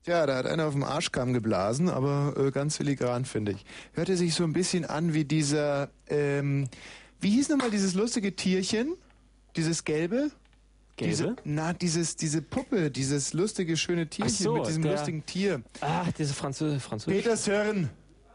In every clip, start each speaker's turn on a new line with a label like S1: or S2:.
S1: Ja, da hat einer auf dem Arschkamm geblasen, aber ganz filigran, finde ich. Hörte sich so ein bisschen an wie dieser, wie hieß nochmal dieses lustige Tierchen? Dieses gelbe?
S2: Gelbe?
S1: Diese Puppe, dieses lustige, schöne Tierchen mit diesem lustigen Tier.
S2: Ach, diese Französisch.
S1: Petershörn.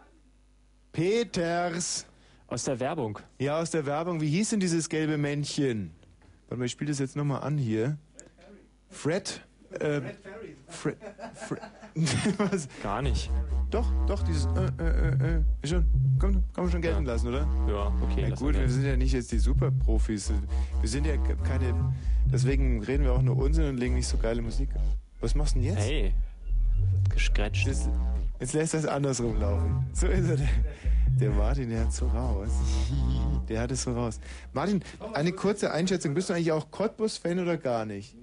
S1: Peters.
S2: Aus der Werbung.
S1: Ja, aus der Werbung. Wie hieß denn dieses gelbe Männchen? Warte mal, ich spiele das jetzt nochmal an hier. Fred. Fred.
S2: Was? Gar nicht.
S1: Doch, dieses schon, kann man schon gelten lassen, oder?
S2: Ja, okay.
S1: Ja gut, wir sind ja nicht jetzt die Superprofis. Wir sind ja keine, deswegen reden wir auch nur Unsinn und legen nicht so geile Musik. Was machst du denn jetzt?
S2: Hey, geschcratcht.
S1: Jetzt lässt das andersrum laufen. So ist er. Der Martin, der hat so raus. Der hat es so raus. Martin, eine kurze Einschätzung. Bist du eigentlich auch Cottbus-Fan oder gar nicht?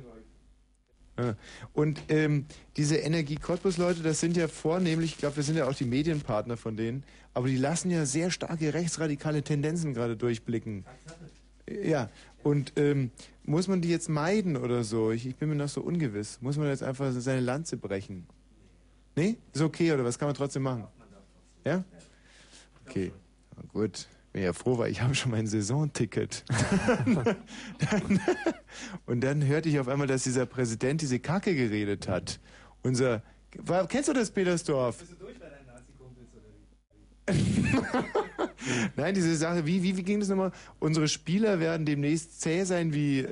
S1: Und diese Energie-Cottbus-Leute, das sind ja vornehmlich, ich glaube, wir sind ja auch die Medienpartner von denen, aber die lassen ja sehr starke rechtsradikale Tendenzen gerade durchblicken. Ja, und muss man die jetzt meiden oder so? Ich bin mir noch so ungewiss. Muss man jetzt einfach seine Lanze brechen? Nee? Ist okay, oder was kann man trotzdem machen? Ja? Okay, na gut. Bin ja froh, weil ich habe schon mein Saisonticket. Und dann hörte ich auf einmal, dass dieser Präsident diese Kacke geredet hat. Kennst du das, Petersdorf? Bist du durch bei deinen Nazi-Kumpels oder wie? Nein, diese Sache, wie ging das nochmal? Unsere Spieler werden demnächst zäh sein wie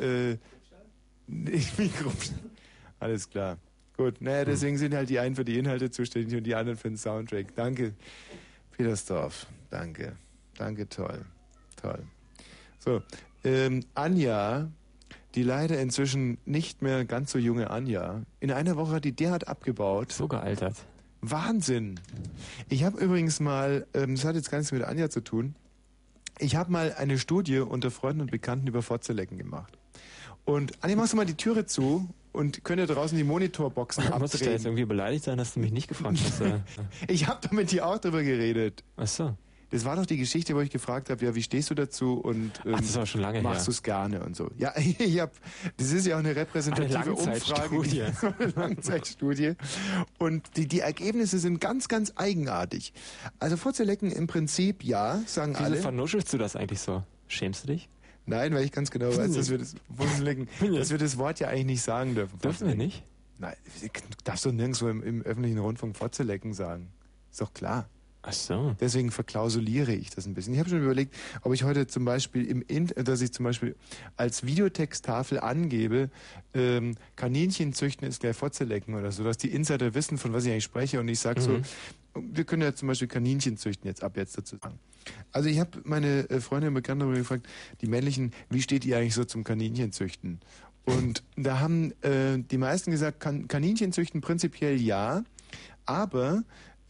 S1: Alles klar. Gut, naja, deswegen sind halt die einen für die Inhalte zuständig und die anderen für den Soundtrack. Danke, Petersdorf. Danke. Danke, toll. So, Anja, die leider inzwischen nicht mehr ganz so junge Anja, in einer Woche hat die derart abgebaut.
S2: So gealtert.
S1: Wahnsinn. Ich habe übrigens mal, das hat jetzt gar nichts mit Anja zu tun, ich habe mal eine Studie unter Freunden und Bekannten über Fotzelecken gemacht. Und Anja, machst du mal die Türe zu und könnt ihr draußen die Monitorboxen abdrehen.
S2: Muss ich da jetzt irgendwie beleidigt sein, dass du mich nicht gefragt hast?
S1: Ich habe doch mit dir auch drüber geredet.
S2: Ach so.
S1: Das war doch die Geschichte, wo ich gefragt habe, ja, wie stehst du dazu und
S2: das war schon lange
S1: machst du es gerne und so. Ja, das ist ja auch eine repräsentative Umfrage, eine Langzeitstudie. Und die Ergebnisse sind ganz, ganz eigenartig. Also Fotzelecken im Prinzip ja, sagen alle.
S2: Wieso vernuschelst du das eigentlich so? Schämst du dich?
S1: Nein, weil ich ganz genau weiß, dass wir das Wort ja eigentlich nicht sagen dürfen.
S2: Dürfen wir nicht?
S1: Nein, darfst du nirgendwo im öffentlichen Rundfunk Fotzelecken sagen. Ist doch klar.
S2: Ach so.
S1: Deswegen verklausuliere ich das ein bisschen. Ich habe schon überlegt, ob ich heute zum Beispiel dass ich zum Beispiel als Videotexttafel angebe, Kaninchen züchten ist gleich Fotzelecken oder so, dass die Insider wissen, von was ich eigentlich spreche und ich sage so, wir können ja zum Beispiel Kaninchen züchten ab jetzt dazu sagen. Also ich habe meine Freunde und Bekannte gefragt, die männlichen, wie steht ihr eigentlich so zum Kaninchenzüchten? Und da haben die meisten gesagt, Kaninchen züchten prinzipiell ja, aber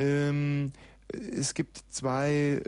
S1: es gibt zwei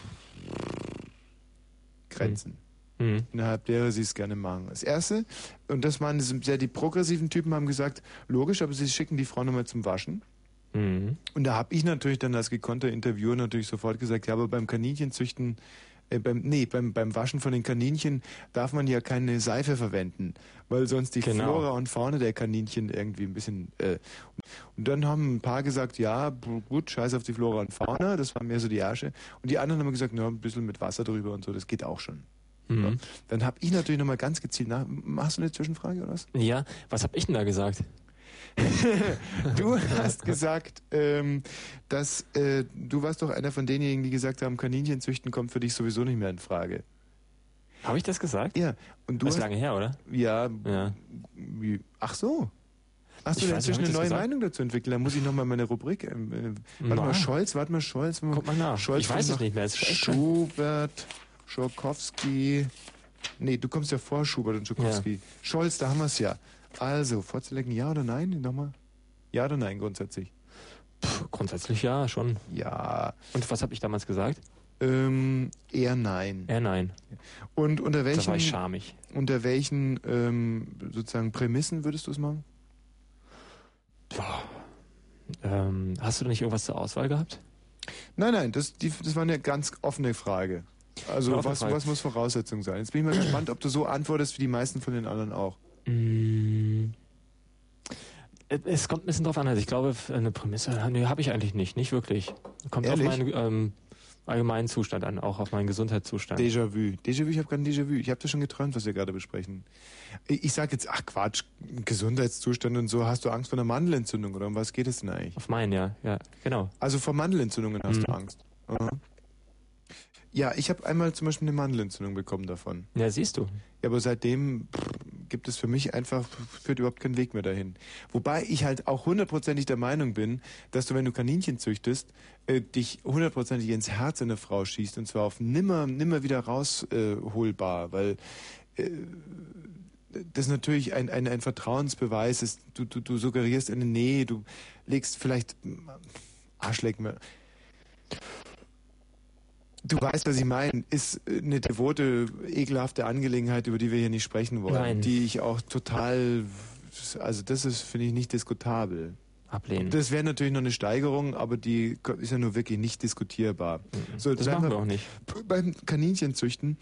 S1: Grenzen, innerhalb derer sie es gerne machen. Das erste, und das waren sehr die progressiven Typen, haben gesagt, logisch, aber sie schicken die Frau nochmal zum Waschen. Und da habe ich natürlich dann als gekonnter Interviewer natürlich sofort gesagt, ja, aber beim Kaninchenzüchten, beim Waschen von den Kaninchen darf man ja keine Seife verwenden, weil sonst die Flora und Fauna der Kaninchen irgendwie ein bisschen... Und dann haben ein paar gesagt, ja, gut, scheiß auf die Flora und Fauna, das war mehr so die Ärsche. Und die anderen haben gesagt, na, ein bisschen mit Wasser drüber und so, das geht auch schon. So. Dann habe ich natürlich nochmal ganz gezielt Machst du eine Zwischenfrage oder was?
S2: Ja, was habe ich denn da gesagt?
S1: Du hast gesagt, dass du warst doch einer von denjenigen, die gesagt haben, Kaninchen züchten kommt für dich sowieso nicht mehr in Frage.
S2: Habe ich das gesagt?
S1: Ja. Und du
S2: das ist lange her, oder?
S1: Ja. Ach so. Hast du denn inzwischen eine neue Meinung dazu entwickelt? Da muss ich nochmal meine Rubrik... Warte mal, Scholz.
S2: Guck mal nach.
S1: Scholz,
S2: ich weiß es nicht mehr.
S1: Schubert, Schorkowski... Nee, du kommst ja vor Schubert und Schorkowski. Ja. Scholz, da haben wir es ja. Also, Fotzelecken, ja oder nein? Nochmal? Ja oder nein, grundsätzlich?
S2: Grundsätzlich ja, schon.
S1: Ja.
S2: Und was habe ich damals gesagt?
S1: Eher nein.
S2: Eher nein.
S1: Und unter welchen...
S2: Das war ich schamig.
S1: Unter welchen, sozusagen, Prämissen würdest du es machen?
S2: Hast du da nicht irgendwas zur Auswahl gehabt?
S1: Nein, das war eine ganz offene Frage. Also, was muss Voraussetzung sein? Jetzt bin ich mal gespannt, ob du so antwortest wie die meisten von den anderen auch.
S2: Es kommt ein bisschen drauf an. Also ich glaube, eine Prämisse habe ich eigentlich nicht wirklich. Kommt
S1: Ehrlich?
S2: auf meinen allgemeinen Zustand an, auch auf meinen Gesundheitszustand.
S1: Déjà-vu. Déjà-vu, ich habe gerade ein Déjà-vu. Ich habe das schon geträumt, was wir gerade besprechen. Ich sage jetzt, ach Quatsch, Gesundheitszustand und so. Hast du Angst vor einer Mandelentzündung oder um was geht es denn eigentlich?
S2: Auf meinen, ja, genau.
S1: Also vor Mandelentzündungen hast du Angst. Aha. Ja, ich habe einmal zum Beispiel eine Mandelentzündung bekommen davon.
S2: Ja, siehst du.
S1: Ja, aber seitdem gibt es für mich einfach, führt überhaupt keinen Weg mehr dahin. Wobei ich halt auch hundertprozentig der Meinung bin, dass du, wenn du Kaninchen züchtest, dich hundertprozentig ins Herz einer Frau schießt und zwar auf nimmer wieder rausholbar, weil das natürlich ein Vertrauensbeweis ist. Du suggerierst eine Nähe, du legst vielleicht Arschleck mehr. Du weißt, was ich meine. Ist eine devote, ekelhafte Angelegenheit, über die wir hier nicht sprechen wollen.
S2: Nein.
S1: Die ich auch total, also das ist, finde ich, nicht diskutabel.
S2: Ablehnen.
S1: Das wäre natürlich noch eine Steigerung, aber die ist ja nur wirklich nicht diskutierbar. So,
S2: das machen wir auch nicht.
S1: Beim Kaninchenzüchten.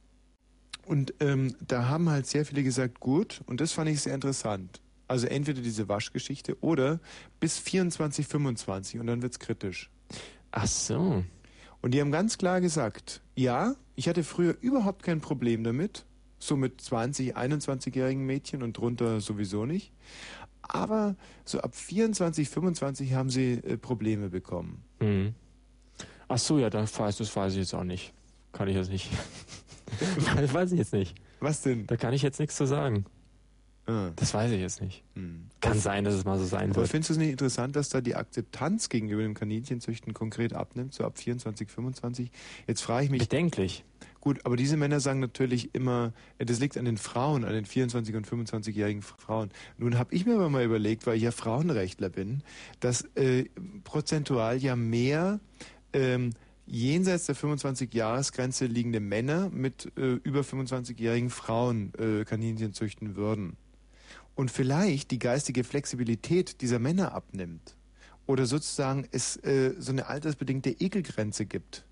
S1: Und da haben halt sehr viele gesagt, gut, und das fand ich sehr interessant. Also entweder diese Waschgeschichte oder bis 24, 25 und dann wird's kritisch.
S2: Ach so.
S1: Und die haben ganz klar gesagt, ja, ich hatte früher überhaupt kein Problem damit, so mit 20, 21-jährigen Mädchen und drunter sowieso nicht. Aber so ab 24, 25 haben sie Probleme bekommen.
S2: Mhm. Ach so, ja, das weiß ich jetzt auch nicht. Kann ich jetzt nicht. Das weiß ich jetzt nicht.
S1: Was denn?
S2: Da kann ich jetzt nichts zu sagen. Das weiß ich jetzt nicht. Kann sein, dass es mal so sein
S1: Aber
S2: wird.
S1: findest du es nicht interessant, dass da die Akzeptanz gegenüber dem Kaninchenzüchten konkret abnimmt, so ab 24, 25? Jetzt frage ich mich...
S2: Bedenklich.
S1: Gut, aber diese Männer sagen natürlich immer, das liegt an den Frauen, an den 24- und 25-jährigen Frauen. Nun habe ich mir aber mal überlegt, weil ich ja Frauenrechtler bin, dass prozentual ja mehr jenseits der 25-Jahresgrenze liegende Männer mit über 25-jährigen Frauen Kaninchen züchten würden. Und vielleicht die geistige Flexibilität dieser Männer abnimmt. Oder sozusagen es so eine altersbedingte Ekelgrenze gibt.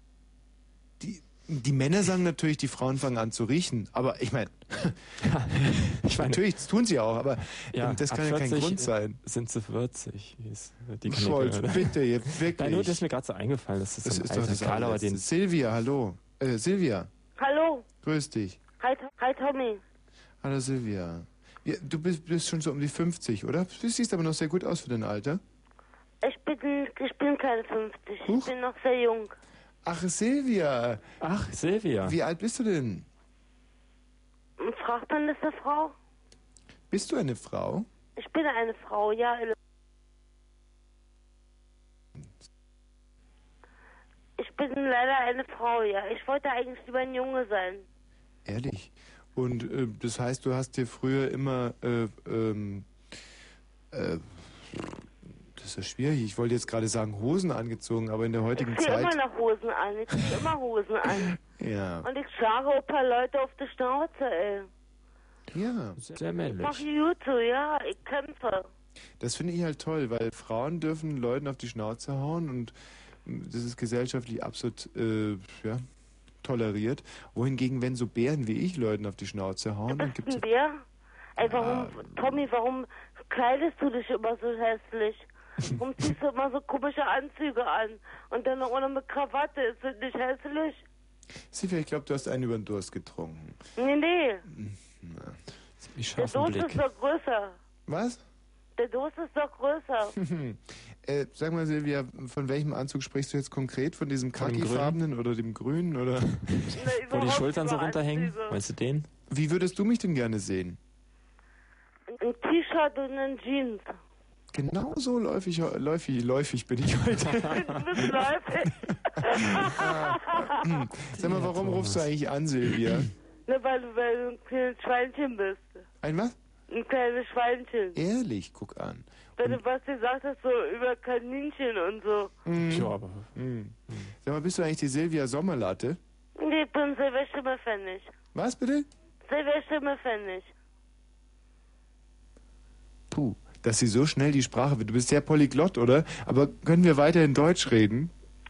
S1: Die Männer sagen natürlich, die Frauen fangen an zu riechen. Aber ich meine, natürlich, das tun sie auch, aber
S2: ja,
S1: das kann ja kein Grund sein.
S2: Sind sie 40? Die
S1: Scholz, bitte, jetzt wirklich.
S2: Nein, nur, das ist mir gerade so eingefallen. Das ist
S1: doch das Allerletzte. Silvia, hallo. Silvia.
S3: Hallo.
S1: Grüß dich.
S3: Hi Tommy.
S1: Hallo Silvia. Ja, du bist schon so um die 50, oder? Du siehst aber noch sehr gut aus für dein Alter.
S3: Ich bin keine 50.
S1: Huch.
S3: Ich bin noch sehr jung.
S1: Ach, Silvia.
S2: Ach, Silvia.
S1: Wie alt bist du denn?
S3: Fragt man das eine Frau?
S1: Bist du eine Frau?
S3: Ich bin eine Frau, ja. Ich bin leider eine Frau, ja. Ich wollte eigentlich lieber ein Junge sein.
S1: Ehrlich? Und das heißt, du hast dir früher immer das ist ja schwierig. Ich wollte jetzt gerade sagen Hosen angezogen, aber in der heutigen
S3: Zeit... Ich ziehe
S1: Zeit...
S3: immer noch Hosen an. Ich ziehe immer Hosen an.
S1: Ja.
S3: Und ich schlage ein paar Leute auf die Schnauze, ey.
S1: Ja.
S2: Sehr männlich.
S3: Ich mache YouTube, ja. Ich kämpfe.
S1: Das finde ich halt toll, weil Frauen dürfen Leuten auf die Schnauze hauen und das ist gesellschaftlich absolut toleriert. Wohingegen, wenn so Bären wie ich Leuten auf die Schnauze hauen...
S3: Du bist ein Bär? Ey, Tommy, warum kleidest du dich immer so hässlich? Warum ziehst du immer so komische Anzüge an? Und dann noch ohne mit Krawatte. Ist das nicht hässlich?
S1: Silvia, ich glaube, du hast einen über den Durst getrunken.
S3: Nee.
S1: Na.
S3: Der Durst ist doch größer.
S1: Was?
S3: Der Durst ist doch größer.
S1: Sag mal, Silvia, von welchem Anzug sprichst du jetzt konkret? Von diesem khakifarbenen oder dem grünen? Oder?
S2: Wo die Schultern so runterhängen? Meinst du den?
S1: Wie würdest du mich denn gerne sehen?
S3: Ein T-Shirt und ein Jeans.
S1: Genau so läufig bin ich heute.
S3: Du bist läufig.
S1: Sag mal, warum rufst du eigentlich an, Silvia?
S3: Ne, weil du ein kleines Schweinchen bist.
S1: Ein was?
S3: Ein kleines Schweinchen.
S1: Ehrlich, guck an.
S3: Wenn du was gesagt hast, so über Kaninchen und so.
S2: Ja, aber...
S1: Sag mal, bist du eigentlich die Silvia Sommerlatte?
S3: Nee, ich bin Silvia Schimmelpfennig.
S1: Was bitte?
S3: Silvia Schimmelpfennig.
S1: Puh, dass sie so schnell die Sprache wird. Du bist sehr polyglott, oder? Aber können wir weiter in Deutsch reden?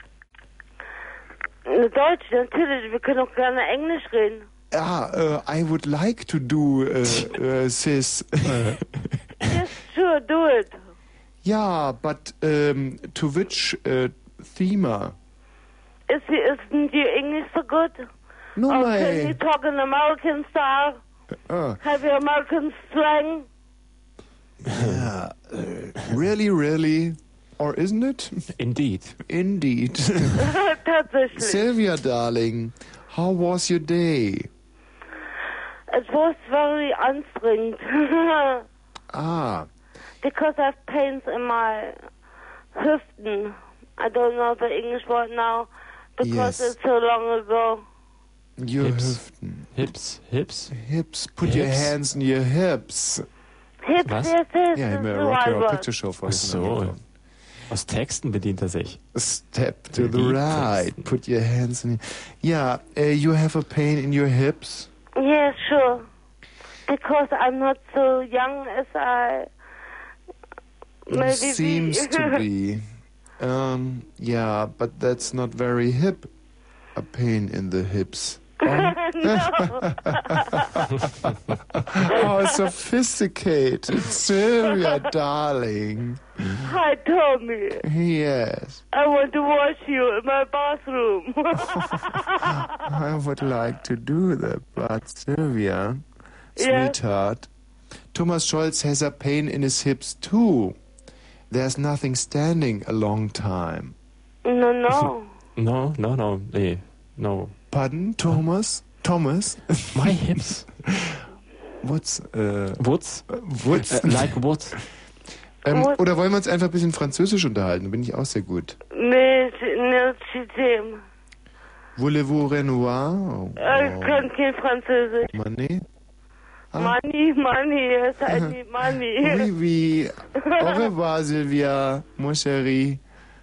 S3: Deutsch, natürlich. Wir können auch gerne Englisch reden.
S1: I would like to do, sis.
S3: Yes, sure, do it.
S1: Yeah, but to which theme?
S3: Isn't your English so good?
S1: No,
S3: Or
S1: my.
S3: can you talk in American style? Have you American slang?
S1: Yeah, really, really, or isn't it?
S2: Indeed.
S1: Indeed.
S3: Tatsächlich.
S1: Sylvia, darling, how was your day?
S3: It was very anstrengend. Because I have pains in my Hüften. I don't know the English word now because it's so long ago.
S1: Your
S2: Hips.
S1: Hüften.
S2: Hips.
S1: Hips. Put your hands in your hips.
S3: Hips,
S2: Was?
S3: yes, yes.
S1: Ja,
S3: that's
S1: in der
S3: the
S1: Rock
S3: right
S1: Your
S3: word.
S1: Picture Show
S2: Ach so. Aus Texten bedient er sich.
S1: Step to the right. Put your hands in. Yeah, you have a pain in your hips.
S3: Yes, sure. Because I'm not so young as I maybe
S1: Seems to be. Yeah, but that's not very hip. A pain in the hips. Oh, sophisticated. Sylvia, darling.
S3: Hi, Tommy.
S1: Yes.
S3: I want to wash you in my bathroom.
S1: I would like to do that, but Sylvia,
S3: Yeah.
S1: sweetheart, Thomas Scholz has a pain in his hips too. There's nothing standing a long time.
S3: No.
S2: Nee, no.
S1: Pardon, Thomas? Thomas?
S2: My hips.
S1: What's,
S2: Woods?
S1: What's?
S2: Like what?
S1: Oder wollen wir uns einfach ein bisschen Französisch unterhalten? Da bin ich auch sehr gut.
S3: Mais c'est
S1: Voulez-vous Renoir?
S3: Ich kann kein Französisch.
S1: Money?
S3: Money, yes, I need money.
S1: Oui, oui. Au revoir, Sylvia, mon chéri.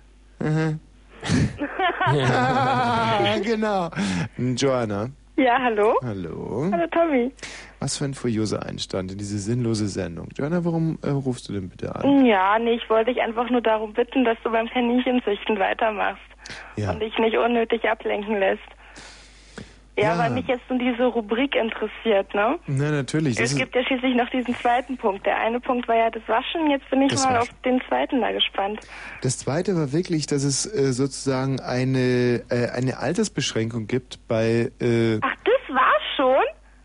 S1: Genau. Joanna.
S4: Ja, hallo?
S1: Hallo.
S4: Hallo, Tommy.
S1: Was für ein furioser Einstand in diese sinnlose Sendung. Joanna, warum rufst du denn bitte an?
S4: Ja, nee, ich wollte dich einfach nur darum bitten, dass du beim Kaninchenzüchten weitermachst und dich nicht unnötig ablenken lässt. Ja, weil mich jetzt nur diese Rubrik interessiert, ne?
S1: Na, natürlich.
S4: Es gibt ja schließlich noch diesen zweiten Punkt. Der eine Punkt war ja das Waschen, jetzt bin ich mal auf den zweiten da gespannt.
S1: Das zweite war wirklich, dass es sozusagen eine Altersbeschränkung gibt bei...
S4: Ach, das war's schon?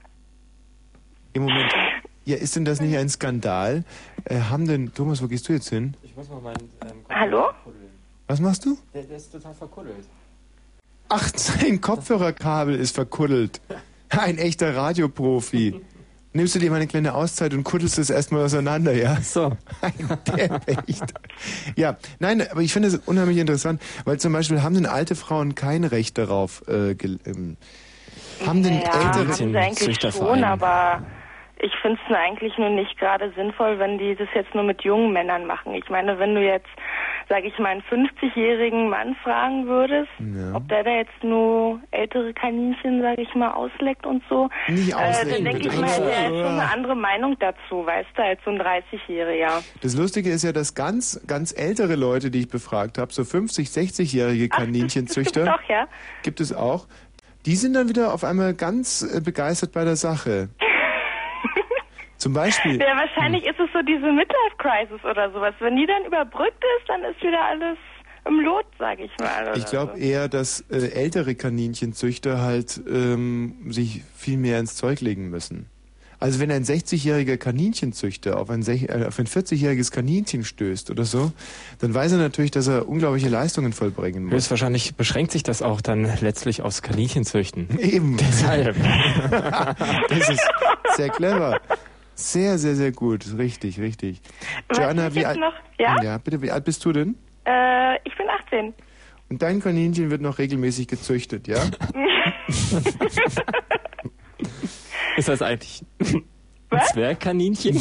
S1: Im Moment. Ja, ist denn das nicht ein Skandal? Thomas, wo gehst du jetzt hin?
S2: Ich muss mal meinen
S4: Hallo?
S1: Was machst du?
S2: Der ist total verkuddelt.
S1: Ach, sein Kopfhörerkabel ist verkuddelt. Ein echter Radioprofi. Nimmst du dir mal eine kleine Auszeit und kuddelst es erstmal auseinander, ja?
S2: So.
S1: Der echt. Ja, nein, aber ich finde es unheimlich interessant, weil zum Beispiel haben denn alte Frauen kein Recht darauf, haben denn ältere...
S4: Haben sie eigentlich schon, aber ich finde es eigentlich nur nicht gerade sinnvoll, wenn die das jetzt nur mit jungen Männern machen. Ich meine, wenn du jetzt, sage ich mal, einen 50-jährigen Mann fragen würdest, ob der da jetzt nur ältere Kaninchen, sage ich mal, ausleckt und so,
S1: Nicht auslecken,
S4: dann denke ich mal, der hat schon eine andere Meinung dazu, weißt du, als so ein 30-Jähriger.
S1: Das Lustige ist ja, dass ganz ältere Leute, die ich befragt habe, so 50-, 60-jährige Kaninchenzüchter,
S4: Doch, ja.
S1: gibt es auch, die sind dann wieder auf einmal ganz begeistert bei der Sache. Zum Beispiel.
S4: Ja, wahrscheinlich ist es so diese Midlife-Crisis oder sowas. Wenn die dann überbrückt ist, dann ist wieder alles im Lot, sag ich mal.
S1: Ich glaube eher, dass ältere Kaninchenzüchter halt sich viel mehr ins Zeug legen müssen. Also wenn ein 60-jähriger Kaninchenzüchter auf ein 40-jähriges Kaninchen stößt oder so, dann weiß er natürlich, dass er unglaubliche Leistungen vollbringen muss.
S2: Höchstwahrscheinlich beschränkt sich das auch dann letztlich aufs Kaninchenzüchten.
S1: Eben.
S2: Deshalb.
S1: Das ist sehr clever. Sehr, sehr, sehr gut. Richtig, richtig. Joanna, wie alt? Ja, bitte, wie alt bist du denn?
S4: Ich bin 18.
S1: Und dein Kaninchen wird noch regelmäßig gezüchtet, ja?
S2: Ist das eigentlich ein Zwergkaninchen?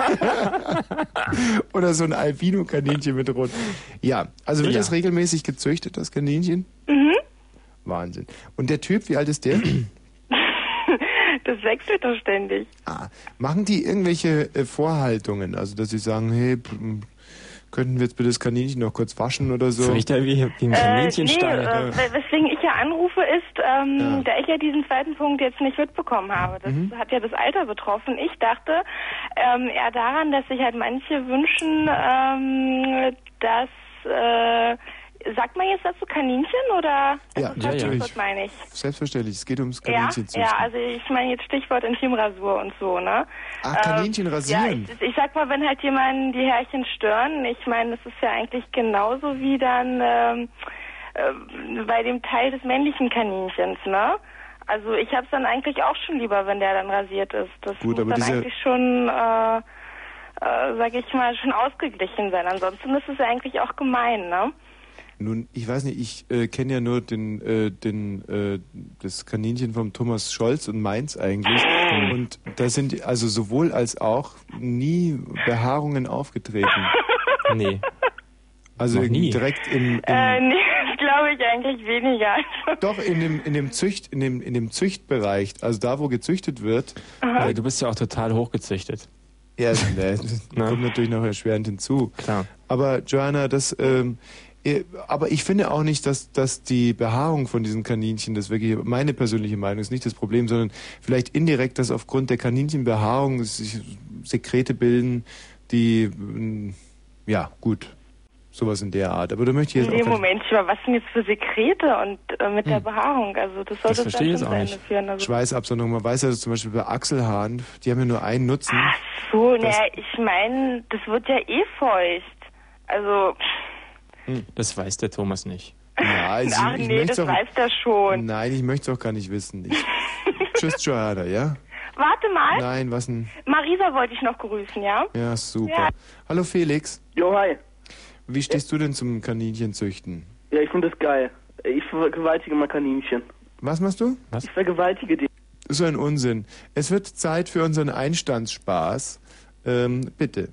S1: Oder so ein Albino-Kaninchen mit Rot. Ja, also wird das regelmäßig gezüchtet, das Kaninchen?
S4: Mhm.
S1: Wahnsinn. Und der Typ, wie alt ist der?
S4: Das wechselt doch ständig.
S1: Machen die irgendwelche Vorhaltungen? Also, dass sie sagen, hey, Könnten wir jetzt bitte das Kaninchen noch kurz waschen oder so?
S2: Riecht ja wie ein Kaninchenstall.
S4: Weswegen ich ja anrufe, ist, da ich ja diesen zweiten Punkt jetzt nicht mitbekommen habe. Das hat ja das Alter betroffen. Ich dachte eher daran, dass sich halt manche wünschen, dass... sagt man jetzt dazu Kaninchen oder?
S1: Ja, natürlich.
S4: Was meine ich?
S1: Selbstverständlich, es geht ums Kaninchenzüchten.
S4: Ja, also ich meine jetzt Stichwort Intimrasur und so, ne?
S1: Ach, Kaninchen rasieren.
S4: Ja, ich sag mal, wenn halt jemanden die Härchen stören, ich meine, das ist ja eigentlich genauso wie dann bei dem Teil des männlichen Kaninchens, ne? Also ich hab's dann eigentlich auch schon lieber, wenn der dann rasiert ist. Das
S1: Gut,
S4: muss dann eigentlich schon... sag ich mal, schon ausgeglichen sein. Ansonsten ist es ja eigentlich auch gemein, ne?
S1: Nun, ich weiß nicht, ich kenne ja nur das Kaninchen vom Thomas Scholz und meins eigentlich. Und da sind also sowohl als auch nie Behaarungen aufgetreten.
S2: Nee.
S1: Also
S2: nie.
S1: Direkt im
S4: nee, das glaube ich eigentlich weniger.
S1: Doch, in dem Züchtbereich, also da, wo gezüchtet wird.
S2: Du bist ja auch total hochgezüchtet.
S1: Ja, das kommt natürlich noch erschwerend hinzu.
S2: Klar.
S1: Aber Joanna, aber ich finde auch nicht, dass die Behaarung von diesen Kaninchen, das wirklich meine persönliche Meinung ist, nicht das Problem, sondern vielleicht indirekt, dass aufgrund der Kaninchenbehaarung sich Sekrete bilden, die, ja, gut, sowas in der Art. Aber da möchte ich jetzt
S4: Moment, was sind jetzt für Sekrete und mit der Behaarung? Also das sollte
S2: das dann schon zu Ende
S4: führen. Also
S1: Schweißabsonderung. Man weiß ja zum Beispiel bei Achselhaaren, die haben ja nur einen Nutzen.
S4: Ach so, ich meine, das wird ja eh feucht. Also...
S2: Das weiß der Thomas nicht.
S1: Ja, also
S4: das weiß der schon.
S1: Nein, ich möchte es auch gar nicht wissen. Tschüss, Joanna, ja?
S4: Warte mal.
S1: Nein, was denn?
S4: Marisa wollte ich noch grüßen, ja?
S1: Ja, super.
S4: Ja.
S1: Hallo Felix.
S5: Jo, hi.
S1: Wie stehst du denn zum Kaninchenzüchten?
S5: Ja, ich finde das geil. Ich vergewaltige mal Kaninchen.
S1: Was machst du?
S2: Was?
S5: Ich vergewaltige die.
S1: So ein Unsinn. Es wird Zeit für unseren Einstandsspaß. Bitte.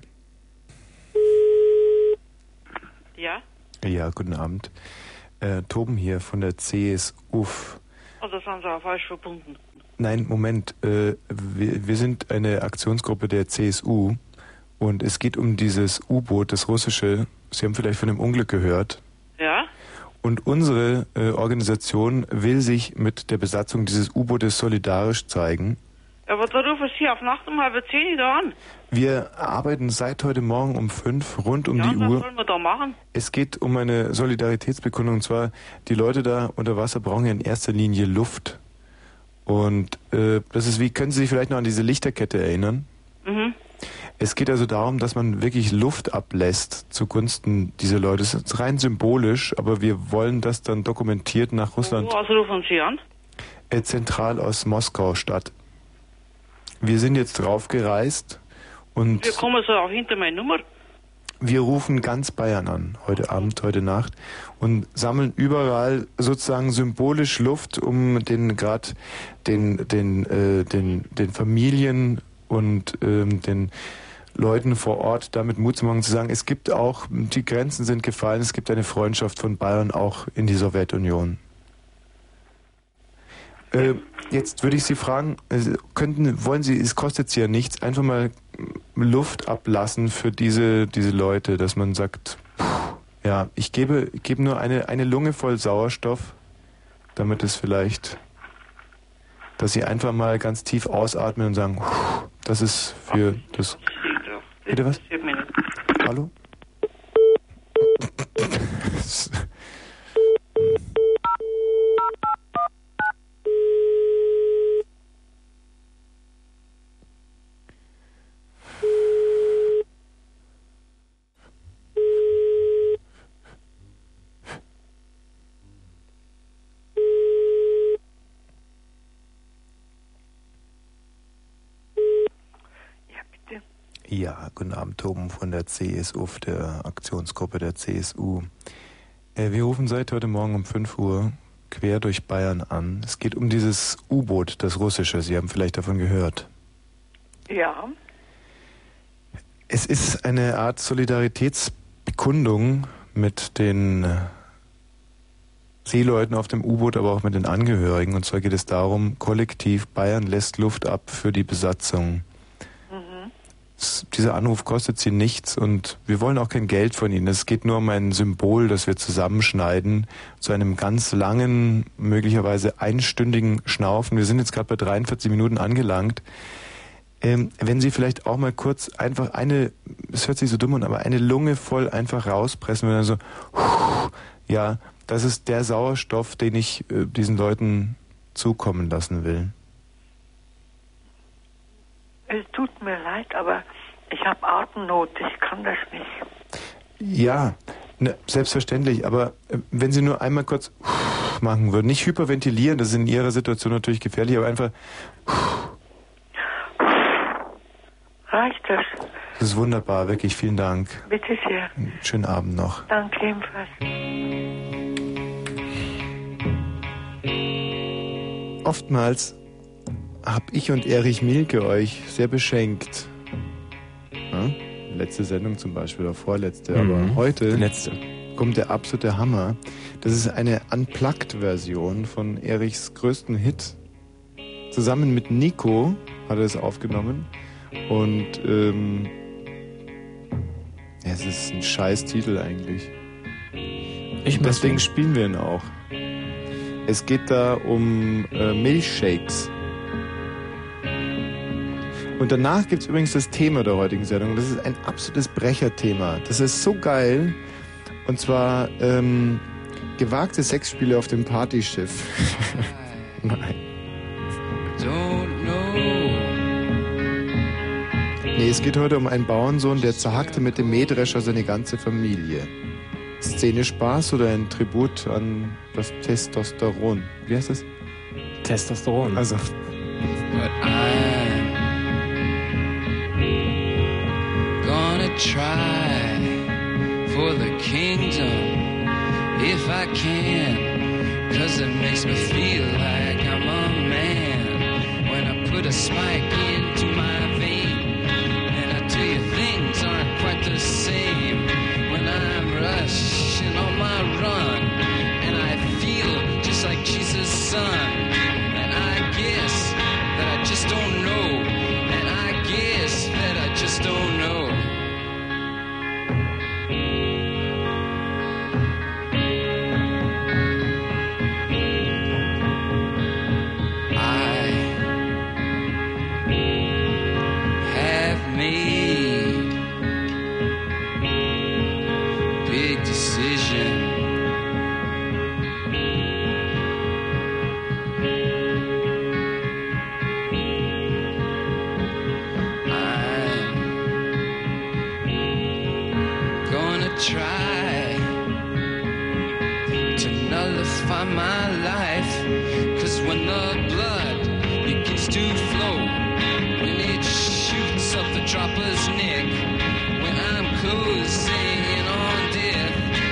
S6: Ja?
S1: Ja, guten Abend. Toben hier von der CSU.
S6: Oh, das haben Sie auch falsch verbunden.
S1: Nein, Moment. Wir sind eine Aktionsgruppe der CSU und es geht um dieses U-Boot, das russische. Sie haben vielleicht von dem Unglück gehört.
S6: Ja?
S1: Und unsere Organisation will sich mit der Besatzung dieses U-Bootes solidarisch zeigen.
S6: Aber da rufen Sie auf Nacht um 9:30 da an.
S1: Wir arbeiten seit heute Morgen um 5 rund um die
S6: was
S1: Uhr.
S6: sollen wir da machen?
S1: Es geht um eine Solidaritätsbekundung. Und zwar, die Leute da unter Wasser brauchen ja in erster Linie Luft. Und das ist wie, können Sie sich vielleicht noch an diese Lichterkette erinnern?
S6: Mhm.
S1: Es geht also darum, dass man wirklich Luft ablässt zugunsten dieser Leute. Das ist rein symbolisch, aber wir wollen das dann dokumentiert nach Russland.
S6: Wo rufen Sie an?
S1: Zentral aus Moskau Stadt. Wir sind jetzt draufgereist und...
S6: Wir kommen so auch hinter meine Nummer.
S1: Wir rufen ganz Bayern an, heute Abend, heute Nacht, und sammeln überall sozusagen symbolisch Luft, um den Familien und den Leuten vor Ort damit Mut zu machen, zu sagen, es gibt auch, die Grenzen sind gefallen, es gibt eine Freundschaft von Bayern auch in die Sowjetunion. Jetzt würde ich Sie fragen, wollen Sie, es kostet Sie ja nichts, einfach mal Luft ablassen für diese Leute, dass man sagt, ja, ich gebe nur eine Lunge voll Sauerstoff, damit es vielleicht, dass Sie einfach mal ganz tief ausatmen und sagen, das ist für das... Bitte was? Hallo? Ja, guten Abend, Toben von der CSU, der Aktionsgruppe der CSU. Wir rufen seit heute Morgen um 5 Uhr quer durch Bayern an. Es geht um dieses U-Boot, das russische. Sie haben vielleicht davon gehört.
S6: Ja.
S1: Es ist eine Art Solidaritätsbekundung mit den Seeleuten auf dem U-Boot, aber auch mit den Angehörigen. Und zwar geht es darum, kollektiv, Bayern lässt Luft ab für die Besatzung. Dieser Anruf kostet Sie nichts und wir wollen auch kein Geld von Ihnen. Es geht nur um ein Symbol, das wir zusammenschneiden zu einem ganz langen, möglicherweise einstündigen Schnaufen. Wir sind jetzt gerade bei 43 Minuten angelangt. Wenn Sie vielleicht auch mal kurz einfach es hört sich so dumm an, aber eine Lunge voll einfach rauspressen, wenn dann so, ja, das ist der Sauerstoff, den ich diesen Leuten zukommen lassen will.
S7: Es tut mir leid, aber ich habe Atemnot, ich kann das nicht.
S1: Ja, selbstverständlich, aber wenn Sie nur einmal kurz machen würden, nicht hyperventilieren, das ist in Ihrer Situation natürlich gefährlich, aber einfach
S7: reicht das?
S1: Das ist wunderbar, wirklich, vielen Dank.
S7: Bitte sehr.
S1: Schönen Abend noch.
S7: Danke ebenfalls.
S1: Oftmals habe ich und Erich Mielke euch sehr beschenkt. Ja? Letzte Sendung zum Beispiel, oder vorletzte, aber heute kommt der absolute Hammer. Das ist eine Unplugged-Version von Erichs größten Hit. Zusammen mit Nico hat er es aufgenommen und es ist ein scheiß Titel eigentlich. Deswegen spielen wir ihn auch. Es geht da um Milchshakes. Und danach gibt's übrigens das Thema der heutigen Sendung. Das ist ein absolutes Brecherthema. Das ist so geil. Und zwar gewagte Sexspiele auf dem Partyschiff. Nein. Nee, es geht heute um einen Bauernsohn, der zerhackte mit dem Mähdrescher seine ganze Familie. Szene Spaß oder ein Tribut an das Testosteron? Wie heißt das?
S2: Testosteron.
S1: Also.
S8: But I'm gonna try for the kingdom if I can, 'cause it makes me feel like I'm a man when I put a spike into my vein. And I tell you things aren't quite the same when I'm rushing on my run, and I feel just like Jesus' son. And I guess that I just don't know, and I guess that I just don't know. I have made big decision. I'm gonna try to nullify my life, 'cause when the blood begins to flow, when it shoots up the dropper's neck, when I'm closing in on death,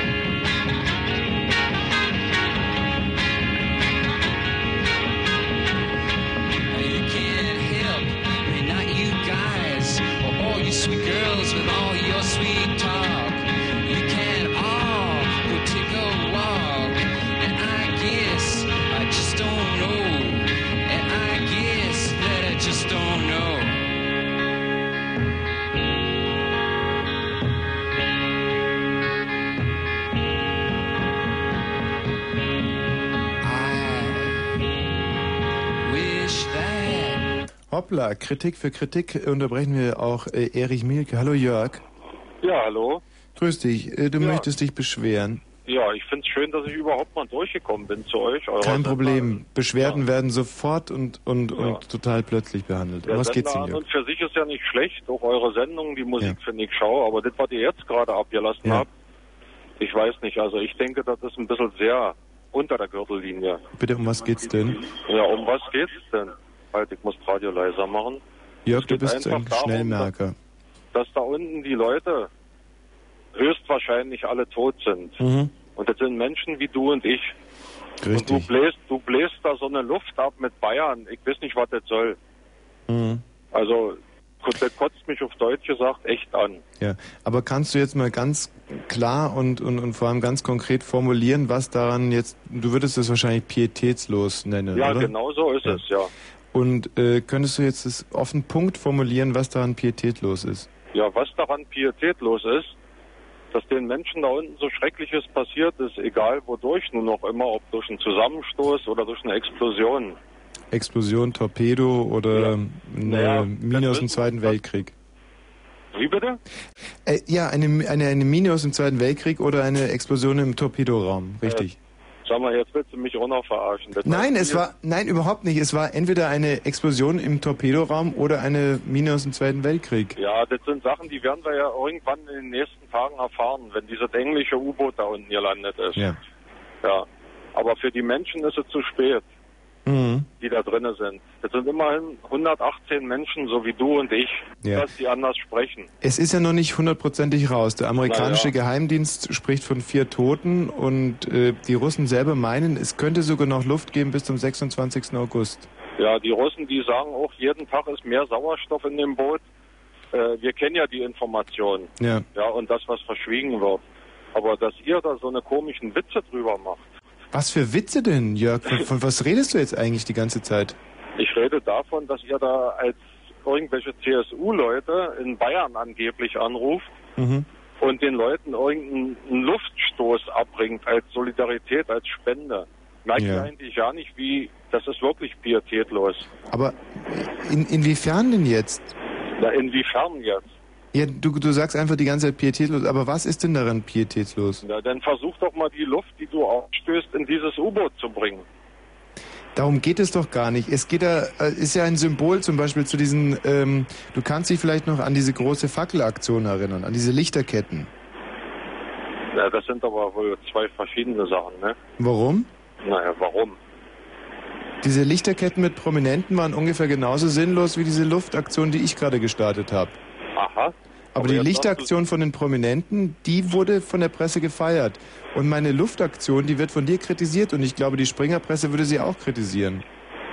S8: you can't help me, not you guys, or all you sweet girls with all your sweet talk. You can all go take a walk, and I guess I just don't know, and I guess that I just don't know.
S1: Hoppla, Kritik für Kritik unterbrechen wir auch Erich Mielke. Hallo Jörg.
S9: Ja, hallo.
S1: Grüß dich. Du möchtest dich beschweren.
S9: Ja, ich finde es schön, dass ich überhaupt mal durchgekommen bin zu euch.
S1: Kein Problem. Beschwerden werden sofort und total plötzlich behandelt.
S9: Der
S1: Was geht's denn,
S9: Sender
S1: Jörg?
S9: und für sich ist ja nicht schlecht, auch eure Sendung, die Musik finde ich schau, aber das, was ihr jetzt gerade abgelassen habt, ich weiß nicht, also ich denke, das ist ein bisschen sehr unter der Gürtellinie.
S1: Bitte, um was geht's denn?
S9: Ja, um was geht's denn? Halt, ich muss das Radio leiser machen.
S1: Jörg, du bist ein Schnellmerker.
S9: Dass da unten die Leute höchstwahrscheinlich alle tot sind.
S1: Mhm.
S9: Und das sind Menschen wie du und ich.
S1: Richtig.
S9: Und du bläst da so eine Luft ab mit Bayern. Ich weiß nicht, was das soll.
S1: Mhm.
S9: Also, das kotzt mich auf Deutsch gesagt echt an.
S1: Ja, aber kannst du jetzt mal ganz klar und vor allem ganz konkret formulieren, was daran jetzt, du würdest es wahrscheinlich pietätslos nennen,
S9: ja,
S1: oder?
S9: genau so ist es, ja.
S1: Und könntest du jetzt das auf den Punkt formulieren, was daran pietätlos ist?
S9: Ja, was daran pietätlos ist, dass den Menschen da unten so Schreckliches passiert ist, egal wodurch nun noch immer, ob durch einen Zusammenstoß oder durch eine Explosion.
S1: Explosion, Torpedo oder eine Mine aus dem Zweiten Weltkrieg.
S9: Wie bitte?
S1: Ja, eine Mine aus dem Zweiten Weltkrieg oder eine Explosion im Torpedoraum, richtig.
S9: Sag mal, jetzt willst du mich auch noch verarschen.
S1: Nein, überhaupt nicht. Es war entweder eine Explosion im Torpedoraum oder eine Mine aus dem Zweiten Weltkrieg.
S9: Ja, das sind Sachen, die werden wir ja irgendwann in den nächsten Tagen erfahren, wenn dieses englische U-Boot da unten gelandet ist.
S1: Ja.
S9: Ja. Aber für die Menschen ist es zu spät, die da drinnen sind. Es sind immerhin 118 Menschen, so wie du und ich, dass die anders sprechen.
S1: Es ist ja noch nicht hundertprozentig raus. Der amerikanische Geheimdienst spricht von 4 Toten und die Russen selber meinen, es könnte sogar noch Luft geben bis zum 26. August.
S9: Ja, die Russen, die sagen auch, jeden Tag ist mehr Sauerstoff in dem Boot. Wir kennen ja die Informationen. Ja, und das, was verschwiegen wird. Aber dass ihr da so eine komischen Witze drüber macht.
S1: Was für Witze denn, Jörg? Von was redest du jetzt eigentlich die ganze Zeit?
S9: Ich rede davon, dass ihr da als irgendwelche CSU-Leute in Bayern angeblich anruft und den Leuten irgendeinen Luftstoß abbringt als Solidarität, als Spende. Merkt ihr eigentlich ja nicht, wie, das ist wirklich pietätlos.
S1: Aber inwiefern denn jetzt?
S9: Na, inwiefern jetzt?
S1: Ja, du sagst einfach die ganze Zeit pietätlos, aber was ist denn daran pietätlos?
S9: Na, dann versuch doch mal die Luft, die du ausstößt, in dieses U-Boot zu bringen.
S1: Darum geht es doch gar nicht. Es geht ist ja ein Symbol zum Beispiel zu diesen, du kannst dich vielleicht noch an diese große Fackelaktion erinnern, an diese Lichterketten.
S9: Ja, das sind aber wohl 2 verschiedene Sachen, ne?
S1: Warum?
S9: Naja, warum?
S1: Diese Lichterketten mit Prominenten waren ungefähr genauso sinnlos wie diese Luftaktion, die ich gerade gestartet habe.
S9: Aha.
S1: Aber die Lichtaktion von den Prominenten, die wurde von der Presse gefeiert. Und meine Luftaktion, die wird von dir kritisiert. Und ich glaube, die Springerpresse würde sie auch kritisieren.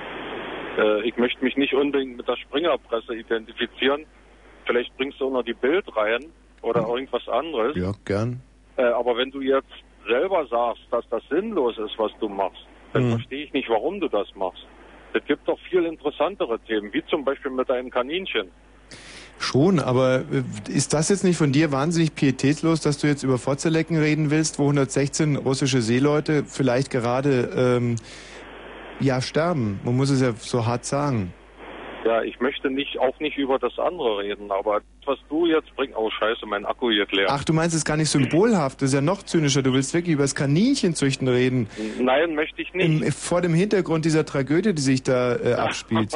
S9: Ich möchte mich nicht unbedingt mit der Springerpresse identifizieren. Vielleicht bringst du auch noch die Bild rein oder irgendwas anderes.
S1: Ja, gern.
S9: Aber wenn du jetzt selber sagst, dass das sinnlos ist, was du machst, dann verstehe ich nicht, warum du das machst. Es gibt doch viel interessantere Themen, wie zum Beispiel mit deinem Kaninchen.
S1: Schon, aber ist das jetzt nicht von dir wahnsinnig pietätlos, dass du jetzt über Vorzelecken reden willst, wo 116 russische Seeleute vielleicht gerade sterben? Man muss es ja so hart sagen.
S9: Ja, ich möchte auch nicht über das andere reden, aber was du jetzt bringst... Oh, scheiße, mein Akku geht leer.
S1: Ach, du meinst es gar nicht symbolhaft, das ist ja noch zynischer. Du willst wirklich über das Kaninchenzüchten reden.
S9: Nein, möchte ich nicht.
S1: Vor dem Hintergrund dieser Tragödie, die sich da abspielt.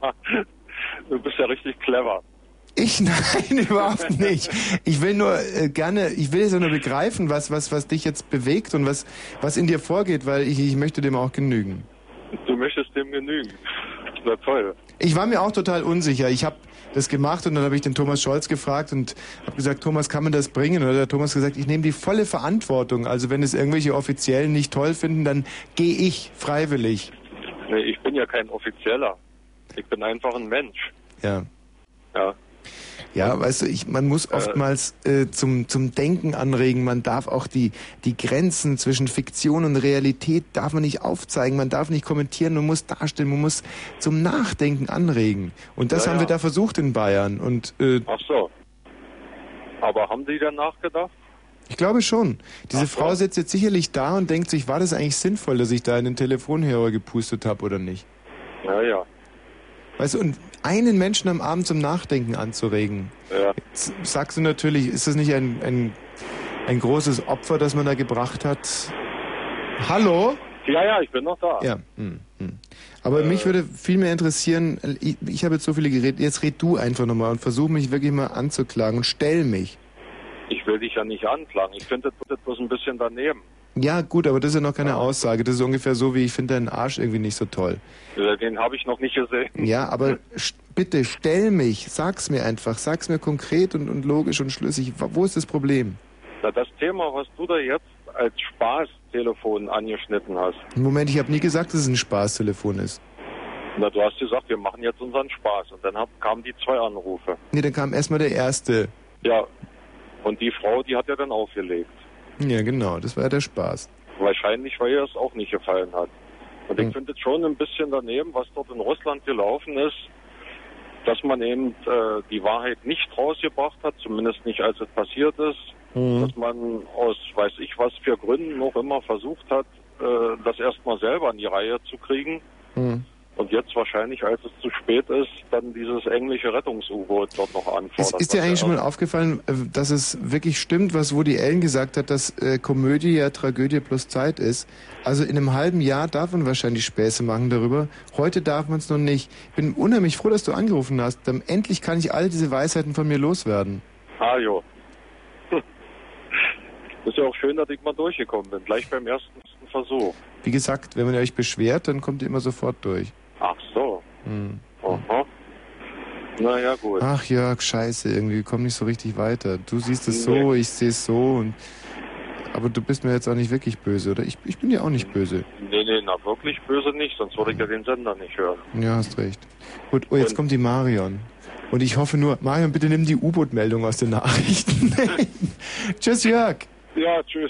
S9: Du bist ja richtig clever.
S1: Nein, überhaupt nicht. Ich will nur ich will ja nur begreifen, was dich jetzt bewegt und was in dir vorgeht, weil ich möchte dem auch genügen.
S9: Du möchtest dem genügen. Na toll.
S1: Ich war mir auch total unsicher. Ich habe das gemacht und dann habe ich den Thomas Scholz gefragt und habe gesagt, Thomas, kann man das bringen? Und dann hat der Thomas gesagt, ich nehme die volle Verantwortung. Also wenn es irgendwelche Offiziellen nicht toll finden, dann gehe ich freiwillig.
S9: Nee, ich bin ja kein Offizieller. Ich bin einfach ein Mensch.
S1: Ja.
S9: Ja.
S1: Ja, weißt du, man muss oftmals zum Denken anregen. Man darf auch die Grenzen zwischen Fiktion und Realität darf man nicht aufzeigen. Man darf nicht kommentieren, man muss darstellen, man muss zum Nachdenken anregen. Und das haben wir da versucht in Bayern. Und
S9: ach so. Aber haben die dann nachgedacht?
S1: Ich glaube schon. Diese Frau sitzt jetzt sicherlich da und denkt sich, war das eigentlich sinnvoll, dass ich da in den Telefonhörer gepustet habe oder nicht?
S9: Ja.
S1: Weißt du, und einen Menschen am Abend zum Nachdenken anzuregen. Ja. Jetzt sagst du natürlich, ist das nicht ein großes Opfer, das man da gebracht hat? Hallo?
S9: Ja, ich bin noch da.
S1: Ja. Aber mich würde viel mehr interessieren, ich habe jetzt so viele geredet, jetzt red du einfach nochmal und versuch mich wirklich mal anzuklagen und stell mich.
S9: Ich will dich ja nicht anklagen, ich finde das bloß ein bisschen daneben.
S1: Ja, gut, aber das ist ja noch keine Aussage. Das ist ungefähr so, wie ich finde deinen Arsch irgendwie nicht so toll.
S9: Den habe ich noch nicht gesehen.
S1: Ja, aber bitte stell mich, sag's mir einfach, sag's mir konkret und logisch und schlüssig. Wo ist das Problem?
S9: Na, das Thema, was du da jetzt als Spaßtelefon angeschnitten hast.
S1: Moment, ich habe nie gesagt, dass es ein Spaßtelefon ist.
S9: Na, du hast gesagt, wir machen jetzt unseren Spaß. Und dann kamen die 2 Anrufe.
S1: Nee, dann kam erstmal der erste.
S9: Ja, und die Frau, die hat ja dann aufgelegt.
S1: Ja, genau, das war ja der Spaß.
S9: Wahrscheinlich, weil ihr es auch nicht gefallen hat. Und ich finde es schon ein bisschen daneben, was dort in Russland gelaufen ist, dass man eben die Wahrheit nicht rausgebracht hat, zumindest nicht, als es passiert ist. Dass man aus weiß ich was für Gründen noch immer versucht hat, das erstmal selber in die Reihe zu kriegen. Und jetzt wahrscheinlich, als es zu spät ist, dann dieses englische Rettungs-U-Boot dort noch anfordert.
S1: Ist dir eigentlich schon mal aufgefallen, dass es wirklich stimmt, was Woody Allen gesagt hat, dass Komödie ja Tragödie plus Zeit ist? Also in einem halben Jahr darf man wahrscheinlich Späße machen darüber. Heute darf man es noch nicht. Ich bin unheimlich froh, dass du angerufen hast. Dann endlich kann ich all diese Weisheiten von mir loswerden.
S9: Ah, jo. Ist ja auch schön, dass ich mal durchgekommen bin, gleich beim ersten Versuch.
S1: Wie gesagt, wenn man euch beschwert, dann kommt ihr immer sofort durch.
S9: Ach so. Aha. Naja, gut.
S1: Ach Jörg, scheiße, irgendwie komm nicht so richtig weiter. Du siehst es so, ich sehe es so. Aber du bist mir jetzt auch nicht wirklich böse, oder? Ich bin dir auch nicht böse.
S9: Nee, na wirklich böse nicht, sonst würde ich ja den Sender nicht hören.
S1: Ja, hast recht. Gut, jetzt kommt die Marion. Und ich hoffe nur, Marion, bitte nimm die U-Boot-Meldung aus den Nachrichten. Tschüss, Jörg.
S9: Ja, tschüss.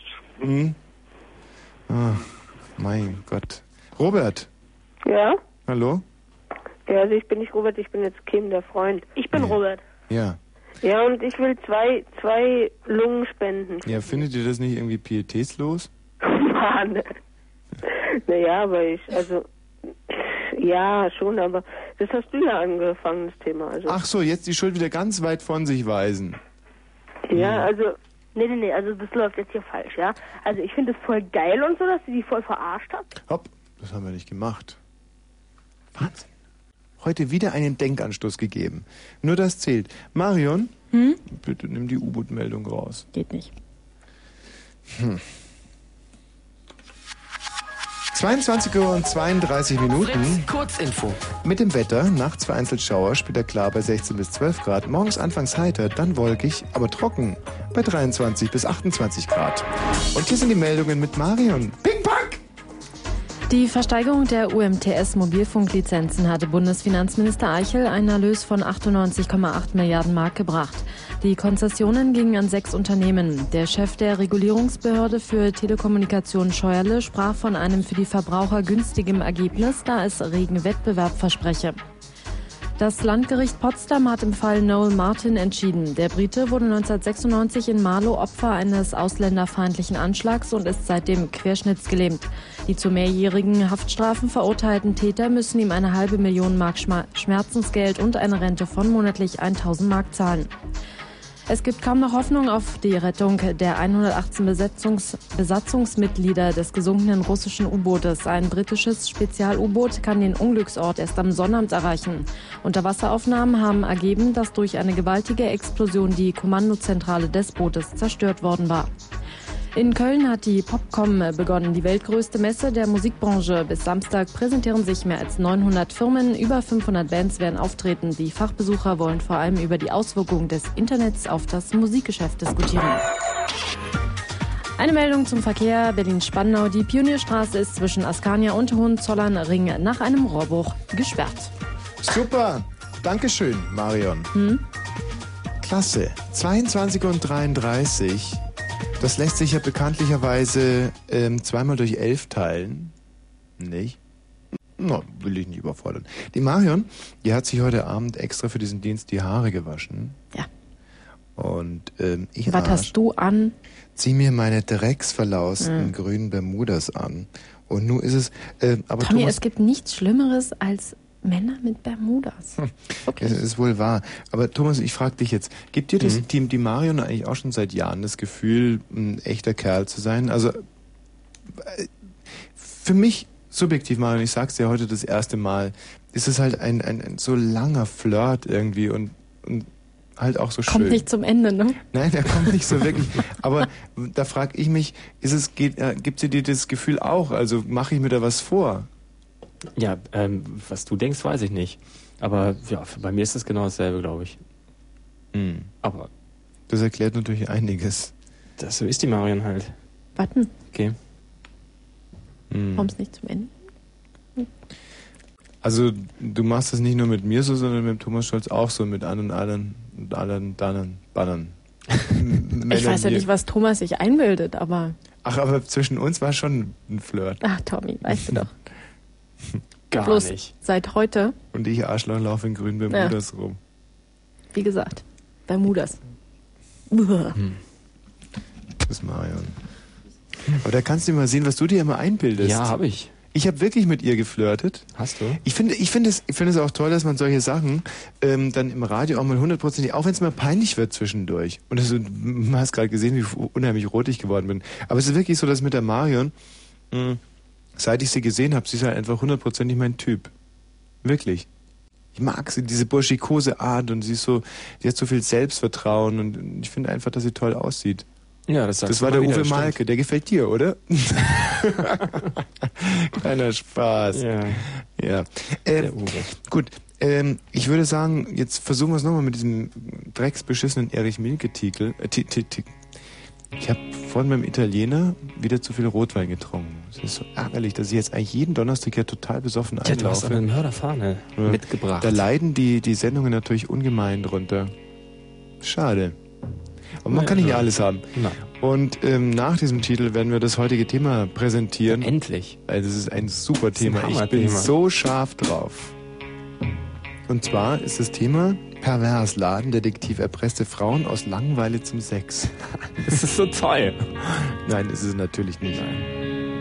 S1: Ah, mein Gott. Robert.
S10: Ja?
S1: Hallo?
S10: Ja, also ich bin nicht Robert, ich bin jetzt Kim, der Freund. Ich bin Robert.
S1: Ja.
S10: Ja, und ich will zwei Lungen spenden.
S1: Ja, findet ihr das nicht irgendwie pietätslos?
S10: Mann. Naja, aber ja, schon, aber das hast du ja angefangen, das Thema. Also.
S1: Ach so, jetzt die Schuld wieder ganz weit von sich weisen.
S10: Ja, also... Nee, also das läuft jetzt hier falsch, ja? Also ich finde es voll geil und so, dass sie die voll verarscht hat.
S1: Hopp, das haben wir nicht gemacht. Wahnsinn. Heute wieder einen Denkanstoß gegeben. Nur das zählt. Marion, bitte nimm die U-Boot-Meldung raus.
S11: Geht nicht.
S1: 22:32 Uhr.
S12: Kurzinfo.
S1: Mit dem Wetter, nachts vereinzelt Schauer, später klar bei 16 bis 12 Grad, morgens anfangs heiter, dann wolkig, aber trocken bei 23 bis 28 Grad. Und hier sind die Meldungen mit Marion. Ping Pong!
S11: Die Versteigerung der UMTS-Mobilfunklizenzen hatte Bundesfinanzminister Eichel einen Erlös von 98,8 Milliarden Mark gebracht. Die Konzessionen gingen an 6 Unternehmen. Der Chef der Regulierungsbehörde für Telekommunikation Scheuerle sprach von einem für die Verbraucher günstigen Ergebnis, da es regen Wettbewerb verspreche. Das Landgericht Potsdam hat im Fall Noel Martin entschieden. Der Brite wurde 1996 in Marlow Opfer eines ausländerfeindlichen Anschlags und ist seitdem querschnittsgelähmt. Die zu mehrjährigen Haftstrafen verurteilten Täter müssen ihm eine halbe Million Mark Schmerzensgeld und eine Rente von monatlich 1000 Mark zahlen. Es gibt kaum noch Hoffnung auf die Rettung der 118 Besatzungsmitglieder des gesunkenen russischen U-Bootes. Ein britisches Spezial-U-Boot kann den Unglücksort erst am Sonnabend erreichen. Unterwasseraufnahmen haben ergeben, dass durch eine gewaltige Explosion die Kommandozentrale des Bootes zerstört worden war. In Köln hat die Popcom begonnen, die weltgrößte Messe der Musikbranche. Bis Samstag präsentieren sich mehr als 900 Firmen, über 500 Bands werden auftreten. Die Fachbesucher wollen vor allem über die Auswirkungen des Internets auf das Musikgeschäft diskutieren. Eine Meldung zum Verkehr. Berlin-Spandau. Die Pionierstraße ist zwischen Askania und Hohenzollern-Ring nach einem Rohrbruch gesperrt.
S1: Super. Dankeschön, Marion. Klasse. 22:33 Uhr. Das lässt sich ja bekanntlicherweise 2 mal durch 11 teilen. Nicht? Na, will ich nicht überfordern. Die Marion, die hat sich heute Abend extra für diesen Dienst die Haare gewaschen.
S11: Ja.
S1: Und
S11: was hast du an?
S1: Zieh mir meine drecksverlausten grünen Bermudas an. Und nun ist es... aber
S11: Tommy,
S1: Thomas,
S11: es gibt nichts Schlimmeres als Männer mit Bermudas.
S1: Okay. Das ist wohl wahr. Aber Thomas, ich frage dich jetzt, gibt dir das Team, die Marion eigentlich auch schon seit Jahren das Gefühl, ein echter Kerl zu sein? Also für mich, subjektiv Marion, ich sag's dir heute das erste Mal, ist es halt ein so langer Flirt irgendwie und halt auch so schön.
S11: Kommt nicht zum Ende, ne?
S1: Nein, der kommt nicht so wirklich. Aber da frage ich mich, gibt dir das Gefühl auch? Also mache ich mir da was vor?
S2: Ja, was du denkst, weiß ich nicht. Aber ja, bei mir ist das genau dasselbe, glaube ich. Aber
S1: das erklärt natürlich einiges.
S2: Das so ist die Marion halt.
S11: Warten.
S2: Okay.
S11: Kommst nicht zum Ende?
S1: Also du machst das nicht nur mit mir so, sondern mit Thomas Scholz auch so, mit allen Bannern.
S11: Ich weiß ja nicht, was Thomas sich einbildet, aber...
S1: Ach, aber zwischen uns war schon ein Flirt.
S11: Ach, Tommy, weißt du doch.
S2: Gar
S11: Bloß
S2: nicht.
S11: Seit heute.
S1: Und ich Arschloch laufe in grünen Bermudas rum.
S11: Wie gesagt, Bermudas.
S1: Das ist Marion. Aber da kannst du mal sehen, was du dir immer einbildest.
S2: Ja, habe ich.
S1: Ich habe wirklich mit ihr geflirtet.
S2: Hast du?
S1: Ich finde es auch toll, dass man solche Sachen dann im Radio auch mal 100%, auch wenn es mal peinlich wird zwischendurch. Und das, du hast gerade gesehen, wie unheimlich rot ich geworden bin. Aber es ist wirklich so, dass mit der Marion, seit ich sie gesehen habe, sie ist halt einfach 100% mein Typ. Wirklich. Ich mag sie, diese burschikose Art, und sie hat so viel Selbstvertrauen, und ich finde einfach, dass sie toll aussieht.
S2: Ja, das
S1: war der Uwe Malke, der gefällt dir, oder? Kleiner Spaß. Ja. Gut, ich würde sagen, jetzt versuchen wir es nochmal mit diesem drecksbeschissenen Erich Mielke-Titel. Ich habe vorhin beim Italiener wieder zu viel Rotwein getrunken. Es ist so ärgerlich, dass ich jetzt eigentlich jeden Donnerstag hier total besoffen einlaufe.
S2: Du hast aber eine Mörderfahne mitgebracht.
S1: Da leiden die Sendungen natürlich ungemein drunter. Schade. Aber man kann nicht alles haben.
S2: Nein.
S1: Und nach diesem Titel werden wir das heutige Thema präsentieren.
S2: Ja, endlich.
S1: Also es ist ein super Thema. Ich bin so scharf drauf. Und zwar ist das Thema pervers. Ladendetektiv erpresste Frauen aus Langeweile zum Sex.
S2: Das ist so toll.
S1: Nein, ist es natürlich nicht.
S2: Nein.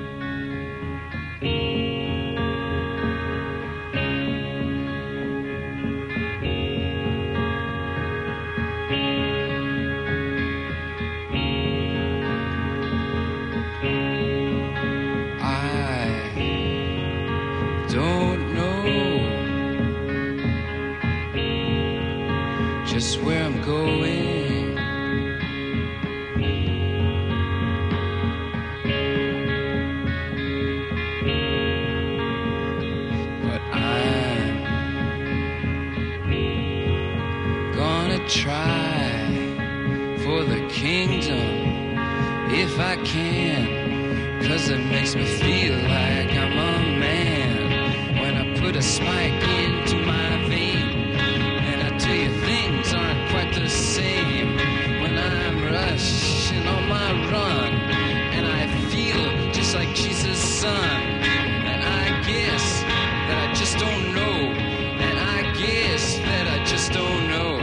S8: Just where I'm going. But I'm gonna try for the kingdom if I can, 'cause it makes me feel like I'm a man when I put a spike into my vein. Things aren't quite the same when I'm rushing on my run, and I feel just like Jesus' son, and I guess that I just don't know, and I guess that I just don't know.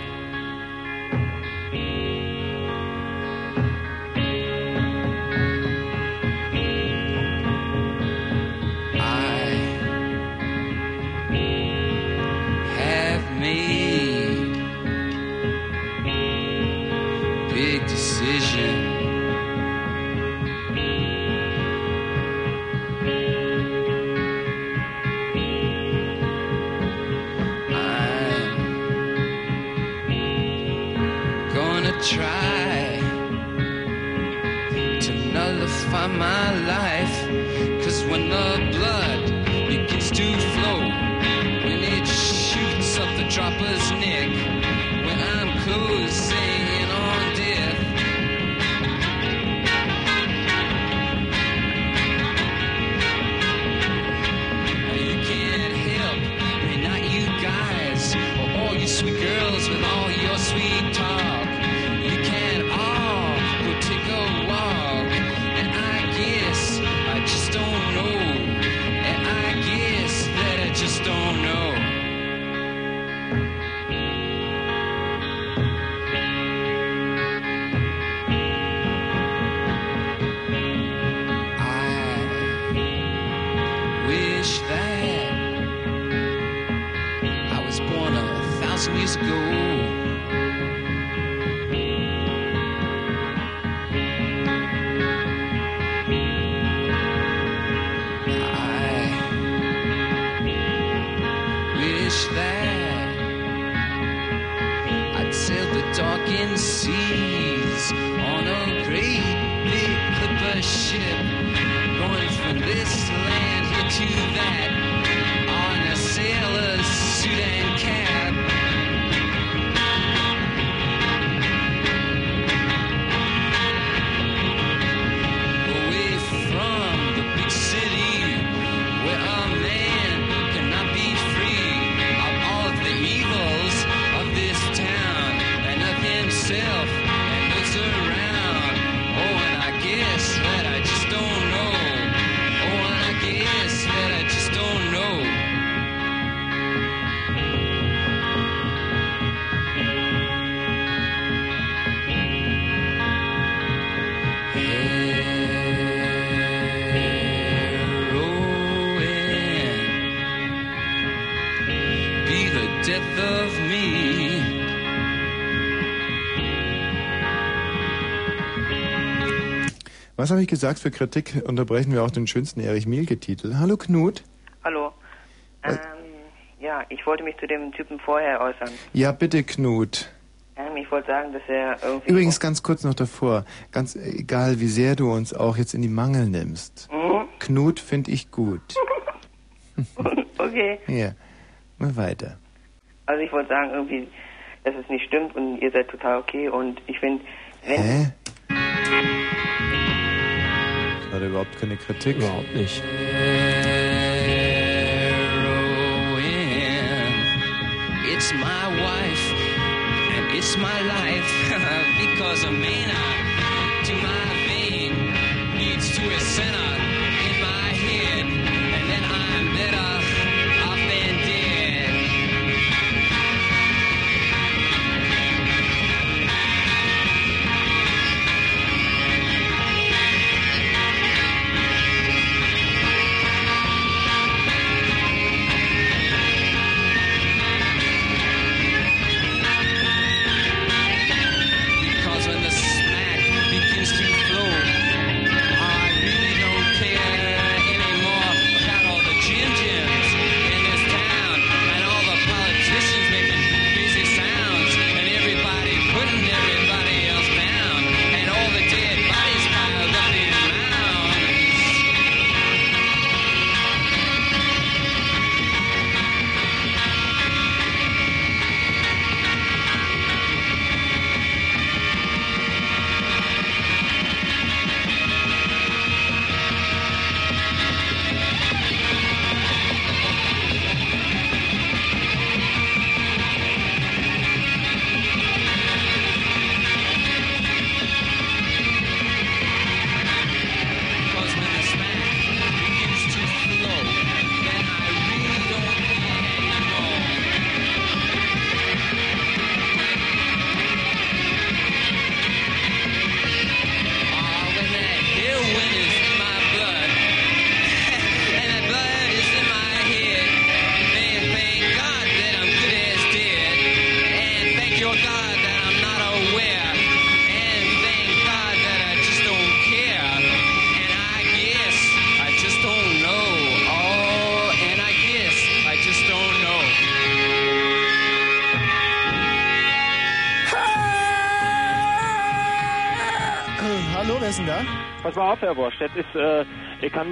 S8: Try to nullify my life, 'cause when the blood begins to flow, when it shoots up the dropper's neck, when I'm closing in on death, you can't help me, not you guys, or all you sweet girls with all your sweet talk. Years ago, I wish that I'd sail the darkened seas on a great big clipper ship, going from this land here to that on a sailor's suit and cap. That I just don't know. Oh, and I guess that I just don't the death of me.
S1: Was habe ich gesagt? Für Kritik unterbrechen wir auch den schönsten Erich Mielke-Titel. Hallo Knut.
S12: Hallo. Ja, ich wollte mich zu dem Typen vorher äußern.
S1: Ja, bitte Knut.
S12: Ich wollte sagen, dass er irgendwie...
S1: Übrigens ganz kurz noch davor, ganz egal wie sehr du uns auch jetzt in die Mangel nimmst. Knut finde ich gut.
S12: Okay.
S1: Ja, mal weiter.
S12: Also ich wollte sagen irgendwie, dass es nicht stimmt und ihr seid total okay und ich finde...
S1: Hä? Das war überhaupt keine Kritik.
S2: Überhaupt nicht.
S8: It's my wife and it's my life because a manna to my vein leads to a sinner in my head and then I'm better off than dead.
S13: Pass mal auf, Herr Bosch, das ist, ich bin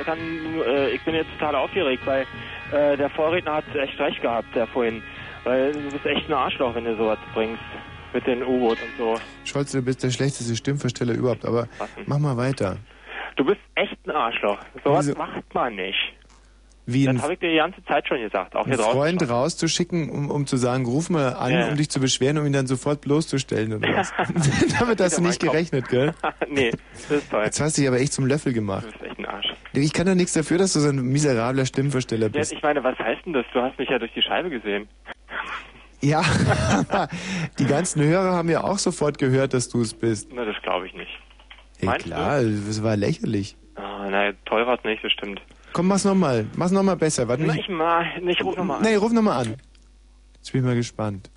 S13: jetzt total aufgeregt, weil der Vorredner hat echt recht gehabt, der vorhin. Weil du bist echt ein Arschloch, wenn du sowas bringst mit den U-Boot und so.
S1: Scholz, du bist der schlechteste Stimmversteller überhaupt, aber mach mal weiter.
S13: Du bist echt ein Arschloch. Sowas macht man nicht. Das habe ich dir die ganze Zeit schon gesagt, auch hier
S1: einen
S13: draußen.
S1: Freund rauszuschicken, um zu sagen, ruf mal an, um dich zu beschweren, um ihn dann sofort bloßzustellen oder was? Damit hast du nicht gerechnet, gell?
S13: Nee, das ist toll.
S1: Jetzt hast du dich aber echt zum Löffel gemacht.
S13: Du bist echt ein Arsch.
S1: Ich kann doch nichts dafür, dass du so ein miserabler Stimmversteller bist.
S13: Ja, ich meine, was heißt denn das? Du hast mich ja durch die Scheibe gesehen.
S1: Ja, die ganzen Hörer haben ja auch sofort gehört, dass du es bist.
S13: Na, das glaube ich nicht.
S1: Ja, klar, das war lächerlich.
S13: Ah, na, toll war es nicht, das stimmt.
S1: Komm, mach's nochmal. Mach's nochmal besser. Warte,
S13: ich ruf nochmal an.
S1: Nee, ruf nochmal an. Jetzt bin ich mal gespannt.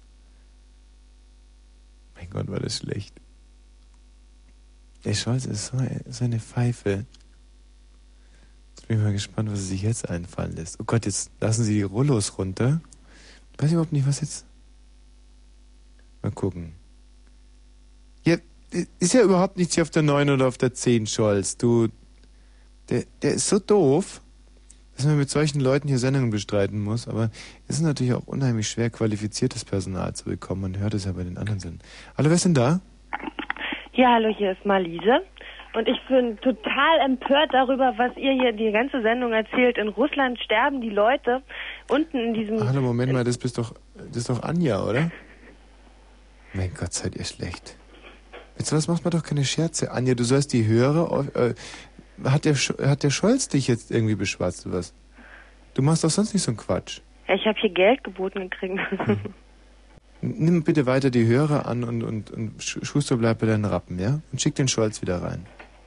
S1: Mein Gott, war das schlecht. Der Scholz ist so eine Pfeife. Jetzt bin ich mal gespannt, was er sich jetzt einfallen lässt. Oh Gott, jetzt lassen sie die Rollos runter. Ich weiß überhaupt nicht, was jetzt... Mal gucken. Ja, ist ja überhaupt nichts hier auf der 9 oder auf der 10, Scholz. Der ist so doof, dass man mit solchen Leuten hier Sendungen bestreiten muss. Aber es ist natürlich auch unheimlich schwer, qualifiziertes Personal zu bekommen. Man hört es ja bei den anderen Sendungen. Hallo, wer ist denn da?
S14: Ja, hallo, hier ist Marliese. Und ich bin total empört darüber, was ihr hier die ganze Sendung erzählt. In Russland sterben die Leute unten in diesem...
S1: Hallo, Moment mal, das ist doch Anja, oder? Mein Gott, seid ihr schlecht. Jetzt was macht man doch keine Scherze. Anja, du sollst die Hörer... Hat der Scholz dich jetzt irgendwie beschwatzt oder was? Du machst doch sonst nicht so einen Quatsch.
S14: Ja, ich habe hier Geld geboten gekriegt.
S1: Nimm bitte weiter die Hörer an und Schuster bleibt bei deinen Rappen, ja? Und schick den Scholz wieder rein.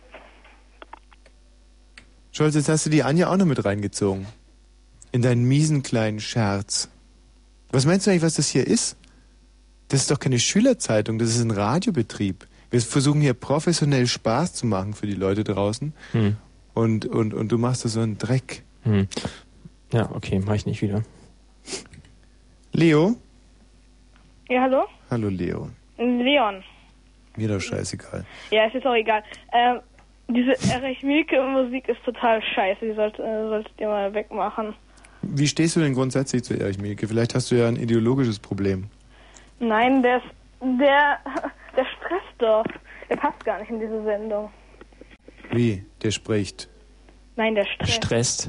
S1: Scholz, jetzt hast du die Anja auch noch mit reingezogen. In deinen miesen kleinen Scherz. Was meinst du eigentlich, was das hier ist? Das ist doch keine Schülerzeitung, das ist ein Radiobetrieb. Wir versuchen hier professionell Spaß zu machen für die Leute draußen. Und du machst da so einen Dreck.
S2: Ja, okay, mach ich nicht wieder.
S1: Leo?
S10: Ja, hallo?
S1: Hallo, Leo.
S10: Leon.
S1: Mir doch scheißegal.
S10: Ja, ist jetzt auch egal. Diese Erich Mielke-Musik ist total scheiße. Die solltet ihr mal wegmachen.
S1: Wie stehst du denn grundsätzlich zu Erich Mielke? Vielleicht hast du ja ein ideologisches Problem.
S10: Nein, der stresst doch. Der passt gar nicht in diese Sendung.
S1: Wie? Der spricht.
S10: Nein, der stresst.
S2: Stresst.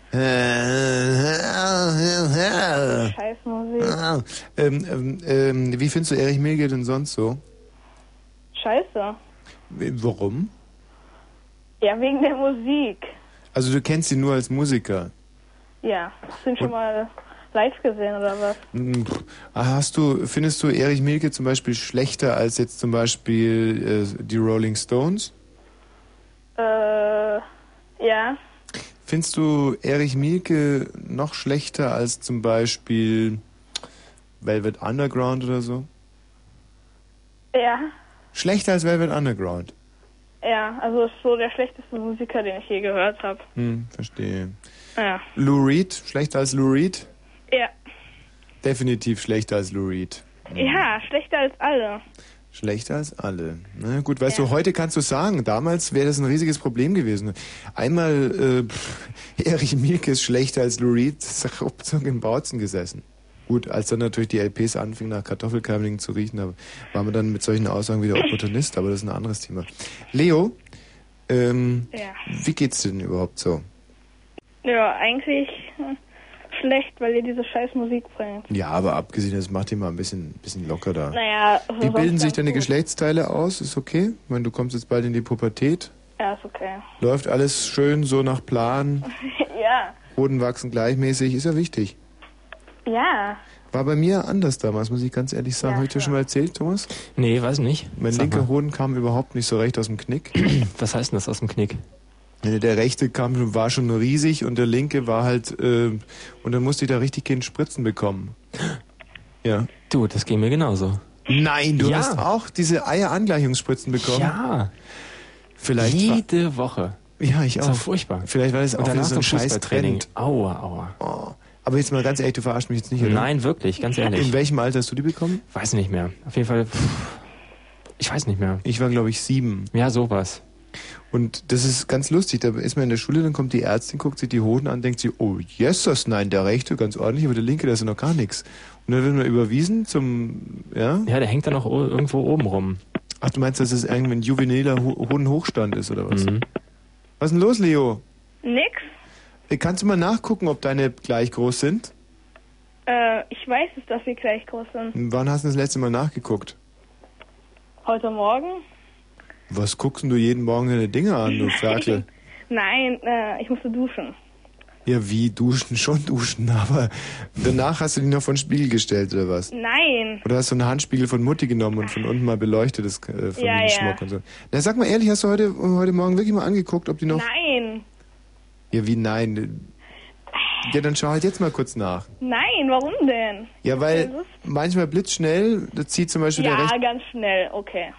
S10: Scheißmusik.
S1: Wie findest du Erich Mielke denn sonst so?
S10: Scheiße.
S1: Warum?
S10: Ja, wegen der Musik.
S1: Also du kennst ihn nur als Musiker.
S10: Ja, hast du ihn schon mal live gesehen oder was?
S1: Findest du Erich Mielke zum Beispiel schlechter als jetzt zum Beispiel die Rolling Stones?
S10: Ja.
S1: Findest du Erich Mielke noch schlechter als zum Beispiel Velvet Underground oder so?
S10: Ja.
S1: Schlechter als Velvet Underground?
S10: Ja, also ist so der schlechteste Musiker, den ich je gehört habe.
S1: Verstehe.
S10: Ja.
S1: Lou Reed? Schlechter als Lou Reed?
S10: Ja.
S1: Definitiv schlechter als Lou Reed.
S10: Ja, schlechter als alle.
S1: Schlechter als alle. Na gut, weißt du, heute kannst du sagen, damals wäre das ein riesiges Problem gewesen. Einmal, Erich Mielke ist schlechter als Lou Reed, ist ruckzuck in Bautzen gesessen. Gut, als dann natürlich die LPs anfingen, nach Kartoffelkeimlingen zu riechen, da war man dann mit solchen Aussagen wieder Opportunist, aber das ist ein anderes Thema. Leo, wie geht's dir denn überhaupt so?
S10: Ja, eigentlich schlecht, weil ihr diese scheiß Musik bringt.
S1: Ja, aber abgesehen, das macht ihr mal ein bisschen locker da.
S10: Naja,
S1: wie bilden sich deine Geschlechtsteile aus? Ist okay? Ich meine, du kommst jetzt bald in die Pubertät.
S10: Ja, ist okay.
S1: Läuft alles schön so nach Plan?
S10: Ja.
S1: Hoden wachsen gleichmäßig, ist ja wichtig.
S10: Ja.
S1: War bei mir anders damals, muss ich ganz ehrlich sagen.
S10: Ja,
S1: habe ich dir schon mal erzählt, Thomas?
S2: Nee, weiß nicht.
S1: Mein linker Hoden kam überhaupt nicht so recht aus dem Knick.
S2: Was heißt denn das aus dem Knick?
S1: Der rechte war schon riesig und der linke war halt, und dann musste ich da richtig gehen Spritzen bekommen. Ja.
S2: Du, das ging mir genauso.
S1: Nein, du hast auch diese Eierangleichungsspritzen bekommen?
S2: Ja.
S1: Vielleicht
S2: jede Woche.
S1: Ja, ich auch.
S2: Das war furchtbar.
S1: Vielleicht war das auch wieder so ein scheiß Trend.
S2: Aua.
S1: Oh. Aber jetzt mal ganz ehrlich, du verarschst mich jetzt nicht, oder?
S2: Nein, wirklich, ganz ehrlich.
S1: In welchem Alter hast du die bekommen?
S2: Weiß nicht mehr. Auf jeden Fall, ich weiß nicht mehr.
S1: Ich war, glaube ich, 7.
S2: Ja, sowas.
S1: Und das ist ganz lustig, da ist man in der Schule, dann kommt die Ärztin, guckt sich die Hoden an, denkt sich, oh, Jesus, nein, der rechte ganz ordentlich, aber der linke, da ist ja noch gar nichts. Und dann wird man überwiesen zum, ja?
S2: Ja, der hängt dann auch irgendwo oben rum.
S1: Ach, du meinst, dass es irgendwie ein juveniler Hodenhochstand ist, oder was? Was ist denn los, Leo?
S10: Nix.
S1: Kannst du mal nachgucken, ob deine gleich groß sind?
S10: Ich weiß es, dass sie gleich groß sind.
S1: Wann hast du das letzte Mal nachgeguckt?
S10: Heute Morgen?
S1: Was guckst denn du jeden Morgen deine Dinge an, du Ferkel?
S10: Nein, ich musste duschen.
S1: Ja, wie? Duschen? Schon duschen, aber danach hast du die noch vor den Spiegel gestellt, oder was?
S10: Nein.
S1: Oder hast du einen Handspiegel von Mutti genommen und von unten mal beleuchtet, das Familienschmuck
S10: ja.
S1: und so? Na, sag mal ehrlich, hast du heute Morgen wirklich mal angeguckt, ob die noch...
S10: Nein.
S1: Ja, wie nein? Ja, dann schau halt jetzt mal kurz nach.
S10: Nein, warum denn?
S1: Ja, weil manchmal blitzschnell, das zieht zum Beispiel der
S10: Ja, ganz schnell, okay.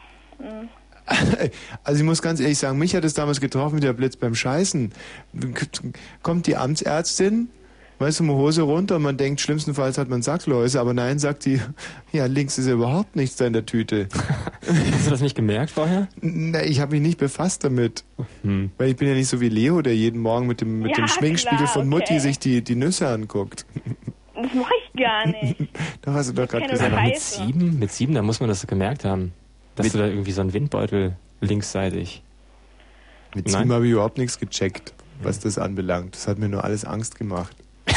S1: Also ich muss ganz ehrlich sagen, mich hat es damals getroffen wie der Blitz beim Scheißen. Kommt die Amtsärztin, weißt du, Hose runter und man denkt, schlimmstenfalls hat man Sackläuse, aber nein, sagt die, ja, links ist ja überhaupt nichts da in der Tüte.
S2: Hast du das nicht gemerkt vorher?
S1: Na, ich habe mich nicht befasst damit. Weil ich bin ja nicht so wie Leo, der jeden Morgen mit dem Schminkspiegel von Mutti sich die Nüsse anguckt.
S10: Das mach ich gar nicht.
S1: Doch hast du doch gerade gesagt.
S2: Aber mit 7, da muss man das gemerkt haben. Dass du da irgendwie so einen Windbeutel linksseitig.
S1: Mit 7 habe ich überhaupt nichts gecheckt, was das anbelangt. Das hat mir nur alles Angst gemacht.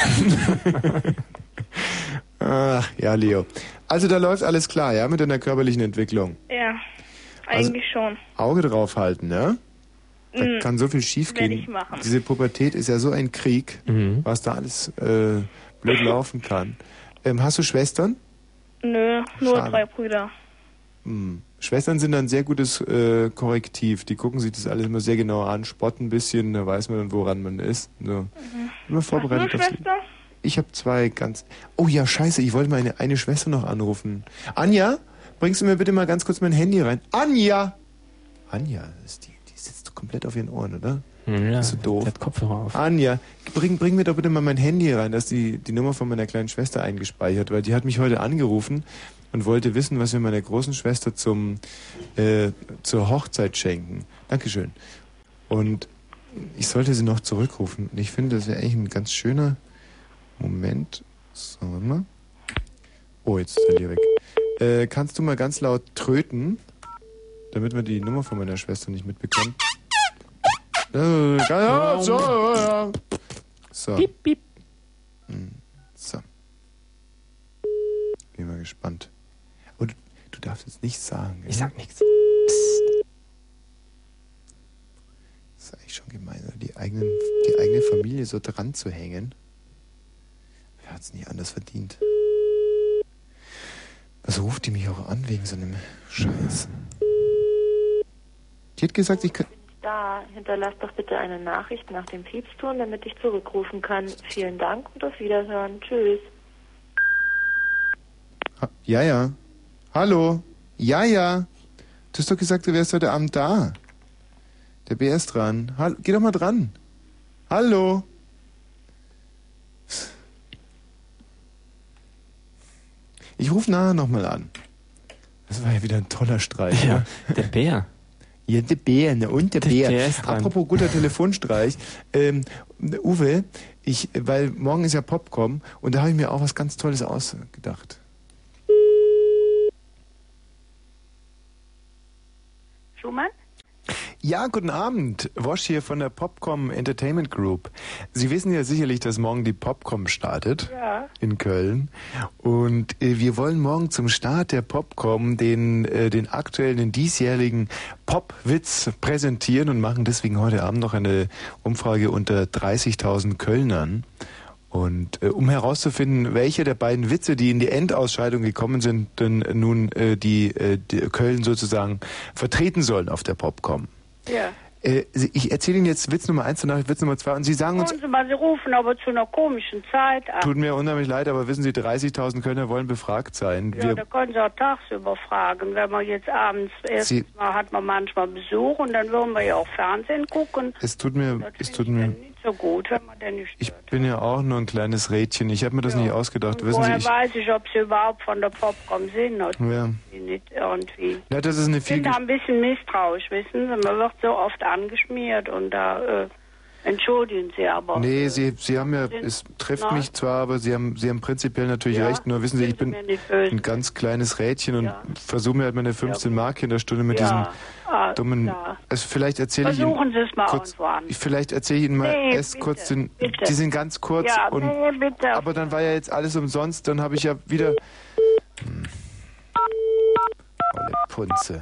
S1: Ach, ja, Leo. Also da läuft alles klar, ja, mit deiner körperlichen Entwicklung.
S10: Ja, eigentlich schon.
S1: Auge drauf halten, ja? Da kann so viel schief gehen.
S10: Werde ich machen.
S1: Diese Pubertät ist ja so ein Krieg, was da alles blöd laufen kann. Hast du Schwestern?
S10: Nö, nur
S1: Schade.
S10: 3 Brüder.
S1: Schwestern sind ein sehr gutes Korrektiv. Die gucken sich das alles immer sehr genau an, spotten ein bisschen, da weiß man dann, woran man ist. So. Immer vorbereitet
S10: Hast du eine Schwester?
S1: Ich habe zwei ganz... Oh ja, scheiße, ich wollte meine eine Schwester noch anrufen. Anja, bringst du mir bitte mal ganz kurz mein Handy rein? Anja! Anja, die sitzt komplett auf ihren Ohren, oder?
S2: Ja,
S1: ist so doof.
S2: Der hat Kopfhörer auf.
S1: Anja, bring mir doch bitte mal mein Handy rein, dass die Nummer von meiner kleinen Schwester eingespeichert, weil die hat mich heute angerufen und wollte wissen, was wir meiner großen Schwester zur Hochzeit schenken. Dankeschön. Und ich sollte sie noch zurückrufen. Und ich finde, das wäre eigentlich ein ganz schöner Moment. So, warte mal. Oh, jetzt ist er hier weg. Kannst du mal ganz laut tröten, damit man die Nummer von meiner Schwester nicht mitbekommt? So.
S2: Piep, piep.
S1: So. Bin mal gespannt. Und du darfst jetzt nichts sagen.
S2: Ich sag nichts.
S1: Das ist eigentlich schon gemein, die eigene Familie so dran zu hängen. Wer hat's nicht anders verdient? Was ruft die mich auch an wegen so einem Scheiß? Die hat gesagt, ich kann...
S4: Da, hinterlass doch bitte eine Nachricht nach dem Piepston, damit ich zurückrufen kann. Vielen Dank und auf Wiederhören. Tschüss.
S1: Ja. Hallo? Ja. Du hast doch gesagt, du wärst heute Abend da. Der BR ist dran. Geh doch mal dran. Hallo? Ich rufe nachher nochmal an. Das war ja wieder ein toller Streich.
S2: Ja,
S1: ne?
S2: der Bär.
S1: Ja, der Bär, ne? Und der Bär.
S2: Der ist dran.
S1: Apropos guter Telefonstreich. Uwe, weil morgen ist ja Popcom und da habe ich mir auch was ganz Tolles ausgedacht.
S15: Schumann?
S1: Ja, guten Abend. Wosch hier von der Popcom Entertainment Group. Sie wissen ja sicherlich, dass morgen die Popcom startet.
S15: Ja.
S1: In Köln. Und wir wollen morgen zum Start der Popcom den aktuellen, den diesjährigen Popwitz präsentieren und machen deswegen heute Abend noch eine Umfrage unter 30.000 Kölnern. Und um herauszufinden, welche der beiden Witze, die in die Endausscheidung gekommen sind, denn nun die Köln sozusagen vertreten sollen auf der Popcom.
S15: Ja.
S1: Ich erzähle Ihnen jetzt Witz Nummer 1 und danach Witz Nummer 2 und Sie sagen uns...
S15: Sie rufen aber zu einer komischen Zeit an.
S1: Tut mir unheimlich leid, aber wissen Sie, 30.000 Kölner wollen befragt sein.
S15: Ja, da können Sie auch tagsüber fragen. Wenn man jetzt abends, erstens mal hat man manchmal Besuch und dann würden wir ja auch Fernsehen gucken.
S1: Es tut mir
S15: nicht so gut, wenn man denn nicht stört.
S1: Ich bin ja auch nur ein kleines Rädchen. Ich habe mir das nicht ausgedacht.
S15: Und
S1: wissen
S15: woher
S1: Sie,
S15: weiß ich, ob Sie überhaupt von der Popcom sind oder
S1: Ja.
S15: nicht irgendwie.
S1: Ja, das ist eine
S15: Ich bin da ein bisschen misstrauisch, wissen Sie. Man wird so oft angeschmiert und da entschuldigen Sie aber.
S1: Nee, Sie haben ja, es trifft mich zwar, aber Sie haben prinzipiell natürlich recht. Nur wissen Sie, ich bin ein ganz kleines Rädchen und versuche mir halt meine 15 Mark in der Stunde mit diesem dummen... Also vielleicht erzähle ich Ihnen...
S15: Versuchen Sie es mal
S1: kurz,
S15: irgendwo an.
S1: Vielleicht erzähle ich Ihnen mal kurz den...
S15: bitte.
S1: Die sind ganz kurz
S15: Ja,
S1: und...
S15: bitte.
S1: Aber dann war ja jetzt alles umsonst, dann habe ich ja wieder... Olle Punze.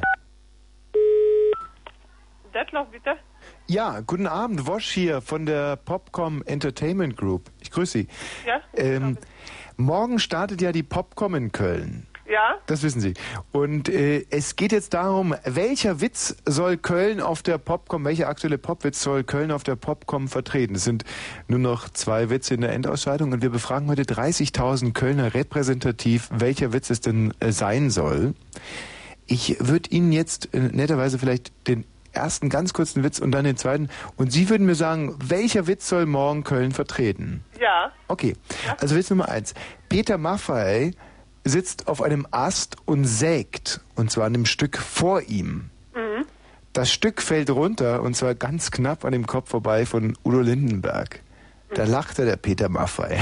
S16: Detloff, bitte.
S1: Ja, guten Abend, Wosch hier von der Popcom Entertainment Group. Ich grüße Sie.
S16: Ja?
S1: Morgen startet ja die Popcom in Köln.
S16: Ja?
S1: Das wissen Sie. Und es geht jetzt darum, welcher Witz soll Köln auf der Popcom, welcher aktuelle Popwitz soll Köln auf der Popcom vertreten? Es sind nur noch 2 Witze in der Endausscheidung und wir befragen heute 30.000 Kölner repräsentativ, welcher Witz es denn sein soll. Ich würde Ihnen jetzt netterweise vielleicht den ersten ganz kurzen Witz und dann den zweiten. Und Sie würden mir sagen, welcher Witz soll morgen Köln vertreten?
S16: Ja.
S1: Okay, also Witz Nummer 1. Peter Maffay sitzt auf einem Ast und sägt. Und zwar an dem Stück vor ihm.
S16: Mhm.
S1: Das Stück fällt runter und zwar ganz knapp an dem Kopf vorbei von Udo Lindenberg. Da lachte der Peter Maffay.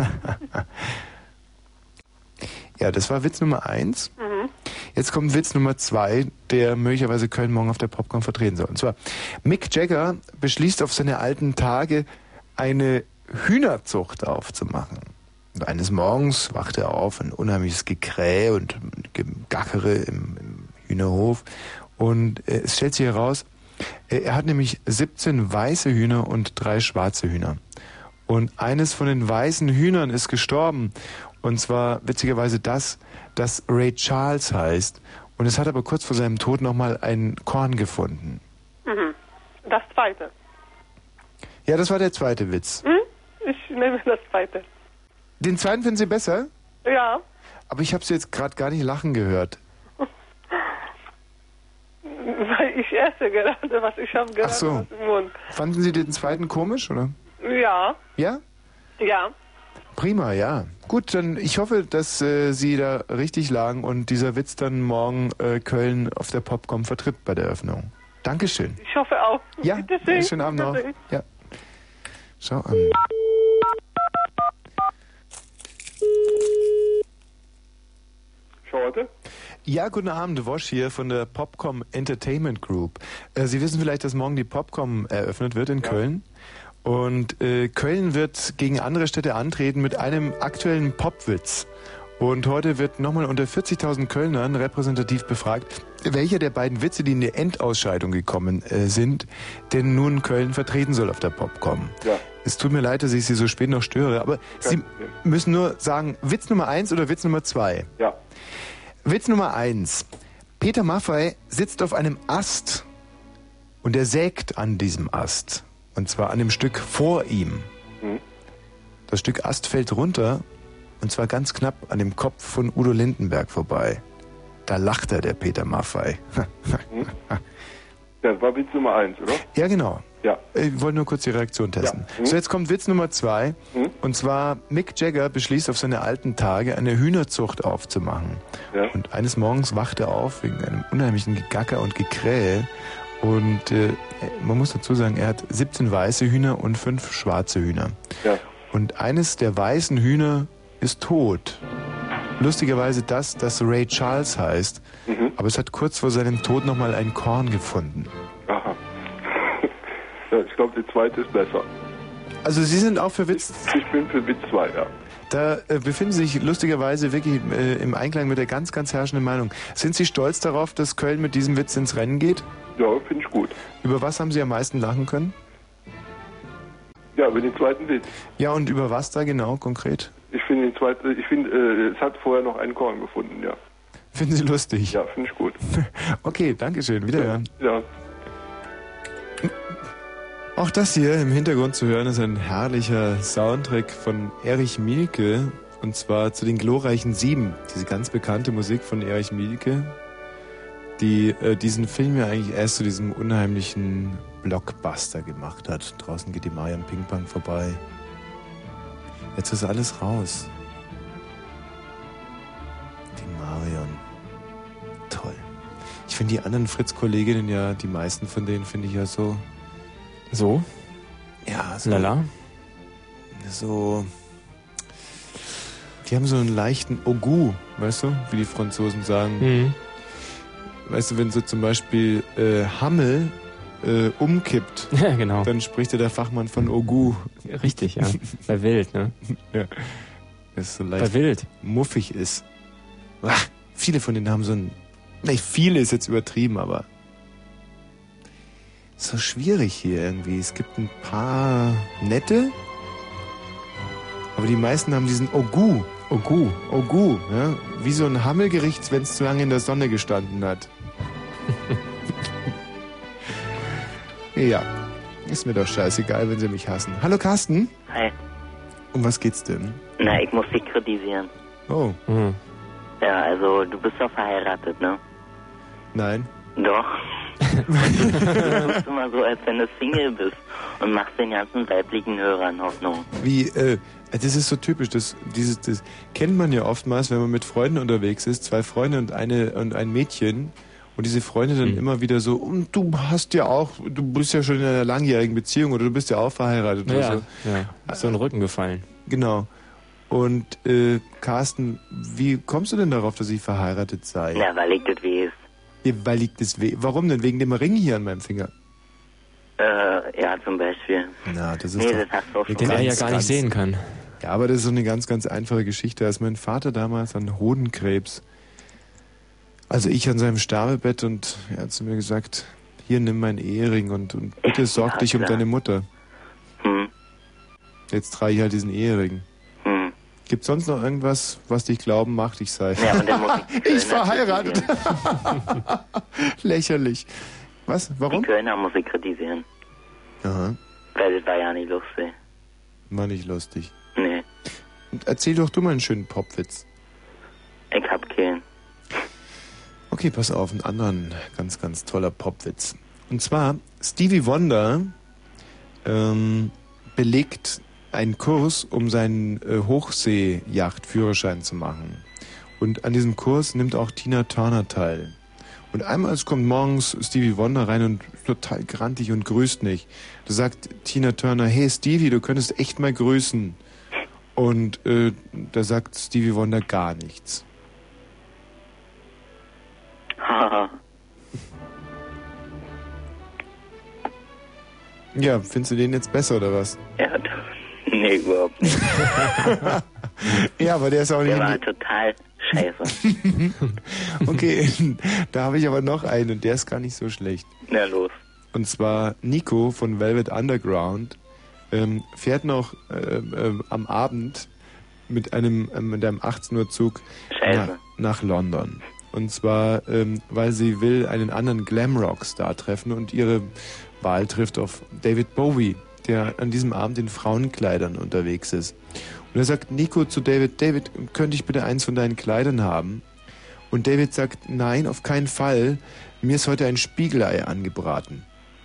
S1: Ja, das war Witz Nummer 1.
S16: Mhm.
S1: Jetzt kommt Witz Nummer 2, der möglicherweise Köln morgen auf der Popcom vertreten soll. Und zwar, Mick Jagger beschließt auf seine alten Tage, eine Hühnerzucht aufzumachen. Und eines Morgens wacht er auf, ein unheimliches Gekrähe und Gackere im Hühnerhof. Und es stellt sich heraus, er hat nämlich 17 weiße Hühner und 3 schwarze Hühner. Und eines von den weißen Hühnern ist gestorben. Und zwar witzigerweise das Ray Charles heißt. Und es hat aber kurz vor seinem Tod nochmal ein Korn gefunden.
S16: Mhm. Das zweite.
S1: Ja, das war der zweite Witz.
S16: Hm? Ich nehme das zweite.
S1: Den zweiten finden Sie besser?
S16: Ja.
S1: Aber ich habe Sie jetzt gerade gar nicht lachen gehört.
S16: Weil ich esse gerade, was ich habe gerade
S1: Ach so.
S16: was im Mund.
S1: Fanden Sie den zweiten komisch, oder?
S16: Ja.
S1: Ja?
S16: Ja.
S1: Prima, ja. Gut, dann ich hoffe, dass Sie da richtig lagen und dieser Witz dann morgen Köln auf der Popcom vertritt bei der Eröffnung. Dankeschön.
S16: Ich hoffe auch.
S1: Ja,
S16: Bitteschön.
S1: schönen Abend noch.
S16: Bitteschön.
S1: Ja. Schau an.
S17: Schauerte?
S1: Ja, guten Abend, Wosch hier von der Popcom Entertainment Group. Sie wissen vielleicht, dass morgen die Popcom eröffnet wird in Köln. Und Köln wird gegen andere Städte antreten mit einem aktuellen Popwitz. Und heute wird nochmal unter 40.000 Kölnern repräsentativ befragt, welcher der beiden Witze, die in die Endausscheidung gekommen sind, denn nun Köln vertreten soll auf der Popcom.
S17: Ja.
S1: Es tut mir leid, dass ich Sie so spät noch störe, aber Sie müssen nur sagen, Witz Nummer 1 oder Witz Nummer 2?
S17: Ja.
S1: Witz Nummer 1. Peter Maffay sitzt auf einem Ast und er sägt an diesem Ast. Und zwar an dem Stück vor ihm.
S17: Mhm.
S1: Das Stück Ast fällt runter und zwar ganz knapp an dem Kopf von Udo Lindenberg vorbei. Da lacht er, der Peter Maffay.
S17: Das war Witz Nummer 1, oder?
S1: Ja, genau.
S17: Ja.
S1: Ich wollte nur kurz die Reaktion testen.
S17: Ja.
S1: So, jetzt kommt Witz Nummer 2. Und zwar, Mick Jagger beschließt auf seine alten Tage eine Hühnerzucht aufzumachen.
S17: Ja.
S1: Und eines Morgens wacht er auf wegen einem unheimlichen Gegacker und Gekrähe. Und man muss dazu sagen, er hat 17 weiße Hühner und 5 schwarze Hühner.
S17: Ja.
S1: Und eines der weißen Hühner ist tot. Lustigerweise das Ray Charles heißt. Aber es hat kurz vor seinem Tod nochmal ein Korn gefunden.
S17: Aha. Ja, ich glaube, der zweite ist besser.
S1: Also Sie sind auch für Witz...
S17: Ich bin für Witz 2, ja.
S1: Da befinden Sie sich lustigerweise wirklich im Einklang mit der ganz, ganz herrschenden Meinung. Sind Sie stolz darauf, dass Köln mit diesem Witz ins Rennen geht?
S17: Ja, finde ich gut.
S1: Über was haben Sie am meisten lachen können?
S17: Ja, über den zweiten Witz.
S1: Ja, und über was da genau konkret?
S17: Ich finde den zweiten, es hat vorher noch ein Korn gefunden, ja.
S1: Finden Sie lustig?
S17: Ja, finde ich gut.
S1: Okay, dankeschön. Wiederhören.
S17: Ja.
S1: Auch das hier im Hintergrund zu hören ist ein herrlicher Soundtrack von Erich Mielke. Und zwar zu den glorreichen 7. Diese ganz bekannte Musik von Erich Mielke, die diesen Film ja eigentlich erst zu diesem unheimlichen Blockbuster gemacht hat. Draußen geht die Marion Ping-Pong vorbei. Jetzt ist alles raus. Die Marion. Toll. Ich finde die anderen Fritz-Kolleginnen ja, die meisten von denen finde ich ja so...
S2: So?
S1: Ja, so...
S2: Lala?
S1: So... Die haben so einen leichten Ogu, weißt du, wie die Franzosen sagen.
S2: Mhm.
S1: Weißt du, wenn so zum Beispiel Hammel umkippt,
S2: ja, genau.
S1: Dann spricht ja der Fachmann von Ogu.
S2: Richtig, ja. Bei Wild, ne?
S1: Ja. Das ist so leicht
S2: bei Wild.
S1: Muffig ist. Ach, viele von denen haben so ein... Nicht viele ist jetzt übertrieben, aber... So schwierig hier irgendwie. Es gibt ein paar nette, aber die meisten haben diesen Ogu. Ogu, ja. Wie so ein Hammelgericht, wenn es zu lange in der Sonne gestanden hat. Ja, ist mir doch scheißegal, wenn sie mich hassen. Hallo Carsten.
S18: Hi.
S1: Um was geht's denn?
S18: Na, ich muss dich kritisieren.
S1: Oh.
S18: Ja, also du bist doch verheiratet, ne?
S1: Nein.
S18: Doch. Du tust immer so, als wenn du Single bist und machst den ganzen weiblichen Hörern Hoffnung.
S1: Wie, das ist so typisch, das kennt man ja oftmals, wenn man mit Freunden unterwegs ist, 2 Freunde und ein Mädchen, und diese Freunde dann immer wieder so, und du bist ja schon in einer langjährigen Beziehung oder du bist ja auch verheiratet oder so.
S2: Ja, ist so in den Rücken gefallen.
S1: Genau. Und Carsten, wie kommst du denn darauf, dass ich verheiratet sei?
S18: Ja, weil ich das weiß.
S1: Ja, weil ich das weiß. Warum denn? Wegen dem Ring hier an meinem Finger?
S18: Ja, zum Beispiel.
S1: Na, das ist
S18: nee,
S1: doch,
S18: das hast du auch schon.
S2: Den er ja gar nicht sehen kann.
S1: Ja, aber das ist so eine ganz, ganz einfache Geschichte. Als mein Vater damals an Hodenkrebs, also ich an seinem Sterbebett, und er hat zu mir gesagt, hier, nimm meinen Ehering und bitte sorg dich um deine Mutter. Jetzt trage ich halt diesen Ehering. Gibt's sonst noch irgendwas, was dich glauben macht, ich sei?
S18: Ja, und dann muss
S1: ich verheiratet. Lächerlich. Was? Warum?
S18: Die Kölner muss ich kritisieren.
S1: Aha.
S18: Weil das war ja nicht lustig.
S1: War nicht lustig.
S18: Nee.
S1: erzähl doch du mal einen schönen Popwitz.
S18: Ich hab keinen.
S1: Okay, pass auf, einen anderen ganz, ganz toller Popwitz. Und zwar, Stevie Wonder belegt einen Kurs, um seinen Hochseejachtführerschein zu machen. Und an diesem Kurs nimmt auch Tina Turner teil. Und einmal kommt morgens Stevie Wonder rein und total grantig und grüßt nicht. Da sagt Tina Turner, hey Stevie, du könntest echt mal grüßen. Und da sagt Stevie Wonder gar nichts.
S18: Haha.
S1: Ja, findest du den jetzt besser oder was?
S18: Ja, nee, überhaupt nicht.
S1: Ja, aber der ist auch nicht...
S18: Der war total scheiße.
S1: Okay, da habe ich aber noch einen und der ist gar nicht so schlecht.
S18: Na los.
S1: Und zwar Nico von Velvet Underground fährt noch am Abend mit einem 18 Uhr Zug nach London. Und zwar, weil sie will einen anderen Glamrock-Star treffen und ihre Wahl trifft auf David Bowie, der an diesem Abend in Frauenkleidern unterwegs ist. Und er sagt Nico zu David, David, könnte ich bitte eins von deinen Kleidern haben? Und David sagt, nein, auf keinen Fall. Mir ist heute ein Spiegelei angebraten.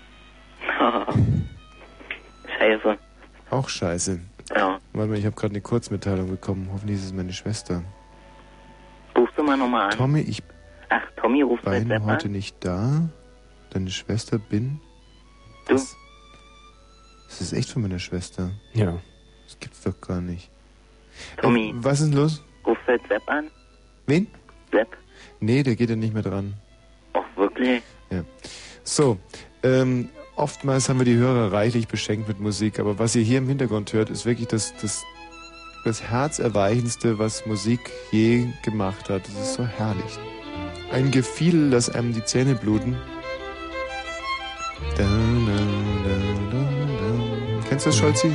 S18: Scheiße.
S1: Auch scheiße.
S18: Ja.
S1: Warte mal, ich habe gerade eine Kurzmitteilung bekommen. Hoffentlich ist es meine Schwester.
S18: Rufst du mal nochmal an?
S1: Tommy, ich
S18: Tommy ruft
S1: bin
S18: jetzt
S1: heute
S18: an.
S1: nicht da. Deine Schwester bin...
S18: Du?
S1: Was? Das ist echt von meiner Schwester.
S2: Ja.
S1: Das gibt's doch gar nicht.
S18: Tommy.
S1: Was ist los?
S18: Rufst du jetzt Sepp an?
S1: Wen?
S18: Sepp?
S1: Nee, der geht ja nicht mehr dran.
S18: Ach, wirklich?
S1: Ja. So, oftmals haben wir die Hörer reichlich beschenkt mit Musik, aber was ihr hier im Hintergrund hört, ist wirklich das Herzerweichendste, was Musik je gemacht hat. Das ist so herrlich. Ein Gefiedel, das einem die Zähne bluten. Da, da, da, da, da. Kennst du das, Scholzi?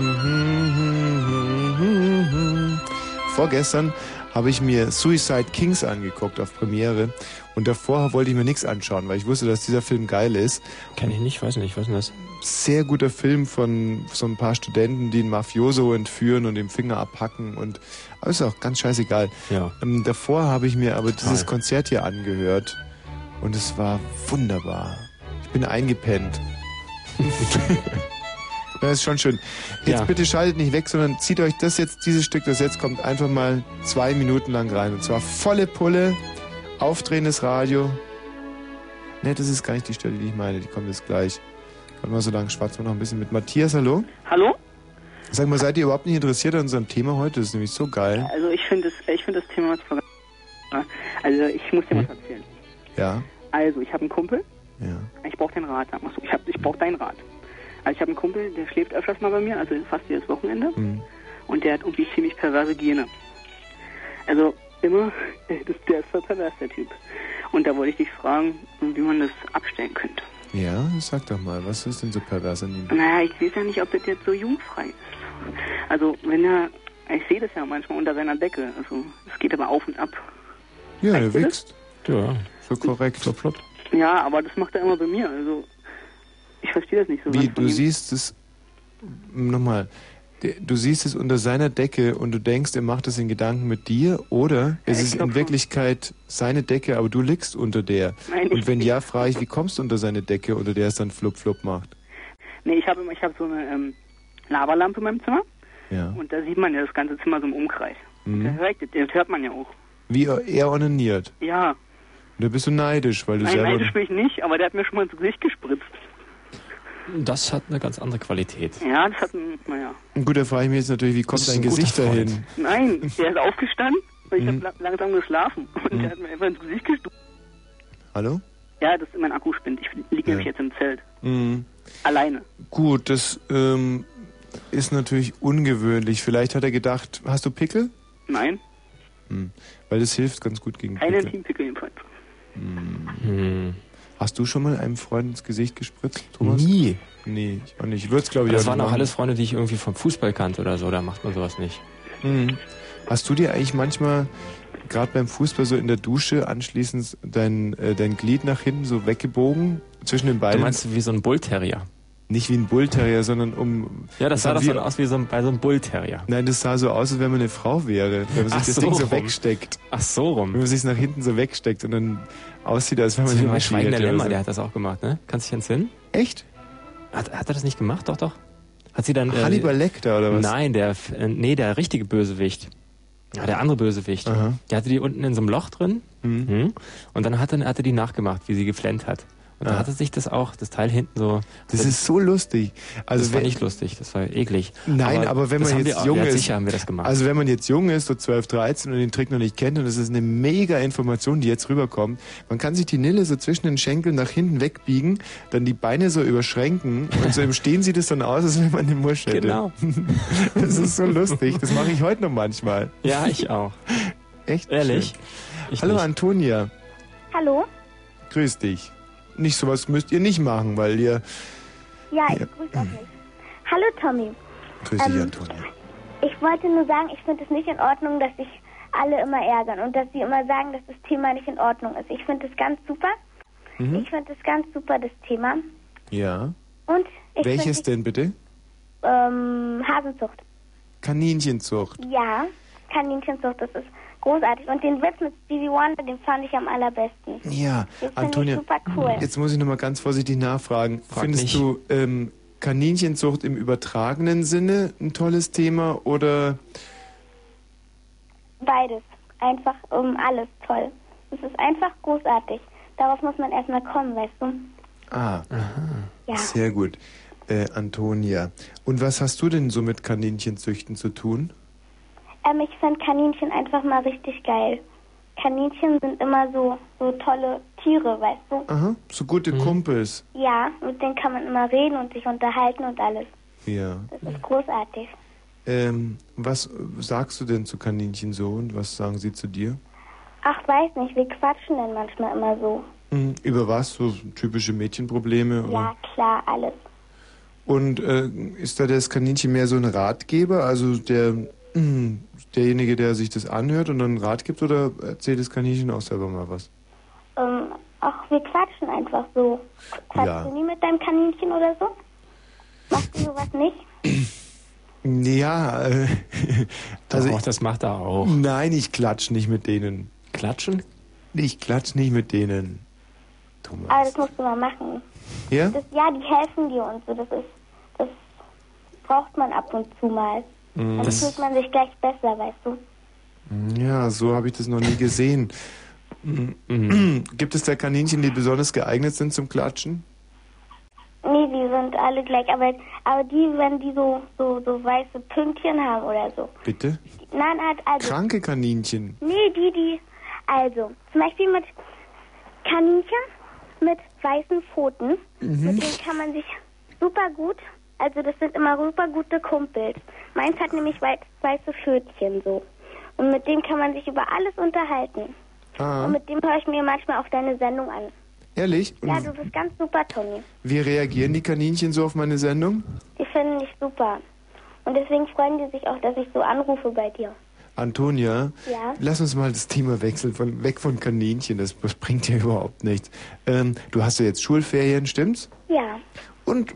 S1: Vorgestern habe ich mir Suicide Kings angeguckt auf Premiere und davor wollte ich mir nichts anschauen, weil ich wusste, dass dieser Film geil ist.
S2: Kenn ich nicht, weiß nicht, was ist denn das?
S1: Sehr guter Film von so ein paar Studenten, die einen Mafioso entführen und den Finger abhacken und aber ist auch ganz scheißegal.
S2: Ja.
S1: Davor habe ich mir aber dieses Konzert hier angehört und es war wunderbar. Ich bin eingepennt. Das ist schon schön. Jetzt bitte schaltet nicht weg, sondern zieht euch dieses Stück, das jetzt kommt, einfach mal 2 Minuten lang rein. Und zwar volle Pulle, aufdrehendes Radio. Ne, das ist gar nicht die Stelle, die ich meine, die kommt jetzt gleich. Warte mal, so lange schwatzen wir noch ein bisschen mit. Matthias, hallo?
S19: Hallo?
S1: Sag mal, seid ihr überhaupt nicht interessiert an unserem Thema heute? Das ist nämlich so geil.
S19: Also ich finde das Thema was verrückt. Also ich muss dir was erzählen.
S1: Ja?
S19: Also, ich habe einen Kumpel.
S1: Ja.
S19: Ich brauche deinen Rat. Achso, ich brauche deinen Rat. Also ich habe einen Kumpel, der schläft öfters mal bei mir, also fast jedes Wochenende.
S1: Mhm.
S19: Und der hat irgendwie ziemlich perverse Gene. Also immer, der ist so pervers, der Typ. Und da wollte ich dich fragen, wie man das abstellen könnte.
S1: Ja, sag doch mal, was ist denn so pervers an ihm?
S19: Naja, ich weiß ja nicht, ob das jetzt so jugendfrei ist. Also ich sehe das ja manchmal unter seiner Decke, also es geht aber auf und ab.
S1: Ja, er wächst.
S2: Ja,
S1: so korrekt. So flott.
S19: Ja, aber das macht er immer bei mir, also ich verstehe das nicht so.
S1: Wie, du siehst es, nochmal, du siehst es unter seiner Decke und du denkst, er macht das in Gedanken mit dir, oder es ist in Wirklichkeit seine Decke, aber du liegst unter der.
S19: Nein,
S1: und wenn ja, frage ich, wie kommst du unter seine Decke, unter der es dann flupp flupp macht?
S19: Nee, ich hab so eine Lavalampe in meinem Zimmer.
S1: Ja.
S19: Und da sieht man ja das ganze Zimmer so im Umkreis.
S1: Mhm.
S19: Das hört man ja auch.
S1: Wie er onaniert?
S19: Ja.
S1: Und da bist du neidisch, weil du
S19: Nein,
S1: selber...
S19: neidisch bin ich nicht, aber der hat mir schon mal ins Gesicht gespritzt.
S2: Das hat eine ganz andere Qualität.
S19: Ja, das hat naja.
S1: Gut, da frage ich mich jetzt natürlich, wie kommt dein Gesicht dahin?
S19: Nein, der ist aufgestanden, weil ich habe langsam geschlafen und der hat mir einfach ins Gesicht gestoßen.
S1: Hallo?
S19: Ja, mein Akku spinnt. Ich liege nämlich jetzt im Zelt.
S1: Mhm.
S19: Alleine.
S1: Gut, das ist natürlich ungewöhnlich. Vielleicht hat er gedacht, hast du Pickel?
S19: Nein.
S1: Weil das hilft ganz gut gegen
S19: Keine
S1: Pickel.
S19: Teampickel jedenfalls.
S1: Hast du schon mal einem Freund ins Gesicht gespritzt, Thomas?
S2: Nie.
S1: Nee, ich auch nicht. Ich würde es, glaube ich,
S2: Das
S1: auch
S2: waren
S1: nicht
S2: auch
S1: machen.
S2: alles Freunde, die ich irgendwie vom Fußball kannte oder so, da macht man sowas nicht.
S1: Hast du dir eigentlich manchmal, gerade beim Fußball, so in der Dusche anschließend dein Glied nach hinten so weggebogen, zwischen den Beinen?
S2: Du meinst wie so ein Bullterrier?
S1: Nicht wie ein Bullterrier, sondern um...
S2: Ja, das sah doch so aus wie bei so einem Bullterrier.
S1: Nein, das sah so aus, als wenn man eine Frau wäre. Wenn man sich das Ding so wegsteckt.
S2: Ach so rum.
S1: Wenn man sich nach hinten so wegsteckt und dann aussieht, als wenn man...
S2: So wie mein Schweigen der Lämmer, der hat das auch gemacht, ne? Kannst du dich entsinnen?
S1: Echt?
S2: Hat er das nicht gemacht? Doch. Hat sie dann...
S1: Hannibal Lecter, oder was?
S2: Nein, der richtige Bösewicht. Ja, der andere Bösewicht.
S1: Aha.
S2: Der hatte die unten in so einem Loch drin. Und dann hat er die nachgemacht, wie sie geflennt hat. Und dann hatte sich das Teil hinten so...
S1: Das ist so lustig. Also
S2: das war nicht lustig, das war eklig.
S1: Nein, aber wenn man jetzt jung ist...
S2: Sicher haben wir das gemacht.
S1: Also wenn man jetzt jung ist, so 12, 13 und den Trick noch nicht kennt, und das ist eine mega Information, die jetzt rüberkommt, man kann sich die Nille so zwischen den Schenkeln nach hinten wegbiegen, dann die Beine so überschränken und so im Stehen sieht es dann aus, als wenn man eine Musch hätte.
S2: Genau.
S1: Das ist so lustig. Das mache ich heute noch manchmal.
S2: Ja, ich auch.
S1: Echt?
S2: Ehrlich?
S1: Hallo nicht. Antonia.
S10: Hallo?
S1: Grüß dich. Nicht sowas müsst ihr nicht machen, weil ihr...
S10: Ja, ich grüße auch nicht. Hallo Tommy.
S1: Grüß dich, Antonia.
S10: Ich wollte nur sagen, ich finde es nicht in Ordnung, dass sich alle immer ärgern und dass sie immer sagen, dass das Thema nicht in Ordnung ist. Ich finde es ganz super. Ich finde es ganz super, das Thema.
S1: Ja.
S10: Und
S1: welches denn bitte?
S10: Hasenzucht.
S1: Kaninchenzucht.
S10: Ja, Kaninchenzucht, das ist großartig. Und den Witz mit Stevie Wonder, den fand ich am allerbesten.
S1: Ja, Antonia,
S10: super cool.
S1: Jetzt muss ich nochmal ganz vorsichtig nachfragen. Findest du Kaninchenzucht im übertragenen Sinne ein tolles Thema oder?
S10: Beides. Einfach alles toll. Es ist einfach großartig. Darauf muss man erstmal kommen, weißt du?
S1: Ah,
S10: ja.
S1: Sehr gut. Antonia, und was hast du denn so mit Kaninchenzüchten zu tun?
S10: Ich finde Kaninchen einfach mal richtig geil. Kaninchen sind immer so tolle Tiere, weißt du?
S1: Aha, so gute Kumpels.
S10: Ja, mit denen kann man immer reden und sich unterhalten und alles.
S1: Ja.
S10: Das ist großartig.
S1: Was sagst du denn zu Kaninchen so und was sagen sie zu dir?
S10: Ach, weiß nicht, wir quatschen dann manchmal immer so.
S1: Über was? So typische Mädchenprobleme? Oder?
S10: Ja, klar, alles.
S1: Und ist da das Kaninchen mehr so ein Ratgeber, also derjenige, der sich das anhört und dann einen Rat gibt, oder erzählt das Kaninchen auch selber mal was?
S10: Ach, wir quatschen einfach so. Quatschst du nie mit deinem Kaninchen oder so? Machst du sowas nicht?
S1: Ja,
S2: also das macht er auch.
S1: Nein, ich klatsch nicht mit denen.
S2: Klatschen?
S1: Ich klatsch nicht mit denen. Thomas.
S10: Aber das musst du mal machen.
S1: Ja?
S10: Die helfen dir und so. Das braucht man ab und zu mal. Dann fühlt man sich gleich besser, weißt du?
S1: Ja, so habe ich das noch nie gesehen. Gibt es da Kaninchen, die besonders geeignet sind zum Klatschen?
S10: Nee, die sind alle gleich. Aber die, wenn die so weiße Pünktchen haben oder so.
S1: Bitte?
S10: Nein, also...
S1: Kranke Kaninchen?
S10: Nee, die... Also, zum Beispiel mit Kaninchen mit weißen Pfoten. Mit denen kann man sich super gut... Also das sind immer super gute Kumpels. Meins hat nämlich weiße Pfötchen so. Und mit dem kann man sich über alles unterhalten.
S1: Ah.
S10: Und mit dem höre ich mir manchmal auch deine Sendung an.
S1: Ehrlich? Und
S10: ja, du bist ganz super, Tommy.
S1: wie reagieren die Kaninchen so auf meine Sendung?
S10: Die finden dich super. Und deswegen freuen die sich auch, dass ich so anrufe bei dir.
S1: Antonia,
S10: ja?
S1: Lass uns mal das Thema wechseln, weg von Kaninchen, das bringt ja überhaupt nichts. Du hast ja jetzt Schulferien, stimmt's?
S10: Ja.
S1: Und...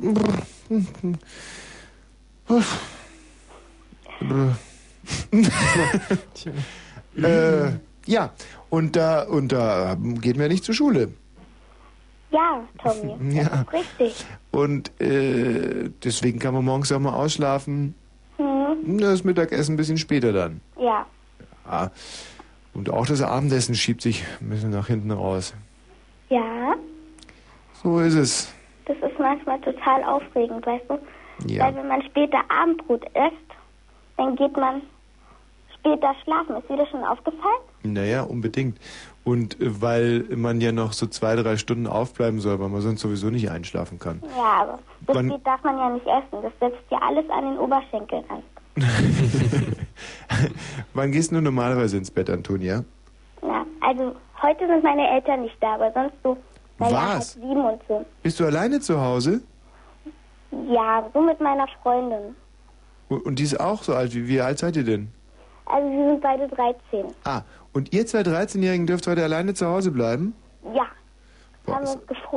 S1: ja, und da geht man nicht zur Schule.
S10: Ja, Tommy, das ist richtig.
S1: Und deswegen kann man morgens auch mal ausschlafen. Das Mittagessen ein bisschen später dann.
S10: Ja.
S1: Ja. Und auch das Abendessen schiebt sich ein bisschen nach hinten raus.
S10: Ja.
S1: So ist es.
S10: Das ist manchmal total aufregend, weißt du?
S1: Ja.
S10: Weil wenn man später Abendbrot isst, dann geht man später schlafen. Ist dir das schon aufgefallen?
S1: Naja, unbedingt. Und weil man ja noch so 2-3 Stunden aufbleiben soll, weil man sonst sowieso nicht einschlafen kann.
S10: Ja, aber so spät darf man ja nicht essen. Das setzt ja alles an den Oberschenkeln an.
S1: Wann gehst du normalerweise ins Bett, Antonia?
S10: Na, also heute sind meine Eltern nicht da, aber sonst so...
S1: Was?
S10: 7 und so.
S1: Bist du alleine zu Hause?
S10: Ja, so mit meiner Freundin.
S1: Und die ist auch so alt. Wie alt seid ihr denn?
S10: Also wir sind beide 13.
S1: Ah, und ihr zwei 13-Jährigen dürft heute alleine zu Hause bleiben?
S10: Ja. Da haben wir uns gefreut.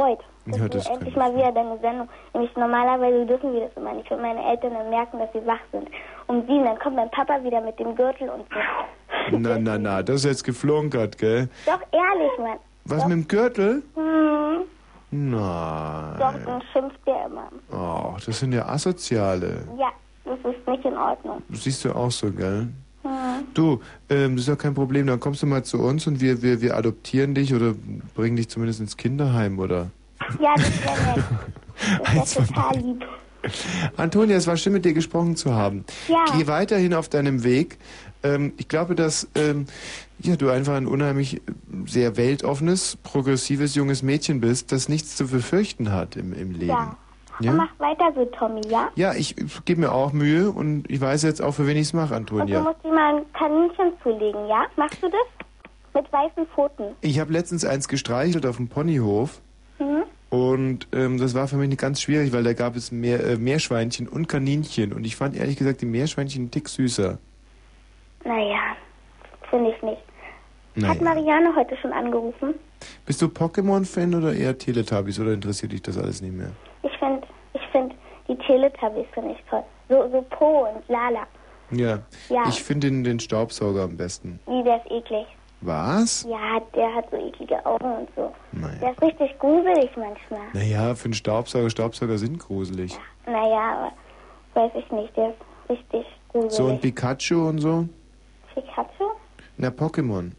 S10: dass
S1: Ja,
S10: du
S1: das
S10: endlich mal wieder deine Sendung, nämlich normalerweise dürfen wir das immer nicht, wenn meine Eltern dann merken, dass sie wach sind. Um 7, dann kommt mein Papa wieder mit dem Gürtel und so.
S1: Na, das ist jetzt geflunkert, gell?
S10: Doch, ehrlich, Mann.
S1: Was
S10: Doch.
S1: mit dem Gürtel?
S10: Hm,
S1: Nein.
S10: doch, dann schimpft der immer.
S1: Ach, das sind ja Asoziale.
S10: Ja, das ist nicht in Ordnung.
S1: Das siehst du auch so, gell?
S10: Hm.
S1: Du, das ist ja kein Problem, dann kommst du mal zu uns und wir adoptieren dich oder bringen dich zumindest ins Kinderheim, oder?
S10: Ja, das wäre nett. Das wäre total lieb.
S1: Antonia, es war schön, mit dir gesprochen zu haben.
S10: Ja.
S1: Geh weiterhin auf deinem Weg. Ich glaube, dass du einfach ein unheimlich sehr weltoffenes, progressives junges Mädchen bist, das nichts zu befürchten hat im Leben.
S10: Ja.
S1: Ja?
S10: Mach weiter so, Tommy, ja?
S1: Ja, ich gebe mir auch Mühe und ich weiß jetzt auch, für wen ich es mache,
S10: Und du
S1: Antonia.
S10: musst ihm mal ein Kaninchen zulegen, ja? Machst du das? Mit weißen Pfoten.
S1: Ich habe letztens eins gestreichelt auf dem Ponyhof.
S10: Hm?
S1: Und das war für mich nicht ganz schwierig, weil da gab es Meerschweinchen und Kaninchen. Und ich fand ehrlich gesagt die Meerschweinchen einen Tick süßer.
S10: Naja, finde ich nicht.
S1: Naja.
S10: Hat Marianne heute schon angerufen?
S1: Bist du Pokémon-Fan oder eher Teletubbies oder interessiert dich das alles nicht mehr?
S10: Ich find die Teletubbies finde ich toll. So Po und Lala.
S1: Ja.
S10: Ja.
S1: Ich finde den Staubsauger am besten.
S10: Wie, der ist eklig.
S1: Was?
S10: Ja, der hat so eklige Augen und so.
S1: Naja.
S10: Der ist richtig gruselig manchmal.
S1: Naja, für einen Staubsauger sind gruselig.
S10: Naja, aber weiß ich nicht, der ist richtig gruselig.
S1: So ein Pikachu und so?
S10: Pikachu?
S1: Na, Pokémon.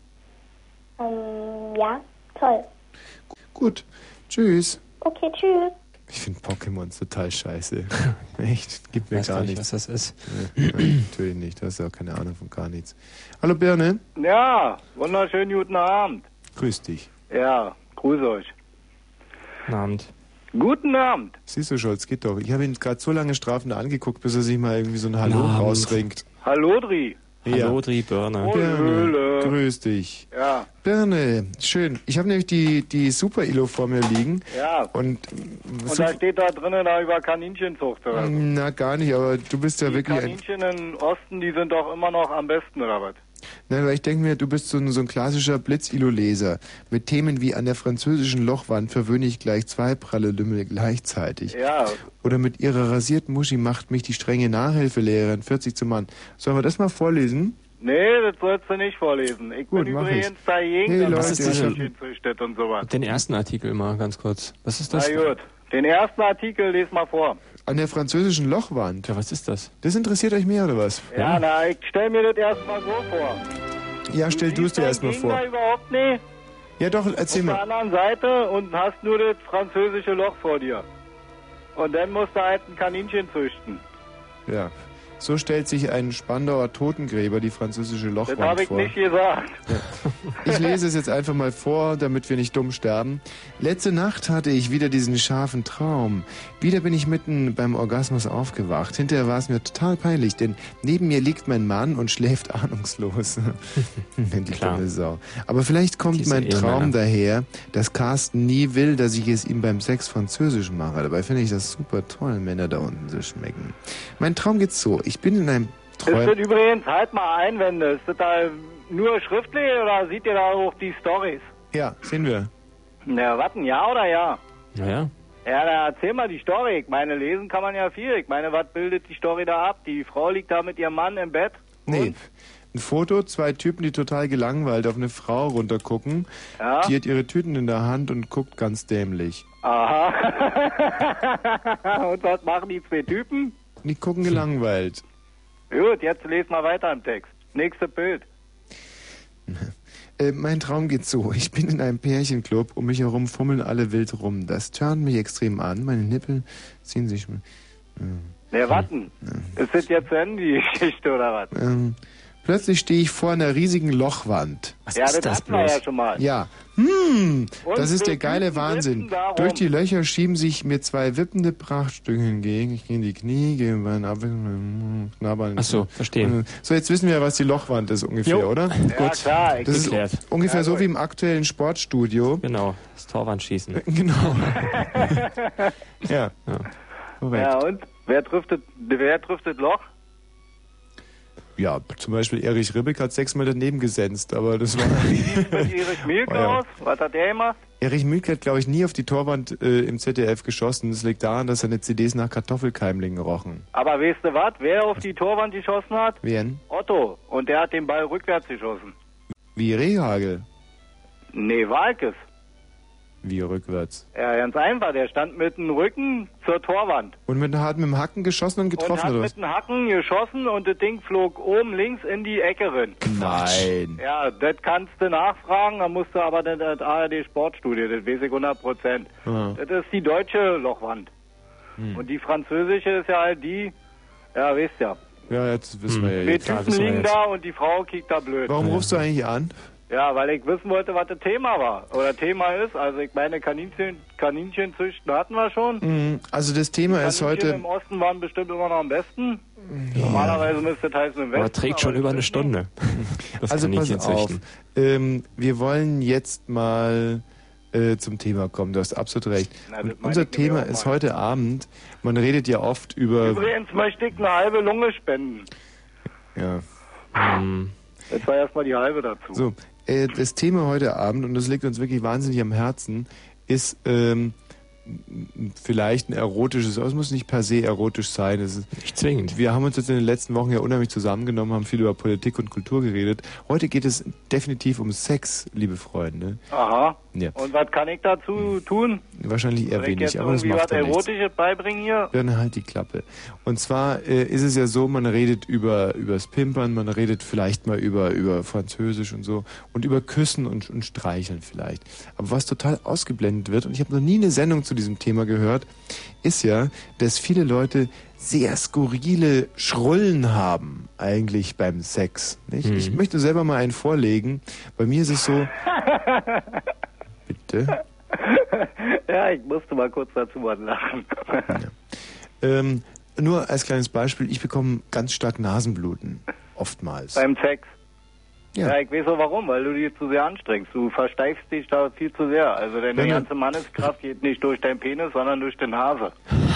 S10: Ja, toll.
S1: Gut. Tschüss.
S10: Okay, tschüss.
S1: Ich finde Pokémon total scheiße. Echt? Gibt mir
S2: Weiß
S1: gar
S2: gar nicht,
S1: nichts.
S2: was das ist.
S1: Nee, natürlich nicht. Du hast ja auch keine Ahnung von gar nichts. Hallo Birne.
S20: Ja, wunderschönen guten Abend.
S1: Grüß dich.
S20: Ja, grüß euch.
S2: Guten Abend.
S20: Guten Abend.
S1: Siehst du, Scholz, geht doch. Ich habe ihn gerade so lange strafend angeguckt, bis er sich mal irgendwie so ein Hallo
S2: Abend.
S1: rausringt.
S20: Hallo, Dri.
S2: Hallo, Dri, Birne.
S1: Birne, grüß dich.
S20: Ja.
S1: Birne, schön. Ich habe nämlich die Super-Ilo vor mir liegen.
S20: Ja.
S1: Und
S20: da steht da drinnen da über Kaninchenzucht oder so.
S1: Na, gar nicht, aber du bist ja
S20: Die
S1: wirklich
S20: Kaninchen im Osten, die sind doch immer noch am besten, oder was?
S1: Nein, weil ich denke mir, du bist so ein klassischer Blitz-Ilo-Leser. Mit Themen wie an der französischen Lochwand verwöhne ich gleich 2 pralle Lümmel gleichzeitig.
S20: Ja.
S1: Oder mit ihrer rasierten Muschi macht mich die strenge Nachhilfelehrerin 40 zum Mann. Sollen wir das mal vorlesen?
S20: Nee, das sollst du nicht vorlesen. Ich
S1: Gut,
S20: bin
S1: mach
S20: übrigens
S1: ich's.
S20: dagegen,
S1: Hey,
S20: dass
S1: Leute,
S20: man
S1: ich hab-
S20: Kaninchen züchtet und sowas.
S2: Den ersten Artikel mal ganz kurz. Was ist das?
S20: Na gut. Den ersten Artikel les mal vor.
S1: An der französischen Lochwand?
S2: Ja, was ist das?
S1: Das interessiert euch mehr, oder was?
S20: Ja, na, ich stell mir das erstmal so vor.
S1: Ja, stell du es dir erstmal vor.
S20: Da überhaupt nicht.
S1: Ja doch, erzähl
S20: Auf
S1: mal.
S20: der anderen Seite und hast nur das französische Loch vor dir. Und dann musst du halt ein Kaninchen züchten.
S1: Ja. So stellt sich ein Spandauer Totengräber die französische
S20: Das
S1: Lochwand
S20: habe ich
S1: vor.
S20: nicht gesagt.
S1: Ich lese es jetzt einfach mal vor, damit wir nicht dumm sterben. Letzte Nacht hatte ich wieder diesen scharfen Traum. Wieder bin ich mitten beim Orgasmus aufgewacht. Hinterher war es mir total peinlich, denn neben mir liegt mein Mann und schläft ahnungslos. Die dumme Sau. Aber vielleicht kommt
S2: Diese
S1: mein Traum
S2: Ehemänner.
S1: daher, dass Carsten nie will, dass ich es ihm beim Sex französisch mache. Dabei finde ich das super toll, Männer da unten so schmecken. Mein Traum geht so. Ich bin in einem
S20: Ist das
S1: Träum...
S20: übrigens, halt mal Einwände, ist das da nur schriftlich oder seht ihr da auch die Storys?
S1: Ja, sehen wir.
S20: Na, was, ein Ja oder Ja?
S2: Naja.
S20: Ja, dann erzähl mal die Story. Ich meine, lesen kann man ja viel. Ich meine, was bildet die Story da ab? Die Frau liegt da mit ihrem Mann im Bett.
S1: Nee. Ein Foto, 2 Typen, die total gelangweilt auf eine Frau runtergucken.
S20: Ja.
S1: Die hat ihre Tüten in der Hand und guckt ganz dämlich.
S20: Aha. Und was machen die 2 Typen?
S1: Die gucken gelangweilt.
S20: Gut, jetzt les mal weiter im Text. Nächste Bild.
S1: Mein Traum geht so. Ich bin in einem Pärchenclub, um mich herum fummeln alle wild rum. Das turnt mich extrem an. Meine Nippel ziehen sich...
S20: Ne, warten. Ist das jetzt zu Ende, die Geschichte, oder was?
S1: Plötzlich stehe ich vor einer riesigen Lochwand.
S20: Ja, das hatten wir ja schon mal.
S1: Ja. Das ist der geile Wahnsinn.
S20: darum.
S1: Durch die Löcher schieben sich mir 2 wippende Prachtstücke entgegen. Ich gehe in die Knie, gehe über einen Knabbern.
S2: Ach so, verstehe.
S1: So, jetzt wissen wir, was die Lochwand ist ungefähr,
S2: Jo.
S1: oder?
S20: Ja,
S2: Gut.
S20: klar.
S1: Das ist
S2: Geklärt.
S1: ungefähr
S20: Ja,
S1: so
S20: gut.
S1: wie im aktuellen Sportstudio.
S2: Genau, das Torwandschießen.
S1: Genau. Ja.
S2: Ja.
S1: Korrekt.
S20: Ja, und? Wer trifft das Loch?
S1: Ja, zum Beispiel Erich Ribbeck hat 6-mal daneben gesenzt, aber das war...
S20: Wie sieht mit Erich Mielke aus? Was hat der gemacht?
S1: Erich Mielke hat, glaube ich, nie auf die Torwand im ZDF geschossen. Das liegt daran, dass seine CDs nach Kartoffelkeimlingen rochen.
S20: Aber weißt du was? Wer auf die Torwand geschossen hat?
S1: Wer denn?
S20: Otto. Und der hat den Ball rückwärts geschossen.
S1: Wie Rehhagel?
S20: Nee, Walkes.
S1: Wie rückwärts?
S20: Ja, ganz einfach. Der stand mit dem Rücken zur Torwand.
S1: Und mit dem Hacken geschossen und getroffen,
S20: und hat
S1: oder was?
S20: mit dem Hacken geschossen und das Ding flog oben links in die Ecke rein.
S1: Nein.
S20: Ja, das kannst du nachfragen, dann musst du aber das ARD Sportstudio, das weiß ich 100%.
S1: Ah.
S20: Das ist die deutsche Lochwand. Und die französische ist ja halt die, ja, weißt ja.
S1: Ja, jetzt wissen wir ja
S20: Die
S1: jetzt.
S20: Typen liegen da und die Frau kickt da blöd.
S1: Warum rufst du eigentlich an?
S20: Ja, weil ich wissen wollte, was das Thema war. Oder Thema ist. Also ich meine, Kaninchenzüchten hatten wir schon.
S1: Also das Thema ist heute...
S20: im Osten waren bestimmt immer noch am besten. Ja. Normalerweise müsste das heißen im Westen.
S2: Aber trägt schon über eine Stunde.
S1: Also pass auf. Wir wollen jetzt mal zum Thema kommen. Du hast absolut recht. Und unser Thema ist heute Abend, man redet ja oft über...
S20: Übrigens möchte ich eine halbe Lunge spenden.
S1: Ja.
S20: Jetzt war erstmal die halbe dazu.
S1: So, das Thema heute Abend, und das liegt uns wirklich wahnsinnig am Herzen, ist vielleicht ein erotisches, aber es muss nicht per se erotisch sein. Es ist
S2: nicht zwingend.
S1: Wir haben uns jetzt in den letzten Wochen ja unheimlich zusammengenommen, haben viel über Politik und Kultur geredet. Heute geht es definitiv um Sex, liebe Freunde.
S20: Aha.
S1: Ja.
S20: Und was kann ich dazu tun?
S1: Wahrscheinlich eher
S20: Soll ich
S1: wenig,
S20: jetzt
S1: aber das
S20: irgendwie
S1: macht
S20: was
S1: ja nichts.
S20: Erotisches beibringen hier?
S1: Dann halt die Klappe. Und zwar ist es ja so, man redet übers Pimpern, man redet vielleicht mal über Französisch und so und über Küssen und Streicheln vielleicht. Aber was total ausgeblendet wird, und ich habe noch nie eine Sendung zu diesem Thema gehört, ist ja, dass viele Leute sehr skurrile Schrullen haben eigentlich beim Sex. Nicht? Ich möchte selber mal einen vorlegen. Bei mir ist es so... Bitte?
S20: Ja, ich musste mal kurz dazu mal lachen.
S1: Nur als kleines Beispiel, ich bekomme ganz stark Nasenbluten. Oftmals.
S20: Beim Sex?
S1: Ja.
S20: Ja, ich weiß auch warum, weil du dich zu sehr anstrengst. Du versteifst dich da viel zu sehr. Also deine ganze Manneskraft geht nicht durch deinen Penis, sondern durch den Hase.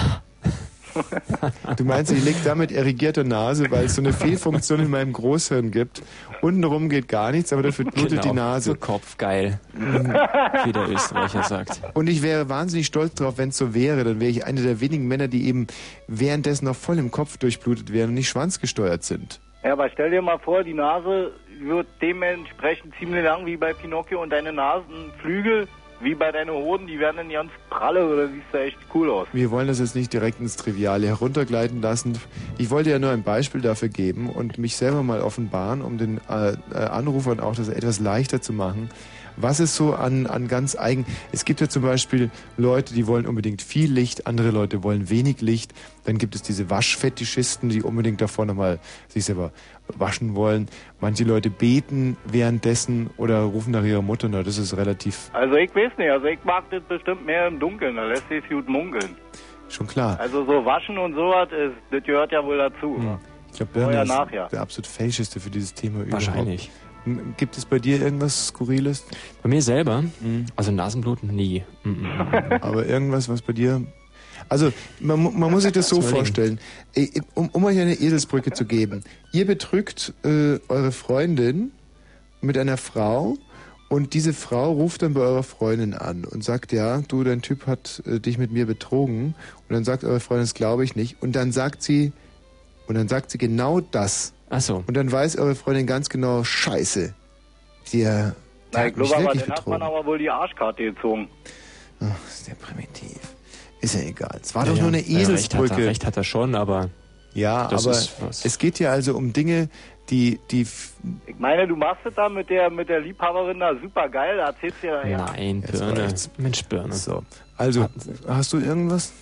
S1: Du meinst, ich liege da mit irrigierter Nase, weil es so eine Fehlfunktion in meinem Großhirn gibt. Untenrum geht gar nichts, aber dafür blutet die Nase.
S2: So Kopf, geil. Wie der Österreicher sagt.
S1: Und ich wäre wahnsinnig stolz drauf, wenn es so wäre. Dann wäre ich einer der wenigen Männer, die eben währenddessen noch voll im Kopf durchblutet wären und nicht schwanzgesteuert sind.
S20: Ja, aber stell dir mal vor, die Nase wird dementsprechend ziemlich lang wie bei Pinocchio und deine Nasenflügel wie bei deinen Hoden, die werden dann ganz pralle oder siehst du echt cool aus.
S1: Wir wollen das jetzt nicht direkt ins Triviale heruntergleiten lassen. Ich wollte ja nur ein Beispiel dafür geben und mich selber mal offenbaren, um den Anrufern auch das etwas leichter zu machen. Was ist so an ganz eigen... Es gibt ja zum Beispiel Leute, die wollen unbedingt viel Licht, andere Leute wollen wenig Licht. Dann gibt es diese Waschfetischisten, die unbedingt davor nochmal sich selber waschen wollen. Manche Leute beten währenddessen oder rufen nach ihrer Mutter. Na, das ist relativ...
S20: Also ich weiß nicht, also ich mag das bestimmt mehr im Dunkeln, da lässt sich gut munkeln.
S1: Schon klar.
S20: Also so waschen und sowas, das gehört ja wohl dazu.
S1: Ich glaube, Birne
S20: ja
S1: ist
S20: nachher.
S1: der absolut fähigste für dieses Thema
S2: Wahrscheinlich.
S1: überhaupt. Gibt es bei dir irgendwas Skurriles?
S2: Bei mir selber? Also Nasenbluten nie.
S1: Aber irgendwas, was bei dir... Also, man muss sich das so vorstellen. Um euch eine Eselsbrücke zu geben. Ihr betrügt eure Freundin mit einer Frau und diese Frau ruft dann bei eurer Freundin an und sagt, ja, du, dein Typ hat dich mit mir betrogen. Und dann sagt eure Freundin, das glaube ich nicht. Und dann sagt sie genau das.
S2: Ach so.
S1: Und dann weiß eure Freundin ganz genau, scheiße, der
S20: Na, ich
S1: hat mich
S20: glaube, aber
S1: wirklich
S20: dann hat man
S1: betrogen.
S20: aber wohl die Arschkarte gezogen.
S1: Ach, ist der primitiv. Ist ja egal. Es war doch nur eine Eselsbrücke.
S2: Recht hat er schon, aber...
S1: Ja,
S2: das
S1: aber
S2: ist was.
S1: es geht ja also um Dinge, die...
S20: Ich meine, du machst es da mit der Liebhaberin da super geil, da erzählst du ja...
S2: Nein, Birne. Mensch, Birne.
S1: So, also, hast du irgendwas?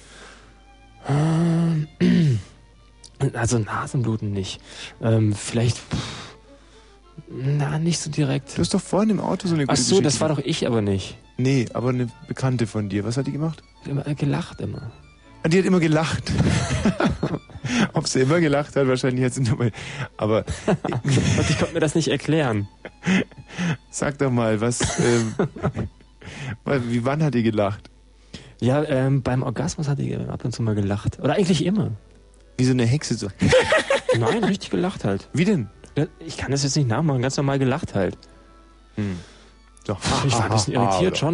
S2: Also Nasenbluten nicht. Vielleicht... Na, nicht so direkt.
S1: Du hast doch vorhin im Auto so eine gute
S2: Ach so, das
S1: Geschichte
S2: war doch ich aber nicht.
S1: Nee, aber eine Bekannte von dir. Was hat die gemacht?
S2: Immer gelacht immer.
S1: Die hat immer gelacht. Ob sie immer gelacht hat, wahrscheinlich hat sie nur mal... Aber...
S2: Und ich konnte mir das nicht erklären.
S1: Sag doch mal, was... wann hat die gelacht?
S2: Ja, beim Orgasmus hat die ab und zu mal gelacht. Oder eigentlich immer.
S1: Wie so eine Hexe so...
S2: Nein, richtig gelacht halt.
S1: Wie denn?
S2: Ich kann das jetzt nicht nachmachen, ganz normal gelacht halt.
S1: Doch.
S2: Ich war ein bisschen irritiert schon.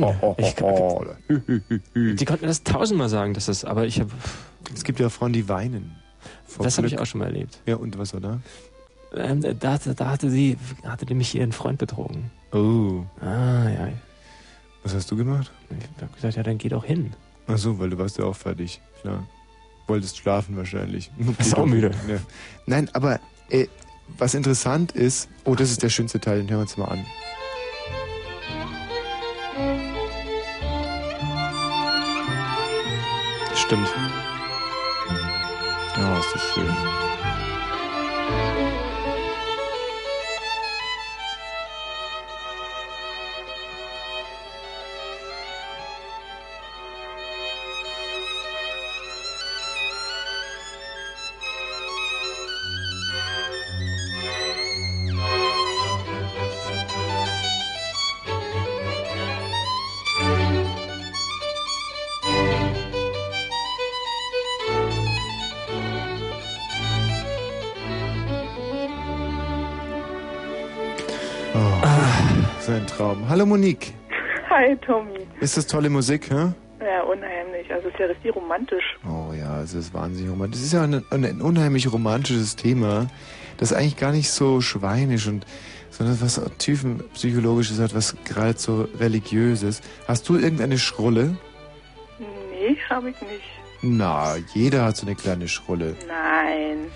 S2: Die konnten mir das 1000-mal sagen, dass das, aber ich habe...
S1: Es gibt ja Frauen, die weinen.
S2: Das habe ich auch schon mal erlebt.
S1: Ja, und was war da?
S2: Da hatte nämlich ihren Freund betrogen.
S1: Oh.
S2: Ah, ja.
S1: Was hast du gemacht?
S2: Ich habe gesagt, ja, dann geh doch hin.
S1: Ach so, weil du warst ja auch fertig. Klar. Wolltest schlafen wahrscheinlich.
S2: Bist auch müde.
S1: Ja. Nein, aber was interessant ist... Oh, das ist der schönste Teil, den hören wir uns mal an.
S2: Stimmt.
S1: Oh, ist das schön. Traum. Hallo Monique.
S16: Hi Tommy.
S1: Ist das tolle Musik, hä?
S16: Ja, unheimlich. Also es ist ja richtig romantisch.
S1: Oh ja, es ist wahnsinnig romantisch. Es ist ja ein unheimlich romantisches Thema, das eigentlich gar nicht so schweinisch und sondern was tiefenpsychologisches hat, was gerade so religiöses. Hast du irgendeine Schrulle?
S16: Nee, habe ich nicht.
S1: Na, jeder hat so eine kleine Schrulle.
S16: Nein.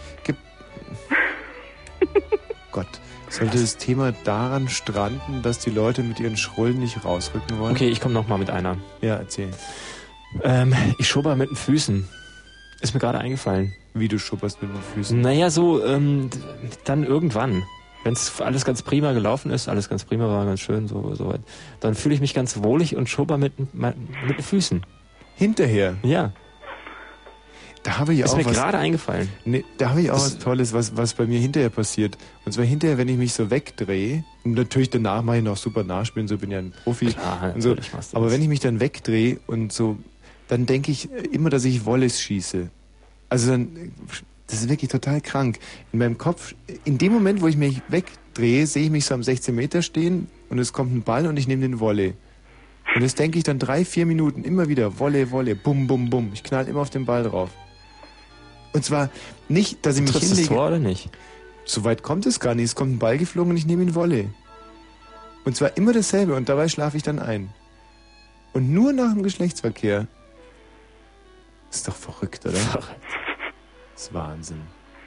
S1: Gott. Sollte das Thema daran stranden, dass die Leute mit ihren Schrullen nicht rausrücken wollen?
S2: Okay, ich komme nochmal mit einer.
S1: Ja, erzähl.
S2: Ich schubber mit den Füßen. Ist mir gerade eingefallen.
S1: Wie du schubberst mit den Füßen?
S2: Naja, so, dann irgendwann. Wenn es alles ganz prima gelaufen ist, alles ganz prima war, ganz schön, so weit, dann fühle ich mich ganz wohlig und schubber mit den Füßen.
S1: Hinterher?
S2: Ja.
S1: Da habe ich
S2: ist
S1: auch
S2: mir
S1: was,
S2: gerade eingefallen.
S1: Nee, da habe ich auch was Tolles, was bei mir hinterher passiert. Und zwar hinterher, wenn ich mich so wegdrehe, und natürlich danach mache ich noch super Nachspielen, so bin ja ein Profi.
S2: Klar,
S1: und so. Aber wenn ich mich dann wegdrehe und so, dann denke ich immer, dass ich Wallace schieße. Also dann, das ist wirklich total krank. In meinem Kopf, in dem Moment, wo ich mich wegdrehe, sehe ich mich so am 16 Meter stehen und es kommt ein Ball und ich nehme den Volley. Und das denke ich dann 3-4 Minuten immer wieder, Volley, Volley, bum, bum, bum. Ich knall immer auf den Ball drauf. Und zwar nicht, dass ich mich hinlege.
S2: Das Tor oder nicht?
S1: So weit kommt es gar nicht. Es kommt ein Ball geflogen und ich nehme ihn Volley. Und zwar immer dasselbe und dabei schlafe ich dann ein. Und nur nach dem Geschlechtsverkehr. Ist doch verrückt, oder? Das ist Wahnsinn.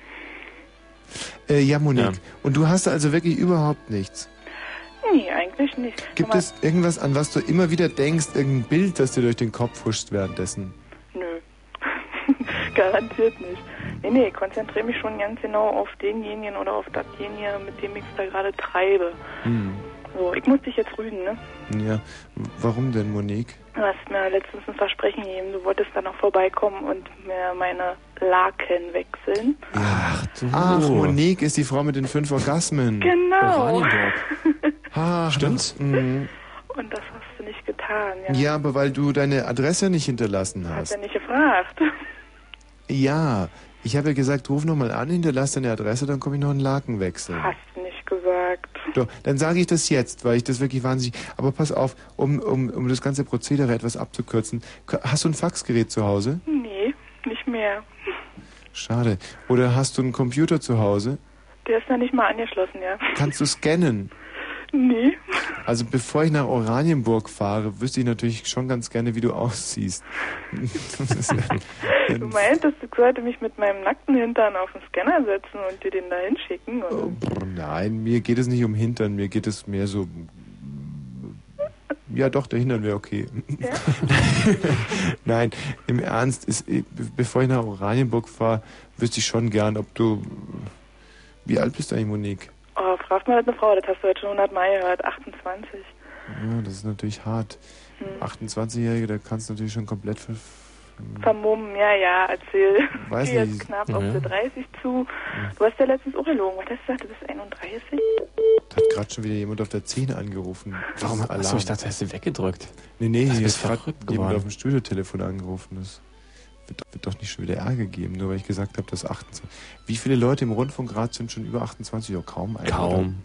S1: Ja, Monique. Ja. Und du hast also wirklich überhaupt nichts?
S16: Nee, eigentlich nicht.
S1: Gibt es irgendwas, an was du immer wieder denkst, irgendein Bild, das dir durch den Kopf huscht währenddessen?
S16: Nö. Garantiert nicht. Nee, ich konzentriere mich schon ganz genau auf denjenigen oder auf dasjenige, mit dem ich es da gerade treibe. So, ich muss dich jetzt rügen, ne?
S1: Ja, warum denn, Monique?
S16: Du hast mir letztens ein Versprechen gegeben, du wolltest dann noch vorbeikommen und mir meine Laken wechseln.
S1: Ja, ach, Monique ist die Frau mit den 5 Orgasmen.
S16: Genau.
S1: Stimmt's? Mhm.
S16: Und das hast du nicht getan, ja.
S1: Ja, aber weil du deine Adresse nicht hinterlassen hast.
S16: Hast ja nicht gefragt.
S1: Ja, ich habe ja gesagt, ruf nochmal an, hinterlass deine Adresse, dann komme ich noch einen Laken wechseln.
S16: Hast du nicht gesagt.
S1: Doch, dann sage ich das jetzt, weil ich das wirklich wahnsinnig... Aber pass auf, um das ganze Prozedere etwas abzukürzen. Hast du ein Faxgerät zu Hause?
S16: Nee, nicht mehr.
S1: Schade. Oder hast du einen Computer zu Hause?
S16: Der ist noch nicht mal angeschlossen, ja.
S1: Kannst du scannen?
S16: Nee.
S1: Also bevor ich nach Oranienburg fahre, wüsste ich natürlich schon ganz gerne, wie du aussiehst.
S16: Du meintest, du sollte mich mit meinem nackten Hintern auf den Scanner setzen und dir den da hinschicken, oder?
S1: Nein, mir geht es nicht um Hintern, mir geht es mehr so... Ja doch, der Hintern wäre okay.
S16: Ja?
S1: Nein, im Ernst, bevor ich nach Oranienburg fahre, wüsste ich schon gern, ob du... Wie alt bist du eigentlich, Monique?
S16: Oh, frag mal eine Frau, das hast du heute schon 100 Mal gehört, 28.
S1: Ja, das ist natürlich hart. 28-Jährige, da kannst du natürlich schon komplett
S16: vermummen, ja, erzähl.
S1: Weiß
S16: ich gehe
S1: nicht.
S16: jetzt knapp auf die 30 zu. Du hast ja letztens auch gelogen, was hast du gesagt, du bist 31?
S1: Da hat gerade schon wieder jemand auf der 10 angerufen.
S2: Warum? Achso, ich dachte, hast du weggedrückt.
S1: Nee,
S2: das
S1: hier
S2: ist
S1: ist gerade
S2: verrückt
S1: jemand
S2: geworden.
S1: auf dem Studiotelefon angerufen. Das Wird doch nicht schon wieder Ärger geben, nur weil ich gesagt habe, dass 28... Wie viele Leute im Rundfunkrat sind schon über 28? Oh, kaum einer.
S2: Kaum.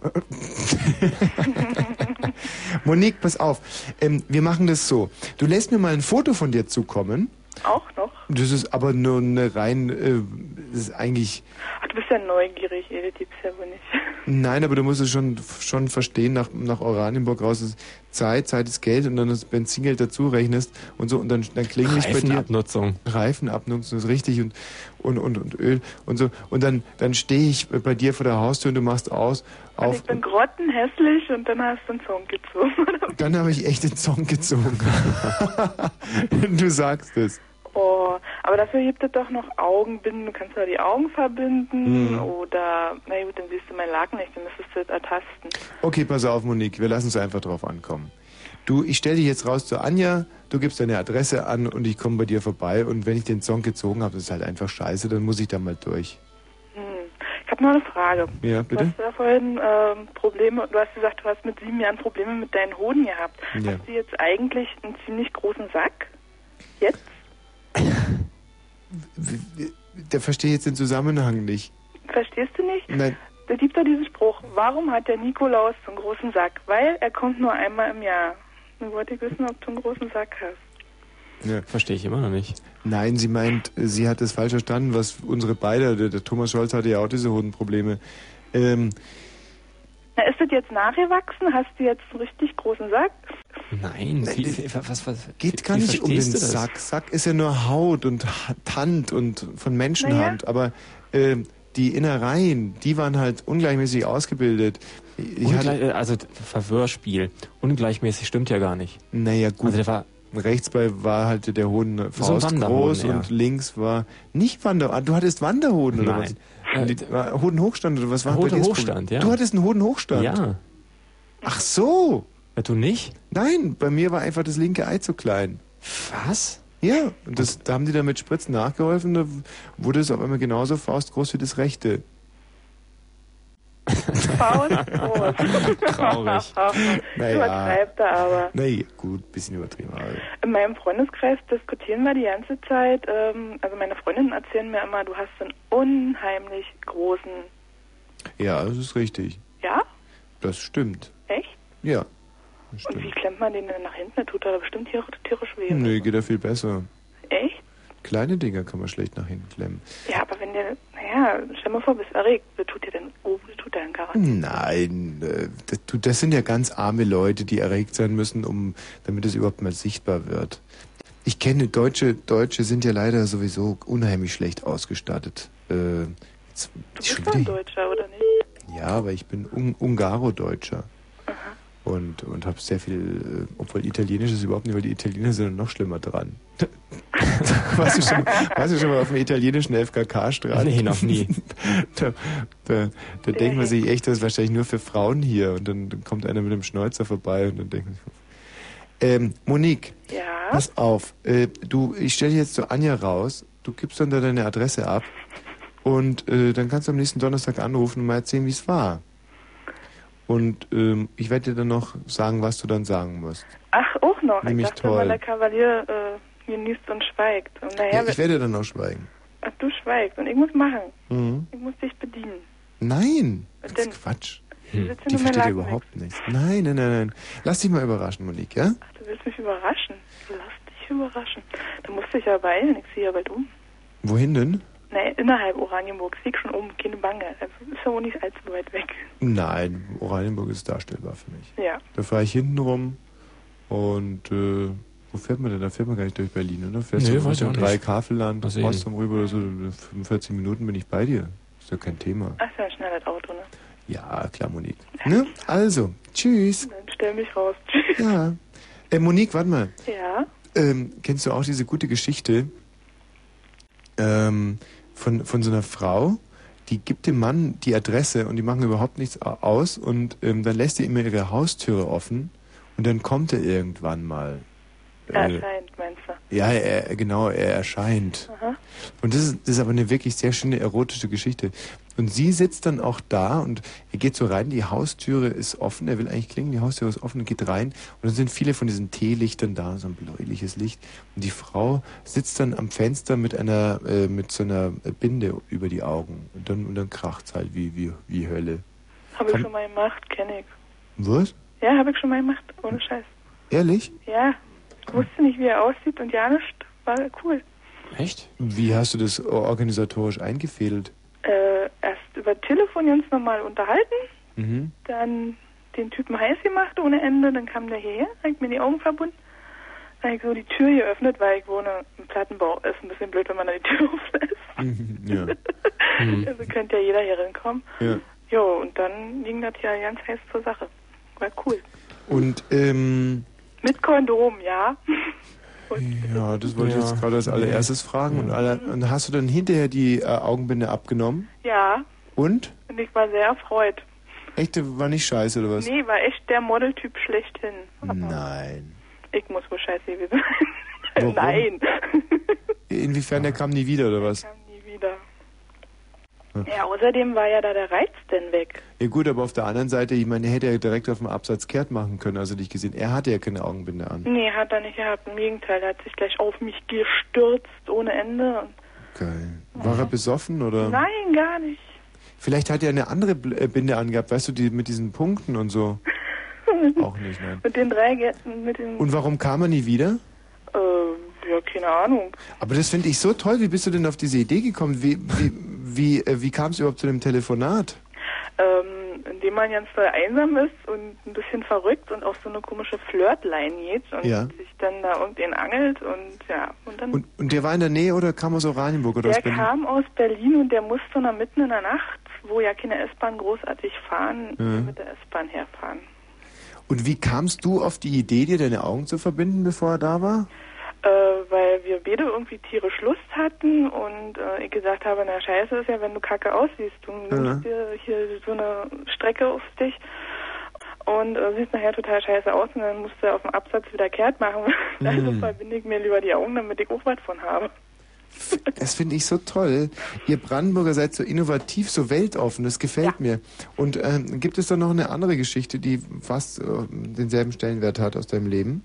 S1: Monique, pass auf. Wir machen das so. Du lässt mir mal ein Foto von dir zukommen.
S16: Auch noch?
S1: Das ist aber nur eine rein... das ist eigentlich...
S16: Ach, du bist ja neugierig, Edith, die bist ja wohl nicht.
S1: Nein, aber du musst es schon verstehen, nach Oranienburg raus ist Zeit ist Geld und dann das Benzingeld dazu rechnest und so und dann klingel ich bei dir. Reifenabnutzung ist richtig und Öl und so und dann stehe ich bei dir vor der Haustür und du machst aus.
S16: Und ich bin grottenhässlich und dann hast du einen Song gezogen.
S1: Dann habe ich echt den Song gezogen. Du sagst es.
S16: Oh, aber dafür gibt es doch noch Augenbinden. Du kannst ja die Augen verbinden oder, na gut, dann siehst du mein Laken nicht, dann müsstest du das ertasten.
S1: Okay, pass auf, Monique, wir lassen es einfach drauf ankommen. Ich stelle dich jetzt raus zu Anja, du gibst deine Adresse an und ich komme bei dir vorbei und wenn ich den Song gezogen habe, das ist halt einfach scheiße, dann muss ich da mal durch.
S16: Ich habe noch eine Frage.
S1: Ja, bitte?
S16: Du hast ja vorhin Probleme, du hast gesagt, du hast mit 7 Jahren Probleme mit deinen Hoden gehabt.
S1: Ja.
S16: Hast du jetzt eigentlich einen ziemlich großen Sack? Jetzt?
S1: Der versteht jetzt den Zusammenhang nicht.
S16: Verstehst du nicht?
S1: Nein.
S16: Da gibt doch diesen Spruch, warum hat der Nikolaus so einen großen Sack? Weil er kommt nur einmal im Jahr. Nun wollte ich wissen, ob du einen großen Sack hast.
S2: Ja. Verstehe ich immer noch nicht.
S1: Nein, sie meint, sie hat es falsch verstanden, was unsere beide, der Thomas Scholz hatte ja auch diese Hodenprobleme.
S16: Na, ist das jetzt nachgewachsen? Hast du jetzt einen richtig großen Sack?
S2: Nein, was
S1: geht gar nicht um den Sack. Sack ist ja nur Haut und Hand und von Menschenhand, aber die Innereien, die waren halt ungleichmäßig ausgebildet.
S2: Also Verwirrspiel. Ungleichmäßig stimmt ja gar nicht.
S1: Naja, gut.
S2: Also der war
S1: rechts war halt der Hoden
S2: so
S1: groß und links war nicht Wanderhoden. Du hattest Wanderhoden oder
S2: Nein.
S1: was? Hodenhochstand oder was war bei dir?
S2: Hodenhochstand, ja.
S1: Du hattest einen Hodenhochstand?
S2: Ja.
S1: Ach so.
S2: Ja, du nicht?
S1: Nein, bei mir war einfach das linke Ei zu klein.
S2: Was?
S1: Ja, und da haben die dann mit Spritzen nachgeholfen, da wurde es auf einmal genauso faustgroß wie das rechte.
S16: Faustgroß?
S2: Traurig.
S16: Übertreibt er aber.
S1: Nee, gut, bisschen übertrieben. Aber.
S16: In meinem Freundeskreis diskutieren wir die ganze Zeit, also meine Freundinnen erzählen mir immer, du hast einen unheimlich großen...
S1: Ja, das ist richtig.
S16: Ja?
S1: Das stimmt.
S16: Echt?
S1: Ja.
S16: Und wie klemmt man den denn nach hinten? Der tut da bestimmt tierisch weh.
S1: Nee, geht ja viel besser.
S16: Echt?
S1: Kleine Dinger kann man schlecht nach hinten klemmen.
S16: Ja, aber wenn der, stell mal vor, bist erregt, was tut der denn oben, was tut der denn garantiert?
S1: Nein, das sind ja ganz arme Leute, die erregt sein müssen, damit es überhaupt mal sichtbar wird. Ich kenne Deutsche sind ja leider sowieso unheimlich schlecht ausgestattet.
S16: Du bist doch ein Deutscher, oder nicht?
S1: Ja, aber ich bin Ungaro-Deutscher. Und habe sehr viel, obwohl Italienisch ist überhaupt nicht, weil die Italiener sind noch schlimmer dran. Warst du schon mal auf dem italienischen FKK-Strand?
S2: Nee, noch nie.
S1: Da denkt man sich echt, das ist wahrscheinlich nur für Frauen hier. Und dann kommt einer mit einem Schnäuzer vorbei und dann denkt man sich, Monique,
S16: ja?
S1: Pass auf, ich stelle jetzt zu Anja raus, du gibst dann da deine Adresse ab und dann kannst du am nächsten Donnerstag anrufen und mal erzählen, wie es war. Und ich werde dir dann noch sagen, was du dann sagen musst.
S16: Ach, auch noch?
S1: Nämlich
S16: ich dachte,
S1: toll.
S16: weil der Kavalier genießt und schweigt. Und
S1: Ja, ich werde dann auch schweigen.
S16: Ach, du schweigst und ich muss machen.
S1: Mhm.
S16: Ich muss dich bedienen.
S1: Nein,
S16: Was
S1: das
S16: denn?
S1: ist Quatsch.
S16: Du sitzt
S1: Die
S16: in meinem
S1: versteht
S16: Laken
S1: überhaupt nichts. Nein. Lass dich mal überraschen, Monique, ja?
S16: Ach, du willst mich überraschen? Lass dich überraschen. Da musst du dich ja beeilen, ich ziehe ja bald um.
S1: Wohin denn?
S16: Nee, innerhalb Oranienburgs. Ich lieg schon oben, keine Bange. Also ist ja wohl nicht allzu weit weg.
S1: Nein, Oranienburg ist darstellbar für mich.
S16: Ja.
S1: Da fahre ich hinten rum und wo fährt man denn? Da fährt man gar nicht durch Berlin, oder? Fährst du Richtung 3 Kafelland, Potsdam rüber oder so, 45 Minuten bin ich bei dir. Ist ja kein Thema.
S16: Ach, ist ja ein schnelles Auto, ne?
S1: Ja, klar, Monique. Ne? Also, tschüss.
S16: Dann stell mich raus. Tschüss.
S1: Ja. Monique, warte mal.
S16: Ja?
S1: Kennst du auch diese gute Geschichte von so einer Frau, die gibt dem Mann die Adresse und die machen überhaupt nichts aus und dann lässt sie immer ihre Haustüre offen und dann kommt er irgendwann mal.
S16: Er erscheint, meinst du?
S1: Ja, er erscheint.
S16: Aha.
S1: Und das ist aber eine wirklich sehr schöne erotische Geschichte. Und sie sitzt dann auch da und er geht so rein, die Haustüre ist offen, er will eigentlich klingeln, die Haustüre ist offen, geht rein und dann sind viele von diesen Teelichtern da, so ein bläuliches Licht. Und die Frau sitzt dann am Fenster mit so einer Binde über die Augen und dann kracht's halt wie Hölle.
S16: Habe ich schon mal gemacht, kenne ich.
S1: Was?
S16: Ja, habe ich schon mal gemacht, ohne Scheiß.
S1: Ehrlich?
S16: Ja, ich wusste nicht, wie er aussieht und ja, nicht, war cool.
S2: Echt?
S1: Wie hast du das organisatorisch eingefädelt?
S16: Erst über Telefon ganz normal unterhalten,
S1: Mhm.
S16: dann den Typen heiß gemacht ohne Ende, dann kam der hierher, hat mir die Augen verbunden, dann habe ich so die Tür geöffnet, weil ich wohne im Plattenbau, ist ein bisschen blöd, wenn man da die Tür auflässt.
S1: Ja.
S16: Also könnte ja jeder hier reinkommen.
S1: Ja.
S16: Jo, und dann ging das ja ganz heiß zur Sache. War cool.
S1: Und,
S16: Mit Kondom, ja.
S1: ja, das wollte ich jetzt gerade als allererstes fragen. Und hast du dann hinterher die Augenbinde abgenommen?
S16: Ja.
S1: Und?
S16: Und ich war sehr erfreut.
S1: Echt, war nicht scheiße oder was?
S16: Nee, war echt der Modeltyp schlechthin.
S1: Nein.
S16: Ich muss wohl scheiße gewesen sein.
S1: Warum?
S16: Nein.
S1: Inwiefern, der kam nie wieder oder was?
S16: Der kam nie wieder. Ja, außerdem war ja da der Reiz denn weg.
S1: Ja gut, aber auf der anderen Seite, ich meine, er hätte ja direkt auf dem Absatz kehrt machen können, also dich gesehen. Er hatte ja keine Augenbinde an.
S16: Nee, hat er nicht gehabt. Im Gegenteil, er hat sich gleich auf mich gestürzt ohne Ende.
S1: Geil. War er besoffen oder?
S16: Nein, gar nicht.
S1: Vielleicht hat er eine andere Binde angehabt, weißt du, die mit diesen Punkten und so. Auch nicht, nein.
S16: Mit den drei Gästen, mit den...
S1: Und warum kam er nie wieder?
S16: Ja, keine Ahnung.
S1: Aber das finde ich so toll. Wie bist du denn auf diese Idee gekommen? Wie kam es überhaupt zu dem Telefonat?
S16: Indem man ganz voll einsam ist und ein bisschen verrückt und auf so eine komische Flirtline geht und sich dann da irgendwen angelt und ja. Und dann
S1: Und der war in der Nähe oder kam aus Oranienburg oder aus
S16: der
S1: Berlin?
S16: kam aus Berlin und der musste noch mitten in der Nacht, wo ja keine S-Bahn großartig fahren, mit der S-Bahn herfahren.
S1: Und wie kamst du auf die Idee, dir deine Augen zu verbinden, bevor er da war?
S16: Weil wir beide irgendwie tierisch Lust hatten und ich gesagt habe, na scheiße ist ja, wenn du kacke aussiehst, du nimmst dir hier so eine Strecke auf dich und siehst nachher total scheiße aus und dann musst du auf dem Absatz wieder kehrt machen. Also verbinde ich mir lieber die Augen, damit ich auch was von habe.
S1: Das finde ich so toll. Ihr Brandenburger seid so innovativ, so weltoffen, das gefällt mir. Und gibt es da noch eine andere Geschichte, die fast denselben Stellenwert hat aus deinem Leben?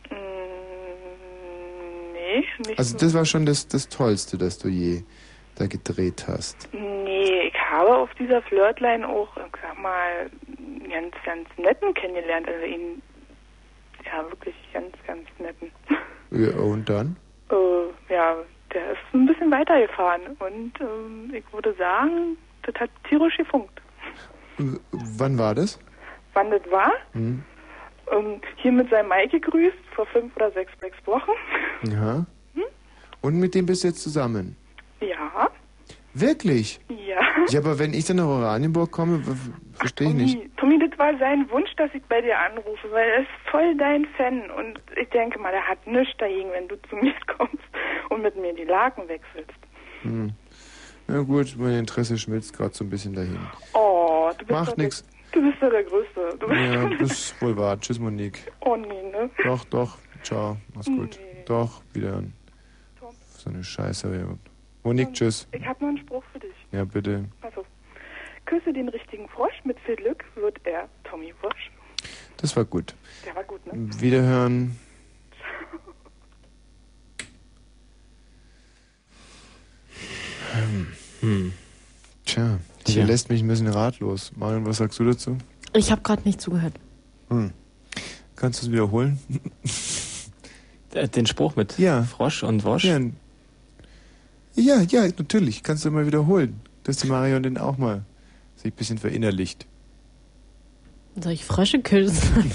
S16: Nicht
S1: also das war schon das Tollste, das du je da gedreht hast.
S16: Nee, ich habe auf dieser Flirtline auch, ich sag mal, ganz, ganz netten kennengelernt. Also ihn, ja, wirklich ganz, ganz netten.
S1: Ja, und dann?
S16: Ja, der ist ein bisschen weitergefahren und ich würde sagen, das hat tierisch gefunkt.
S1: Wann war das?
S16: Wann das war? Hier mit seinem Mike gegrüßt, vor 5 oder 6 Wochen.
S1: Ja. Und mit dem bist du jetzt zusammen?
S16: Ja.
S1: Wirklich?
S16: Ja.
S1: Ja, aber wenn ich dann nach Oranienburg komme, verstehe ich nicht.
S16: Tommy, das war sein Wunsch, dass ich bei dir anrufe, weil er ist voll dein Fan und ich denke mal, er hat nichts dagegen, wenn du zu mir kommst und mit mir die Laken wechselst.
S1: Na gut, mein Interesse schmilzt gerade so ein bisschen dahin.
S16: Oh, du bist
S1: Macht nichts.
S16: Du bist ja der Größte.
S1: Ja, das ist wohl wahr. Tschüss, Monique.
S16: Oh nee, ne?
S1: Doch. Ciao. Mach's gut.
S16: Nee.
S1: Doch, wiederhören. So eine Scheiße. Monique, tschüss.
S16: Ich habe noch einen Spruch für dich.
S1: Ja, bitte.
S16: Also, küsse den richtigen Frosch, mit viel Glück wird er Tommy Wosch.
S1: Das war gut.
S16: Der war gut, ne?
S1: Wiederhören. Tja, die lässt mich ein bisschen ratlos. Marion, was sagst du dazu?
S11: Ich habe gerade nicht zugehört.
S1: Kannst du es wiederholen?
S2: Den Spruch mit Frosch und Wosch?
S1: Ja, natürlich. Kannst du mal wiederholen. Dass die Marion den auch mal sich ein bisschen verinnerlicht.
S11: Soll ich Frösche küssen?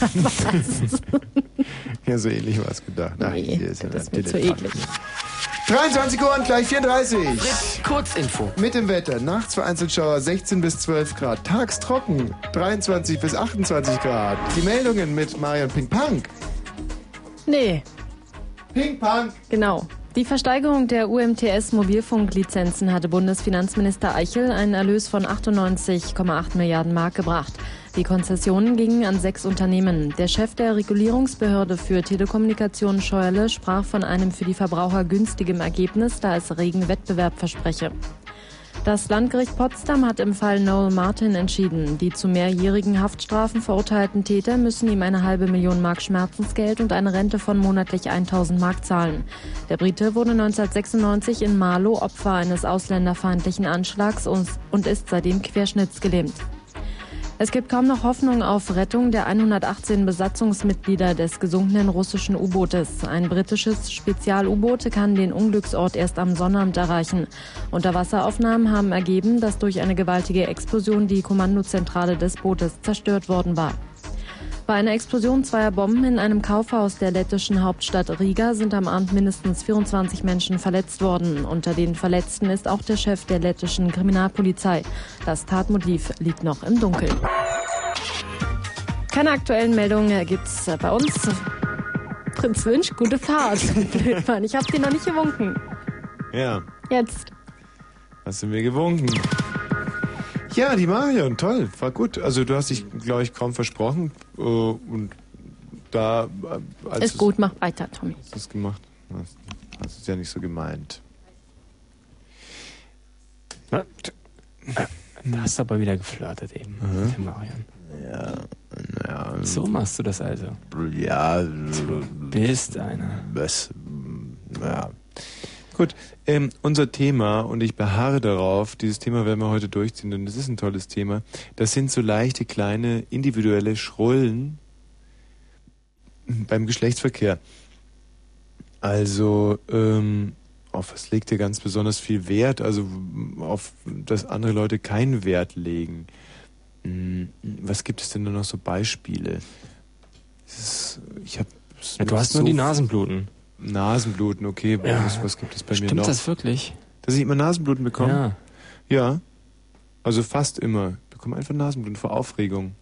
S1: Ja, so ähnlich war es gedacht. Ach,
S11: nee,
S1: hier ist
S11: das ist mir zu eklig.
S1: 23 Uhr und gleich 34.
S21: Fritz, Kurzinfo.
S1: Mit dem Wetter. Nachts vereinzelt Schauer 16 bis 12 Grad. Tags trocken 23 bis 28 Grad. Die Meldungen mit Marion Ping-Pang.
S11: Nee.
S1: Ping-Pang.
S11: Genau. Die Versteigerung der UMTS-Mobilfunklizenzen hatte Bundesfinanzminister Eichel einen Erlös von 98,8 Milliarden Mark gebracht. Die Konzessionen gingen an 6 Unternehmen. Der Chef der Regulierungsbehörde für Telekommunikation, Scheuerle, sprach von einem für die Verbraucher günstigem Ergebnis, da es regen Wettbewerb verspreche. Das Landgericht Potsdam hat im Fall Noel Martin entschieden. Die zu mehrjährigen Haftstrafen verurteilten Täter müssen ihm eine $500.000 Mark Schmerzensgeld und eine Rente von monatlich 1.000 Mark zahlen. Der Brite wurde 1996 in Marlow Opfer eines ausländerfeindlichen Anschlags und ist seitdem querschnittsgelähmt. Es gibt kaum noch Hoffnung auf Rettung der 118 Besatzungsmitglieder des gesunkenen russischen U-Bootes. Ein britisches Spezial-U-Boot kann den Unglücksort erst am Sonnabend erreichen. Unterwasseraufnahmen haben ergeben, dass durch eine gewaltige Explosion die Kommandozentrale des Bootes zerstört worden war. Bei einer Explosion zweier Bomben in einem Kaufhaus der lettischen Hauptstadt Riga sind am Abend mindestens 24 Menschen verletzt worden. Unter den Verletzten ist auch der Chef der lettischen Kriminalpolizei. Das Tatmotiv liegt noch im Dunkeln. Keine aktuellen Meldungen gibt's bei uns. Prinz Wünsch, gute Fahrt. Ich hab dir noch nicht gewunken.
S1: Ja.
S11: Jetzt.
S1: Hast du mir gewunken? Ja, die Marion, toll, war gut. Also du hast dich, glaube ich, kaum versprochen. Und da...
S11: Ist gut, mach weiter, Tommy.
S1: Hast du es gemacht? Hast es ja nicht so gemeint.
S2: Da hast du aber wieder geflirtet eben mit der Marion.
S1: Ja.
S2: So machst du das also?
S1: Ja.
S2: Du bist einer.
S1: Ja. Gut, unser Thema, und ich beharre darauf, dieses Thema werden wir heute durchziehen, denn das ist ein tolles Thema. Das sind so leichte, kleine, individuelle Schrullen beim Geschlechtsverkehr. Also, auf was legt ihr ganz besonders viel Wert? Also, auf dass andere Leute keinen Wert legen. Was gibt es denn da noch so Beispiele?
S2: Du hast nur die Nasenbluten.
S1: Nasenbluten, okay.
S2: Ja.
S1: Was gibt es bei mir noch?
S2: Stimmt das wirklich?
S1: Dass ich immer Nasenbluten bekomme?
S2: Ja.
S1: Ja. Also fast immer. Ich bekomme einfach Nasenbluten vor Aufregung.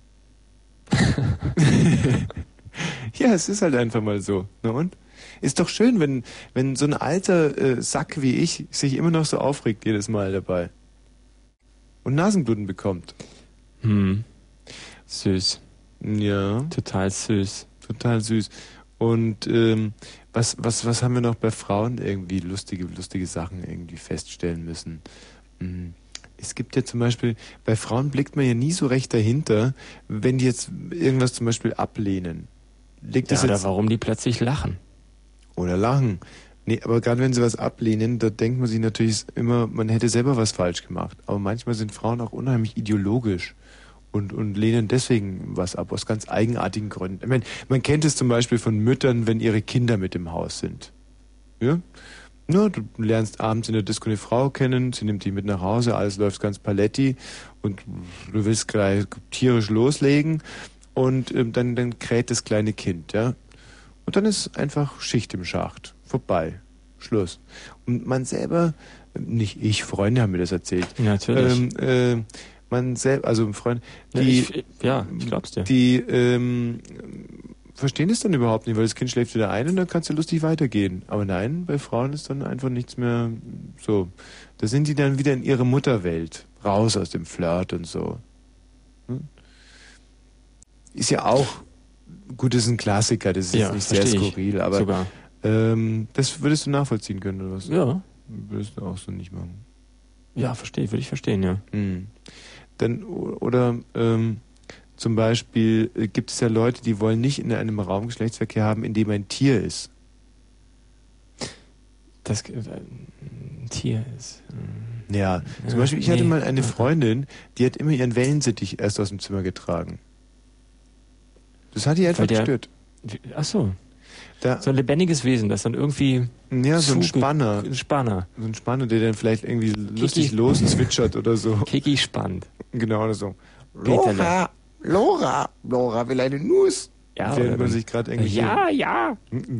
S1: Ja, es ist halt einfach mal so. Na und? Ist doch schön, wenn so ein alter Sack wie ich sich immer noch so aufregt jedes Mal dabei. Und Nasenbluten bekommt.
S2: Süß.
S1: Ja.
S2: Total süß.
S1: Total süß. Und was haben wir noch bei Frauen irgendwie lustige Sachen irgendwie feststellen müssen? Es gibt ja zum Beispiel, bei Frauen blickt man ja nie so recht dahinter, wenn die jetzt irgendwas zum Beispiel ablehnen.
S2: Oder warum die plötzlich lachen.
S1: Oder lachen. Nee, aber gerade wenn sie was ablehnen, da denkt man sich natürlich immer, man hätte selber was falsch gemacht. Aber manchmal sind Frauen auch unheimlich ideologisch. Und lehnen deswegen was ab, aus ganz eigenartigen Gründen. Ich meine, man kennt es zum Beispiel von Müttern, wenn ihre Kinder mit im Haus sind. Ja? Ja, du lernst abends in der Disco eine Frau kennen, sie nimmt dich mit nach Hause, alles läuft ganz paletti und du willst gleich tierisch loslegen und dann kräht das kleine Kind, ja. Und dann ist einfach Schicht im Schacht. Vorbei. Schluss. Und man selber, nicht ich, Freunde haben mir das erzählt.
S2: Ja, natürlich.
S1: Man selbst, also ein Freund,
S2: ich glaub's dir.
S1: Die verstehen es dann überhaupt nicht, weil das Kind schläft wieder ein und dann kannst du lustig weitergehen. Aber nein, bei Frauen ist dann einfach nichts mehr so. Da sind die dann wieder in ihre Mutterwelt, raus aus dem Flirt und so. Ist ja auch, gut, das ist ein Klassiker, das ist jetzt nicht sehr skurril, aber
S2: sogar.
S1: Das würdest du nachvollziehen können, oder was?
S2: Ja.
S1: Würdest du auch so nicht machen.
S2: Ja, würde ich verstehen, ja.
S1: Dann, oder zum Beispiel gibt es ja Leute, die wollen nicht in einem Raum Geschlechtsverkehr haben, in dem ein Tier ist.
S2: Das ein Tier ist.
S1: Ja, zum Beispiel, ich hatte mal eine Freundin, die hat immer ihren Wellensittich erst aus dem Zimmer getragen. Das hat die einfach gestört.
S2: Ach so.
S1: So
S2: ein lebendiges Wesen, das dann irgendwie...
S1: Ja, so ein Spanner. So ein Spanner, der dann vielleicht irgendwie lustig loszwitschert oder so.
S2: Kiki spannt.
S1: Genau, oder so. Lora will eine Nuss.
S2: Ja,
S1: während man sich gerade irgendwie...
S2: Ja.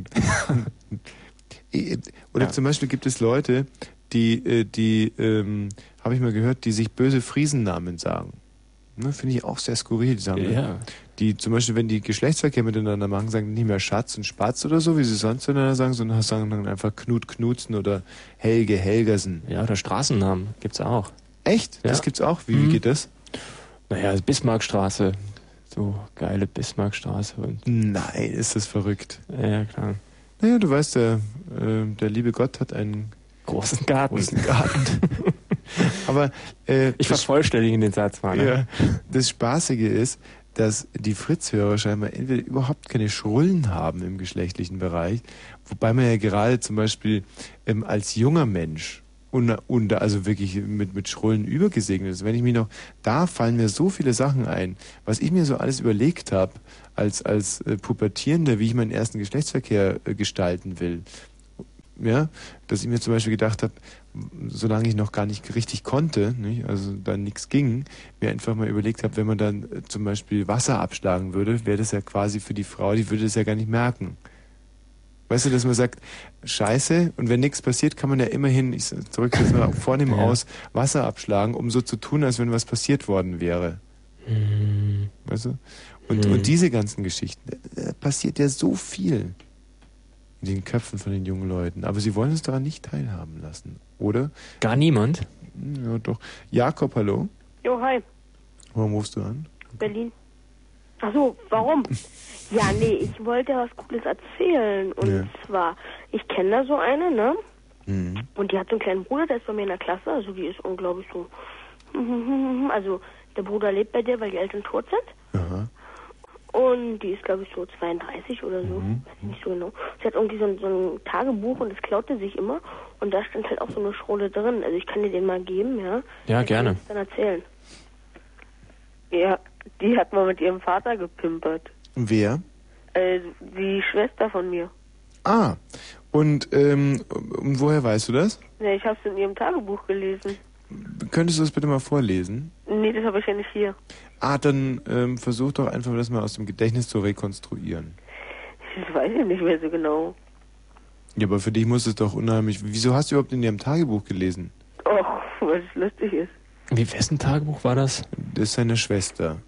S1: Oder zum Beispiel gibt es Leute, die habe ich mal gehört, die sich böse Friesennamen sagen. Ne, finde ich auch sehr skurril, die sagen.
S2: Ja.
S1: Die zum Beispiel, wenn die Geschlechtsverkehr miteinander machen, sagen nicht mehr Schatz und Spatz oder so, wie sie sonst zueinander sagen, sondern sagen dann einfach Knut Knutzen oder Helge Helgersen.
S2: Ja, oder Straßennamen gibt's auch.
S1: Echt? Ja. Das gibt's auch? Wie geht das?
S2: Naja, Bismarckstraße. So geile Bismarckstraße.
S1: Nein, ist das verrückt.
S2: Ja, klar.
S1: Naja, du weißt, der liebe Gott hat einen
S2: großen Garten.
S1: Aber
S2: ich vervollständige den Satz mal. Ne?
S1: Ja, das Spaßige ist, dass die Fritz-Hörer scheinbar entweder überhaupt keine Schrullen haben im geschlechtlichen Bereich, wobei man ja gerade zum Beispiel als junger Mensch also wirklich mit Schrullen übergesegnet ist. Wenn ich mich noch, da fallen mir so viele Sachen ein, was ich mir so alles überlegt habe, als Pubertierender, wie ich meinen ersten Geschlechtsverkehr gestalten will. Ja, dass ich mir zum Beispiel gedacht habe, solange ich noch gar nicht richtig konnte, nicht, also da nichts ging, mir einfach mal überlegt habe, wenn man dann zum Beispiel Wasser abschlagen würde, wäre das ja quasi für die Frau, die würde das ja gar nicht merken. Weißt du, dass man sagt, Scheiße, und wenn nichts passiert, kann man ja immerhin, ich drücke jetzt mal vornehm aus, Wasser abschlagen, um so zu tun, als wenn was passiert worden wäre. Weißt du? Und diese ganzen Geschichten, da passiert ja so viel in den Köpfen von den jungen Leuten. Aber sie wollen uns daran nicht teilhaben lassen, oder?
S2: Gar niemand?
S1: Ja, doch. Jakob, hallo?
S21: Jo, hi.
S1: Warum rufst du an?
S21: Berlin. Ach so, warum? Ja, nee, ich wollte was Cooles erzählen. Und zwar, ich kenne da so eine, ne? Mhm. Und die hat so einen kleinen Bruder, der ist bei mir in der Klasse. Also die ist unglaublich so... Also der Bruder lebt bei dir, weil die Eltern tot sind.
S1: Aha.
S21: Und die ist, glaube ich, so 32 oder so. Weiß ich nicht so genau. Sie hat irgendwie so ein Tagebuch und das klaute sich immer. Und da stand halt auch so eine Schrulle drin. Also ich kann dir den mal geben, ja?
S2: Ja, gerne.
S21: Ich kann dann erzählen.
S14: Ja, die hat mal mit ihrem Vater gepimpert.
S1: Wer?
S14: Die Schwester von mir.
S1: Ah, und woher weißt du das?
S14: Ja, ich habe es in ihrem Tagebuch gelesen.
S1: Könntest du das bitte mal vorlesen?
S14: Nee, das habe ich ja nicht hier.
S1: Ah, dann versuch doch einfach das mal aus dem Gedächtnis zu rekonstruieren.
S14: Das weiß ich nicht mehr so genau.
S1: Ja, aber für dich muss es doch unheimlich... Wieso hast du überhaupt in ihrem Tagebuch gelesen?
S14: Och, weil es lustig ist.
S2: Wie, wessen Tagebuch war das?
S1: Das ist seine Schwester.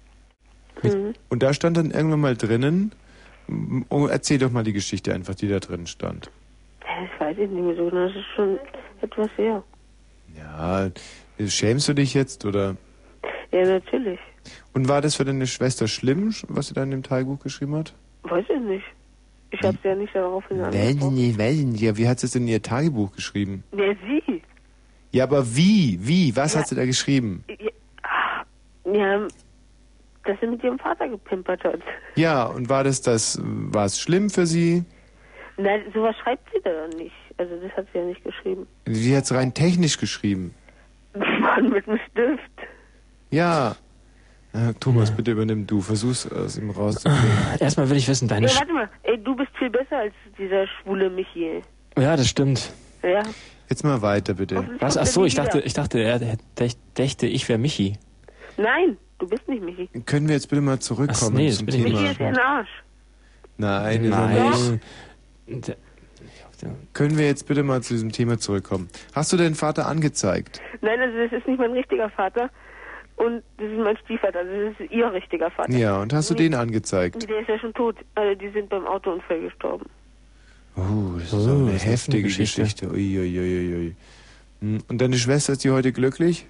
S1: Und da stand dann irgendwann mal drinnen... Erzähl doch mal die Geschichte einfach, die da drin stand.
S14: Das weiß ich nicht mehr so genau. Das ist schon etwas her.
S1: Ja, schämst du dich jetzt, oder?
S14: Ja, natürlich.
S1: Und war das für deine Schwester schlimm, was sie da in dem Tagebuch geschrieben hat?
S14: Weiß ich nicht. Ich habe sie ja nicht darauf
S1: angesprochen. Weiß ich nicht. Ja, wie hat sie es denn in ihr Tagebuch geschrieben?
S14: Ja, sie.
S1: Ja, aber wie? Was hat sie da geschrieben?
S14: Ja, dass sie mit ihrem Vater gepimpert hat.
S1: Ja, und war es schlimm für sie?
S14: Nein, sowas schreibt sie da nicht. Also das hat sie ja nicht geschrieben.
S1: Sie hat es rein technisch geschrieben.
S14: Mann, mit einem Stift.
S1: Ja. Thomas, bitte übernimm du. Versuch's aus ihm rauszukriegen.
S2: Erstmal will ich wissen, deine...
S14: warte mal. Ey, du bist viel besser als dieser schwule Michi.
S2: Ja, das stimmt.
S14: Ja.
S1: Jetzt mal weiter, bitte.
S2: Was? Ach so, ich dachte, er dächte, ich wäre Michi.
S14: Nein, du bist nicht Michi.
S1: Können wir jetzt bitte mal zurückkommen zum Thema?
S14: Michi ist ein Arsch.
S1: Nein. Können wir jetzt bitte mal zu diesem Thema zurückkommen? Hast du deinen Vater angezeigt?
S14: Nein, also das ist nicht mein richtiger Vater. Und das ist mein Stiefvater, also das ist ihr richtiger Vater.
S1: Ja, und hast du den angezeigt?
S14: Der ist ja schon tot. Also die sind beim Autounfall gestorben.
S1: Das ist eine heftige Geschichte. Uiuiuiui. Und deine Schwester, ist die heute glücklich?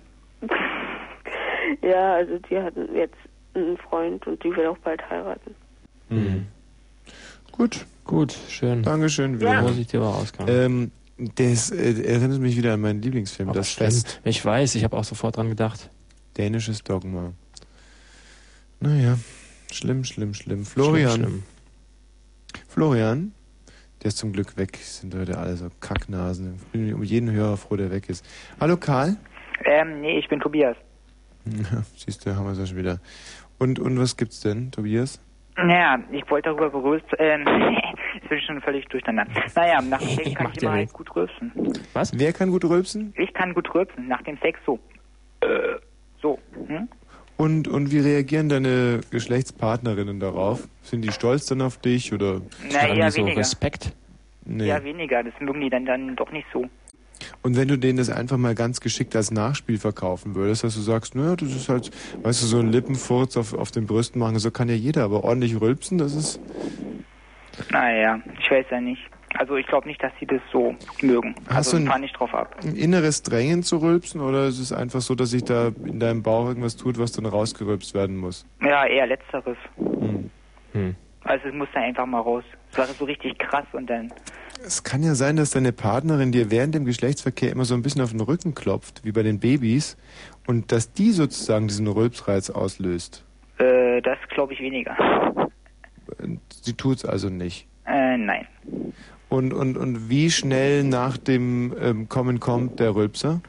S14: Ja, also die hatten jetzt einen Freund und die will auch bald heiraten.
S1: Mhm. Gut,
S2: schön.
S1: Dankeschön.
S2: Ja. Muss ich dir mal auskommen.
S1: Das erinnert mich wieder an meinen Lieblingsfilm, Das Fest.
S2: Ich weiß, ich habe auch sofort dran gedacht.
S1: Dänisches Dogma. Naja, schlimm. Florian.
S2: Schlimm.
S1: Florian, der ist zum Glück weg. Sind heute alle so Kacknasen. Ich bin um jeden Hörer froh, der weg ist. Hallo Karl?
S22: Nee, ich bin Tobias.
S1: Ja, siehst du, haben wir es ja schon wieder. Und was gibt's denn, Tobias?
S22: Naja, ich wollte darüber begrüßt, ich bin schon völlig durcheinander. Naja, nach dem Sex kann ich immer halt gut rülpsen.
S1: Was? Wer kann gut rülpsen?
S22: Ich kann gut rülpsen, nach dem Sex so. So.
S1: Und wie reagieren deine Geschlechtspartnerinnen darauf? Sind die stolz dann auf dich oder
S22: eher
S1: so
S22: weniger.
S1: Respekt? Nee.
S22: Ja, weniger, das mögen die dann doch nicht so.
S1: Und wenn du denen das einfach mal ganz geschickt als Nachspiel verkaufen würdest, dass du sagst, naja, das ist halt, weißt du, so ein Lippenfurz auf den Brüsten machen, so kann ja jeder, aber ordentlich rülpsen, das ist...
S22: Naja, ich weiß ja nicht. Also ich glaube nicht, dass sie das so mögen.
S1: Hast du
S22: fahr nicht drauf ab.
S1: Ein inneres Drängen zu rülpsen oder ist es einfach so, dass sich da in deinem Bauch irgendwas tut, was dann rausgerülpst werden muss?
S22: Ja, eher Letzteres. Also es muss dann einfach mal raus. Das war so richtig krass und dann
S1: Es kann ja sein, dass deine Partnerin dir während dem Geschlechtsverkehr immer so ein bisschen auf den Rücken klopft, wie bei den Babys, und dass die sozusagen diesen Rülpsreiz auslöst.
S22: Das glaube ich weniger.
S1: Sie tut's also nicht?
S22: Nein.
S1: Und wie schnell nach dem Kommen kommt der Rülpser?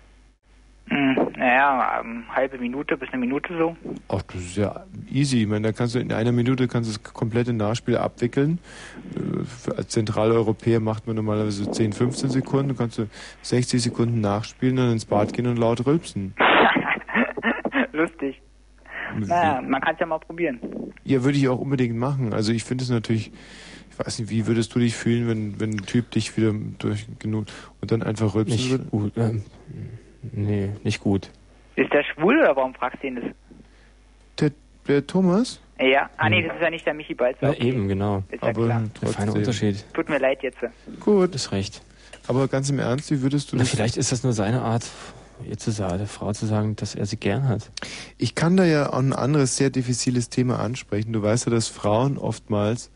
S22: Naja, halbe Minute bis eine Minute so.
S1: Ach, das ist ja easy. Ich meine, da kannst du in einer Minute das komplette Nachspiel abwickeln. Als Zentraleuropäer macht man normalerweise 10, 15 Sekunden. Du kannst 60 Sekunden nachspielen, dann ins Bad gehen und laut rülpsen.
S22: Lustig. Naja, man kann es ja mal probieren.
S1: Ja, würde ich auch unbedingt machen. Also ich finde es natürlich, ich weiß nicht, wie würdest du dich fühlen, wenn ein Typ dich wieder durch genug und dann einfach rülpsen
S2: nicht
S1: würde?
S2: Gut, nee, nicht gut.
S22: Ist der schwul oder warum fragst du ihn das?
S1: Der Thomas?
S22: Ja, nee, das ist ja nicht der Michi Balzer.
S2: Ja, eben, genau.
S22: Ist ja klar.
S2: Der feine Unterschied.
S22: Tut mir leid jetzt.
S1: Gut.
S2: Ist recht.
S1: Aber ganz im Ernst, wie würdest du das...
S2: Vielleicht ist das nur seine Art, ihr zu sagen, der Frau zu sagen, dass er sie gern hat.
S1: Ich kann da ja auch ein anderes, sehr diffiziles Thema ansprechen. Du weißt ja, dass Frauen oftmals...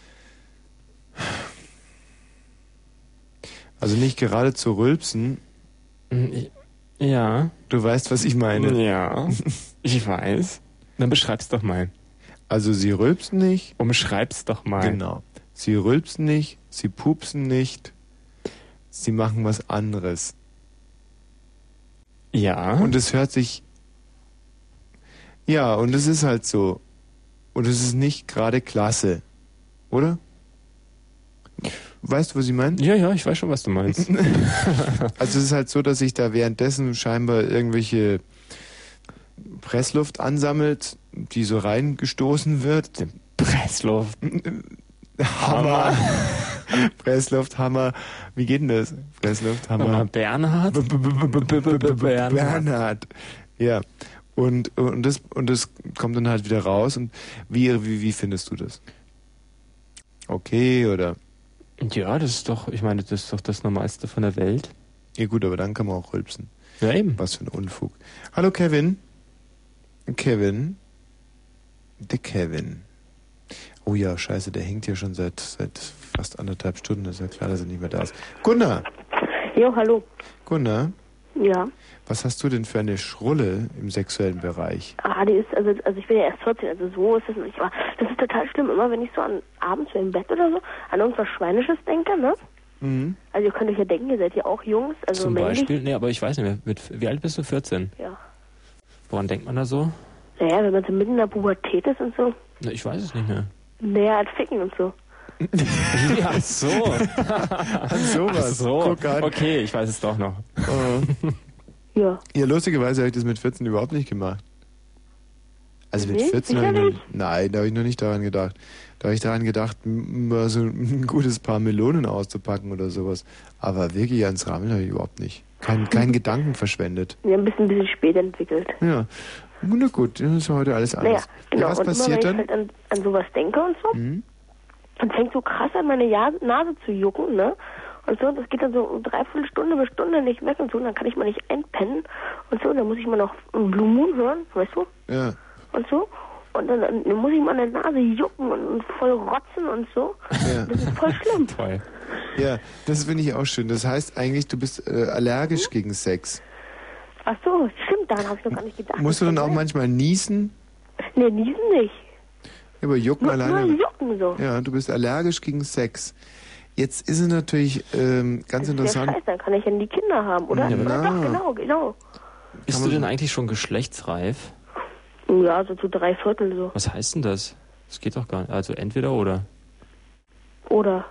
S1: Also nicht gerade zu rülpsen...
S2: Ja.
S1: Du weißt, was ich meine.
S2: Ja, ich weiß. Dann beschreib's doch mal.
S1: Also sie rülpsen nicht.
S2: Umschreib's doch mal.
S1: Genau. Sie rülpsen nicht, sie pupsen nicht, sie machen was anderes.
S2: Ja.
S1: Und es hört sich... Ja, und es ist halt so. Und es ist nicht gerade klasse. Oder? Weißt du, was ich meine?
S2: Ja, ich weiß schon, was du meinst.
S1: Also es ist halt so, dass sich da währenddessen scheinbar irgendwelche Pressluft ansammelt, die so reingestoßen wird.
S2: Pressluft.
S1: Hammer. Presslufthammer. Wie geht denn das? Presslufthammer.
S2: Bernhard?
S1: Bernhard. Ja. Und das kommt dann halt wieder raus. Und wie findest du das? Okay, oder?
S2: Ja, das ist doch, ich meine, das ist doch das Normalste von der Welt.
S1: Ja gut, aber dann kann man auch rülpsen.
S2: Ja, eben.
S1: Was für ein Unfug. Hallo Kevin. Kevin. Der Kevin. Oh ja, scheiße, der hängt hier schon seit fast 1,5 Stunden. Das ist ja klar, dass er nicht mehr da ist. Gunnar.
S21: Jo, hallo.
S1: Gunnar.
S21: Ja.
S1: Was hast du denn für eine Schrulle im sexuellen Bereich?
S21: Die ist, also ich bin ja erst 14, also so ist das nicht. Aber das ist total schlimm, immer wenn ich so abends so im Bett oder so an irgendwas Schweinisches denke, ne?
S1: Mhm.
S21: Also ihr könnt euch ja denken, ihr seid ja auch Jungs, also
S2: Zum
S21: männlich.
S2: Beispiel? Nee, aber ich weiß nicht mehr. Wie alt bist du? 14?
S21: Ja.
S2: Woran denkt man da so?
S21: Naja, wenn man so mitten in der Pubertät ist und so.
S2: Na, ich weiß es nicht mehr.
S21: Naja, als Ficken und so.
S2: Ja, so.
S1: An sowas.
S2: Ach so.
S1: Guck an.
S2: Okay, ich weiß es doch noch.
S21: Ja.
S1: Ja, lustigerweise habe ich das mit 14 überhaupt nicht gemacht. Also mit
S21: Nee,
S1: 14
S21: sicher
S1: habe ich
S21: nicht?
S1: Nein, da habe ich noch nicht daran gedacht. Da habe ich daran gedacht, mal so ein gutes paar Melonen auszupacken oder sowas. Aber wirklich ans Rammeln habe ich überhaupt nicht. Kein Gedanken verschwendet.
S21: Ja, ein bisschen spät entwickelt.
S1: Ja. Na gut, das ist heute alles anders.
S21: Naja, genau.
S1: Ja, was
S21: und
S1: passiert
S21: immer,
S1: dann?
S21: wenn ich halt an sowas denke und so, dann fängt so krass an, meine Nase zu jucken, ne? Und so, das geht dann so 3/4 Stunde bis Stunde nicht weg und so, und dann kann ich mal nicht einpennen und so, und dann muss ich mal noch Blue Moon hören, weißt du?
S1: Ja.
S21: Und so. Und dann muss ich mal an der Nase jucken und voll rotzen und so.
S1: Ja.
S21: Das ist voll schlimm.
S2: Toll.
S1: Ja, das finde ich auch schön. Das heißt eigentlich, du bist allergisch gegen Sex.
S21: Ach so, stimmt, daran habe ich noch gar nicht gedacht.
S1: Musst du dann auch manchmal niesen?
S21: Nee, niesen nicht.
S1: Ja, aber jucken
S21: Nur
S1: alleine.
S21: jucken so.
S1: Ja, du bist allergisch gegen Sex. Jetzt ist es natürlich ganz
S21: Das ist
S1: interessant.
S21: ja scheiße, dann kann ich ja nie Kinder haben, oder?
S1: Ja,
S21: Ja, doch, genau.
S2: Bist du denn eigentlich schon geschlechtsreif?
S21: Ja, so zu 3/4 so.
S2: Was heißt denn das? Das geht doch gar nicht. Also entweder oder.
S21: Oder?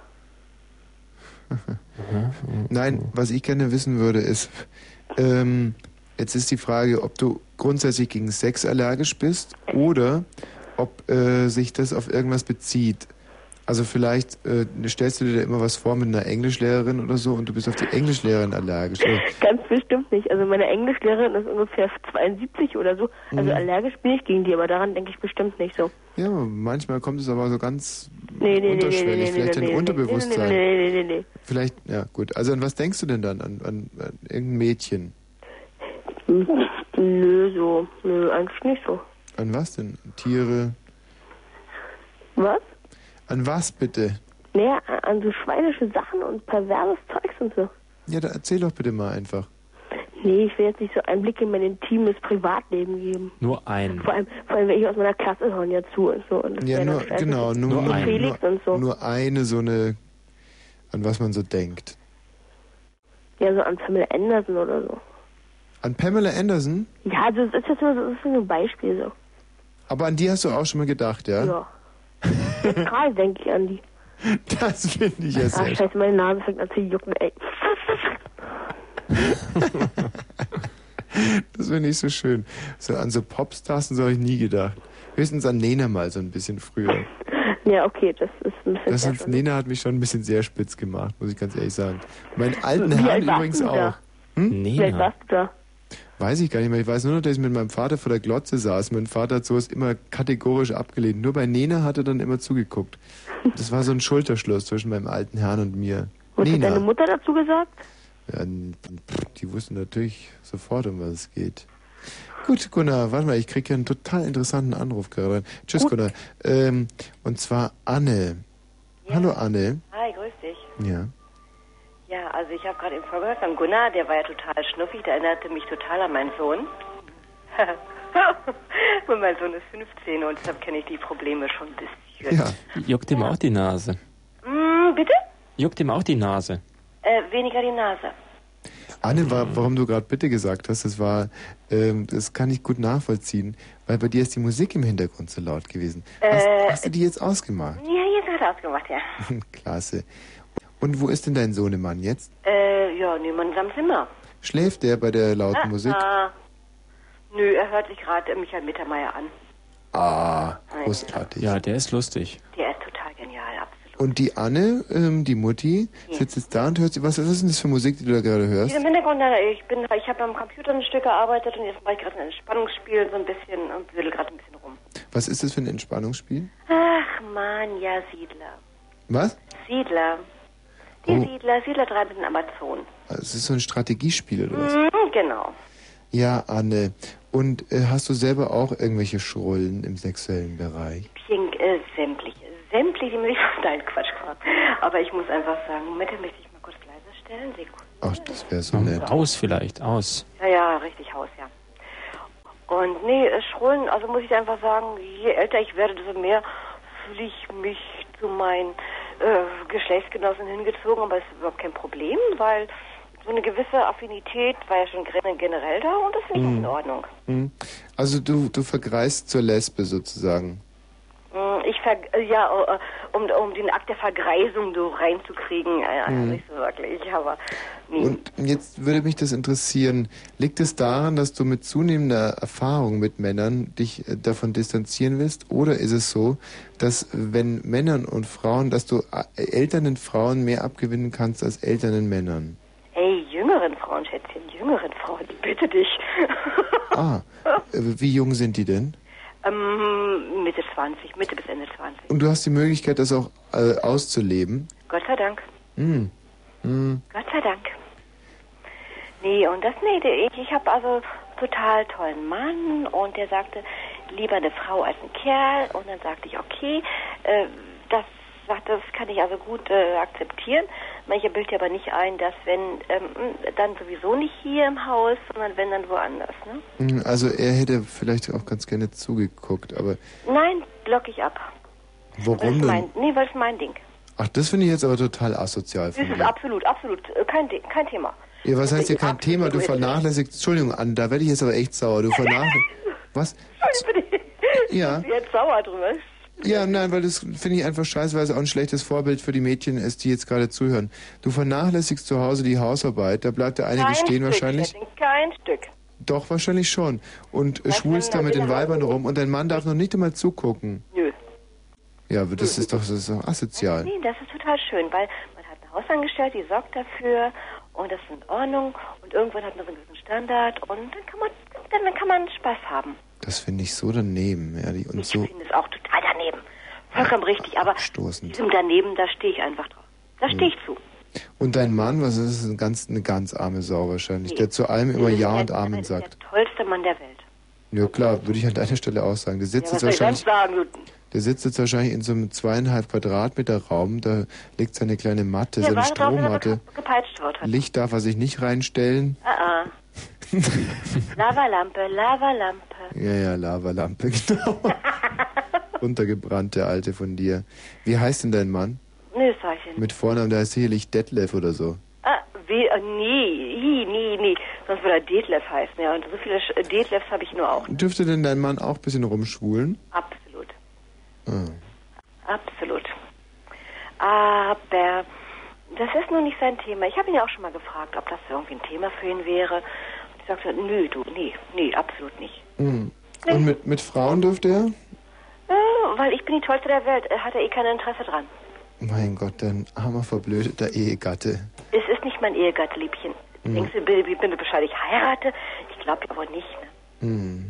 S1: Nein, was ich gerne wissen würde ist, jetzt ist die Frage, ob du grundsätzlich gegen Sex allergisch bist oder ob sich das auf irgendwas bezieht. Also vielleicht stellst du dir da immer was vor mit einer Englischlehrerin oder so und du bist auf die Englischlehrerin allergisch. Oder?
S21: Ganz bestimmt nicht. Also meine Englischlehrerin ist ungefähr 72 oder so. Also allergisch bin ich gegen die, aber daran denke ich bestimmt nicht so.
S1: Ja, manchmal kommt es aber so ganz
S21: Nee,
S1: unterschwellig, vielleicht ein Unterbewusstsein.
S21: Nee.
S1: Vielleicht, ja gut. Also an was denkst du denn dann? An irgendein Mädchen?
S21: Nö, eigentlich nicht so.
S1: An was denn? Tiere?
S21: Was?
S1: An was bitte?
S21: Naja, an so schweinische Sachen und perverses Zeugs und so.
S1: Ja, dann erzähl doch bitte mal einfach.
S21: Nee, ich will jetzt nicht so Einblicke in mein intimes Privatleben geben.
S2: Nur einen.
S21: Vor allem welche aus meiner Klasse hören ja zu und so. Und das
S1: Ja,
S21: wäre
S1: nur,
S21: dann scheiße.
S1: genau, nur
S21: Felix und so.
S1: Nur eine so eine, an was man so denkt.
S21: Ja, so an Pamela Anderson oder so.
S1: An Pamela Anderson?
S21: Ja, das ist jetzt nur so, das ist nur ein Beispiel so.
S1: Aber an die hast du auch schon mal gedacht, ja?
S21: Ja. Jetzt gerade denke ich an die.
S1: Das finde ich ja sehr
S21: Ach, scheiße, meine Nase fängt an zu jucken, ey.
S1: Das finde ich so schön. So an so Popstars und so habe ich nie gedacht. Höchstens an Nena mal so ein bisschen früher.
S21: Ja, okay, das ist ein bisschen...
S1: Das hat, Nena hat mich schon ein bisschen sehr spitz gemacht, muss ich ganz ehrlich sagen. Meinen alten
S21: Wie
S1: Herrn
S21: alt warst
S1: übrigens
S21: du
S1: auch.
S21: da? Wie alt warst du da?
S1: Weiß ich gar nicht mehr. Ich weiß nur noch, dass ich mit meinem Vater vor der Glotze saß. Mein Vater hat sowas immer kategorisch abgelehnt. Nur bei Nena hat er dann immer zugeguckt. Das war so ein Schulterschluss zwischen meinem alten Herrn und mir.
S21: Was hat deine Mutter dazu gesagt?
S1: Ja, die wussten natürlich sofort, um was es geht. Gut, Gunnar, warte mal, ich kriege hier einen total interessanten Anruf gerade rein. Tschüss,
S3: Gut.
S1: Gunnar. Und zwar Anne. Ja. Hallo, Anne.
S3: Hi, grüß dich.
S1: Ja.
S3: Ja, also ich habe gerade eben vorgehört von Gunnar, der war ja total schnuffig, der erinnerte mich total an meinen Sohn. Und mein Sohn ist 15 und deshalb kenne ich die Probleme schon ein bisschen.
S2: Ja. Juckt ihm auch die Nase.
S3: Bitte?
S2: Juckt ihm auch die Nase.
S3: Weniger die Nase.
S1: Anne, warum du gerade bitte gesagt hast, das kann ich gut nachvollziehen, weil bei dir ist die Musik im Hintergrund so laut gewesen. Hast du die jetzt ausgemacht?
S3: Ja, jetzt hat er ausgemacht, ja.
S1: Klasse. Und wo ist denn dein Sohnemann jetzt?
S3: Ja, niemand am Zimmer.
S1: Schläft der bei der lauten Musik?
S3: Nö, er hört sich gerade Michael Mittermeier an.
S1: Ah, großartig.
S2: Ja, der ist lustig.
S3: Der ist total genial, absolut.
S1: Und die Anne, die Mutti, sitzt jetzt da und hört, was ist denn das für Musik, die du da gerade hörst?
S3: Im Hintergrund, ich habe am Computer ein Stück gearbeitet und jetzt mache ich gerade ein Entspannungsspiel so ein bisschen und büdel gerade ein bisschen rum.
S1: Was ist das für ein Entspannungsspiel?
S3: Ach man, ja, Siedler.
S1: Was?
S3: Siedler. Siedler 3 mit dem Amazon.
S1: Also es ist so ein Strategiespiel, oder was?
S3: Genau.
S1: Ja, Anne. Und hast du selber auch irgendwelche Schrullen im sexuellen Bereich?
S3: Pink, sämtliche, die mich... Nein, Quatsch. Aber ich muss einfach sagen, Moment, möchte ich mal kurz leiser stellen. Sekunde.
S1: Ach, das wäre so nett.
S2: Aus vielleicht, aus.
S3: Ja, richtig, Haus, ja. Und nee, Schrullen, also muss ich einfach sagen, je älter ich werde, desto mehr fühle ich mich zu meinen Geschlechtsgenossen hingezogen, aber es ist überhaupt kein Problem, weil so eine gewisse Affinität war ja schon generell da und das finde ich auch in Ordnung.
S1: Also du vergreist zur Lesbe sozusagen.
S3: Um den Akt der Vergreisung so reinzukriegen, nicht so wirklich, aber nie.
S1: Und jetzt würde mich das interessieren, liegt es daran, dass du mit zunehmender Erfahrung mit Männern dich davon distanzieren willst, oder ist es so, dass wenn Männern und Frauen, dass du älteren Frauen mehr abgewinnen kannst als älteren Männern?
S3: Hey, jüngeren Frauen, Schätzchen, ich bitte dich.
S1: Wie jung sind die denn?
S3: Mitte bis Ende 20.
S1: Und du hast die Möglichkeit, das auch auszuleben?
S3: Gott sei Dank. Gott sei Dank. Ich habe also total tollen Mann und der sagte, lieber eine Frau als ein Kerl. Und dann sagte ich, okay, das kann ich also gut akzeptieren. Manche bildet aber nicht ein, dass wenn, dann sowieso nicht hier im Haus, sondern wenn, dann woanders, ne?
S1: Also er hätte vielleicht auch ganz gerne zugeguckt, aber...
S3: Nein, block ich ab.
S1: Warum denn?
S3: Weil es mein Ding.
S1: Ach, das finde ich jetzt aber total asozial von
S3: Das ist
S1: dir.
S3: absolut, kein Thema.
S1: Ja, was heißt hier kein Thema? Du vernachlässigst... Entschuldigung, Anne, da werde ich jetzt aber echt sauer. Du vernachlässigst... Was? Ja.
S3: Ich bin jetzt sauer drüber.
S1: Ja, nein, weil das finde ich einfach scheiße, weil es auch ein schlechtes Vorbild für die Mädchen ist, die jetzt gerade zuhören. Du vernachlässigst zu Hause die Hausarbeit, da bleibt der eine stehen wahrscheinlich.
S3: Kein Stück.
S1: Doch, wahrscheinlich schon. Und schwulst da mit den Weibern rum und dein Mann darf noch nicht einmal zugucken.
S3: Nö.
S1: Ja, aber das ist doch asozial.
S3: Nee, das ist total schön, weil man hat eine Hausangestellte, die sorgt dafür und das ist in Ordnung und irgendwann hat man so einen gewissen Standard und dann kann man Spaß haben.
S1: Das finde ich so daneben. Ja, ich
S3: finde es auch total daneben. Vollkommen richtig, aber diesem daneben, da stehe ich einfach drauf. Da stehe ich zu.
S1: Und dein Mann, was ist das? Eine ganz arme Sau wahrscheinlich, der zu allem immer Ja und Amen sagt.
S3: Der tollste Mann der Welt.
S1: Ja klar, würde ich an deiner Stelle auch sagen. Der sitzt
S3: Ja, was
S1: jetzt
S3: soll ich
S1: wahrscheinlich...
S3: sonst sagen?
S1: Der sitzt jetzt wahrscheinlich in so einem 2,5 Quadratmeter Raum, da liegt seine kleine Matte,
S3: Ja,
S1: seine
S3: weil er drauf
S1: Strohmatte.
S3: gepeitscht wird.
S1: Licht darf er sich nicht reinstellen.
S3: Lavalampe, Lavalampe.
S1: Ja, Lavalampe, genau. Runtergebrannt, der Alte von dir. Wie heißt denn dein Mann?
S3: Nee, das sag ich nicht.
S1: Mit Vornamen, der heißt sicherlich Detlef oder so.
S3: Nee. Sonst würde er Detlef heißen, ja. Und so viele Detlefs habe ich nur auch.
S1: Dürfte denn dein Mann auch ein bisschen rumschwulen?
S3: Absolut.
S1: Ah.
S3: Absolut. Aber das ist nur nicht sein Thema. Ich habe ihn ja auch schon mal gefragt, ob das irgendwie ein Thema für ihn wäre. Und ich sagte, nee, absolut nicht.
S1: Mhm. Und mit Frauen dürfte er?
S3: Weil ich bin die Tollste der Welt. Hat er eh kein Interesse dran.
S1: Mein Gott, dein armer, verblödeter Ehegatte.
S3: Es ist nicht mein Ehegatte, Liebchen. Denkst du, ich bin Bescheid, ich heirate? Ich glaube aber nicht, ne?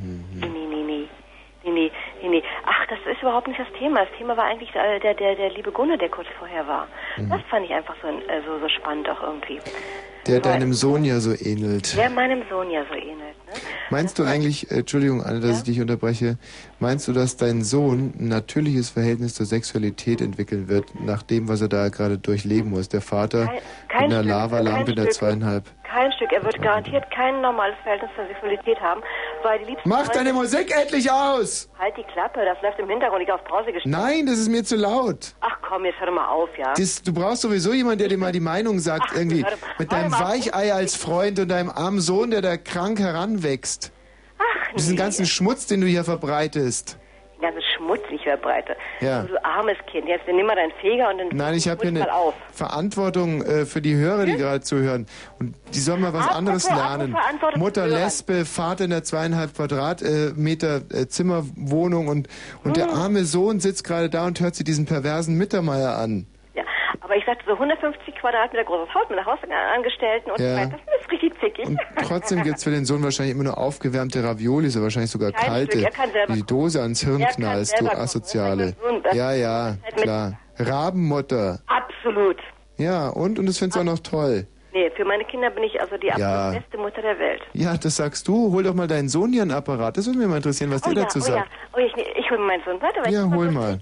S3: Nee. Ach, das ist überhaupt nicht das Thema. Das Thema war eigentlich der liebe Gunnar, der kurz vorher war. Das fand ich einfach so spannend auch irgendwie.
S1: Der deinem Sohn ja so ähnelt.
S3: Der meinem Sohn ja so ähnelt, ne?
S1: Meinst du eigentlich, Entschuldigung, Anne, dass ich dich unterbreche, meinst du, dass dein Sohn ein natürliches Verhältnis zur Sexualität entwickeln wird, nach dem, was er da gerade durchleben muss? Der Vater mit einer Lavalampe in der 2,5.
S3: Kein Stück. Er wird garantiert kein normales Verhältnis zur Sexualität haben, weil die liebsten...
S1: Mach deine Musik endlich aus!
S3: Halt die Klappe, das läuft im Hintergrund nicht auf Pause gestellt.
S1: Nein, das ist mir zu laut.
S3: Ach komm, jetzt hör doch mal auf, ja?
S1: Du brauchst sowieso jemanden, der dir mal die Meinung sagt, irgendwie. Mit deinem Weichei als Freund und deinem armen Sohn, der da krank heranwächst.
S3: Ach,
S1: Diesen ganzen Schmutz, den du hier verbreitest.
S3: Den ganzen Schmutz nicht verbreite.
S1: Ja.
S3: Du armes Kind, jetzt nimm mal deinen Feger und dann...
S1: Nein, ich habe hier eine Verantwortung für die Hörer, die gerade zuhören. Und die sollen mal was anderes lernen. Mutter Lesbe, Vater in der 2,5 Quadratmeter Zimmerwohnung und der arme Sohn sitzt gerade da und hört sich diesen perversen Mittermeier an.
S3: Ja, aber ich sagte so 150 Quadratmeter großes Haus mit einer Hausangestellten und
S1: Ja.
S3: das ist richtig zickig.
S1: Und trotzdem gibt's für den Sohn wahrscheinlich immer nur aufgewärmte Raviolis, oder wahrscheinlich sogar
S3: Kein
S1: kalte,
S3: Stück, er kann selber
S1: die die Dose ans Hirn
S3: Er kann
S1: knallst, du
S3: selber kochen.
S1: Asoziale.
S3: Das
S1: Ja,
S3: ist halt mit-
S1: klar. Rabenmutter.
S3: Absolut.
S1: Ja, und das findest du auch noch toll.
S3: Nee, für meine Kinder bin ich also die
S1: Ja.
S3: absolut beste Mutter der Welt.
S1: Ja, das sagst du. Hol doch mal deinen Sohn hier einen Apparat. Das würde mich mal interessieren, was der dazu sagt.
S3: Oh, ich hole mir meinen Sohn. Warte,
S1: Ja, hol mal.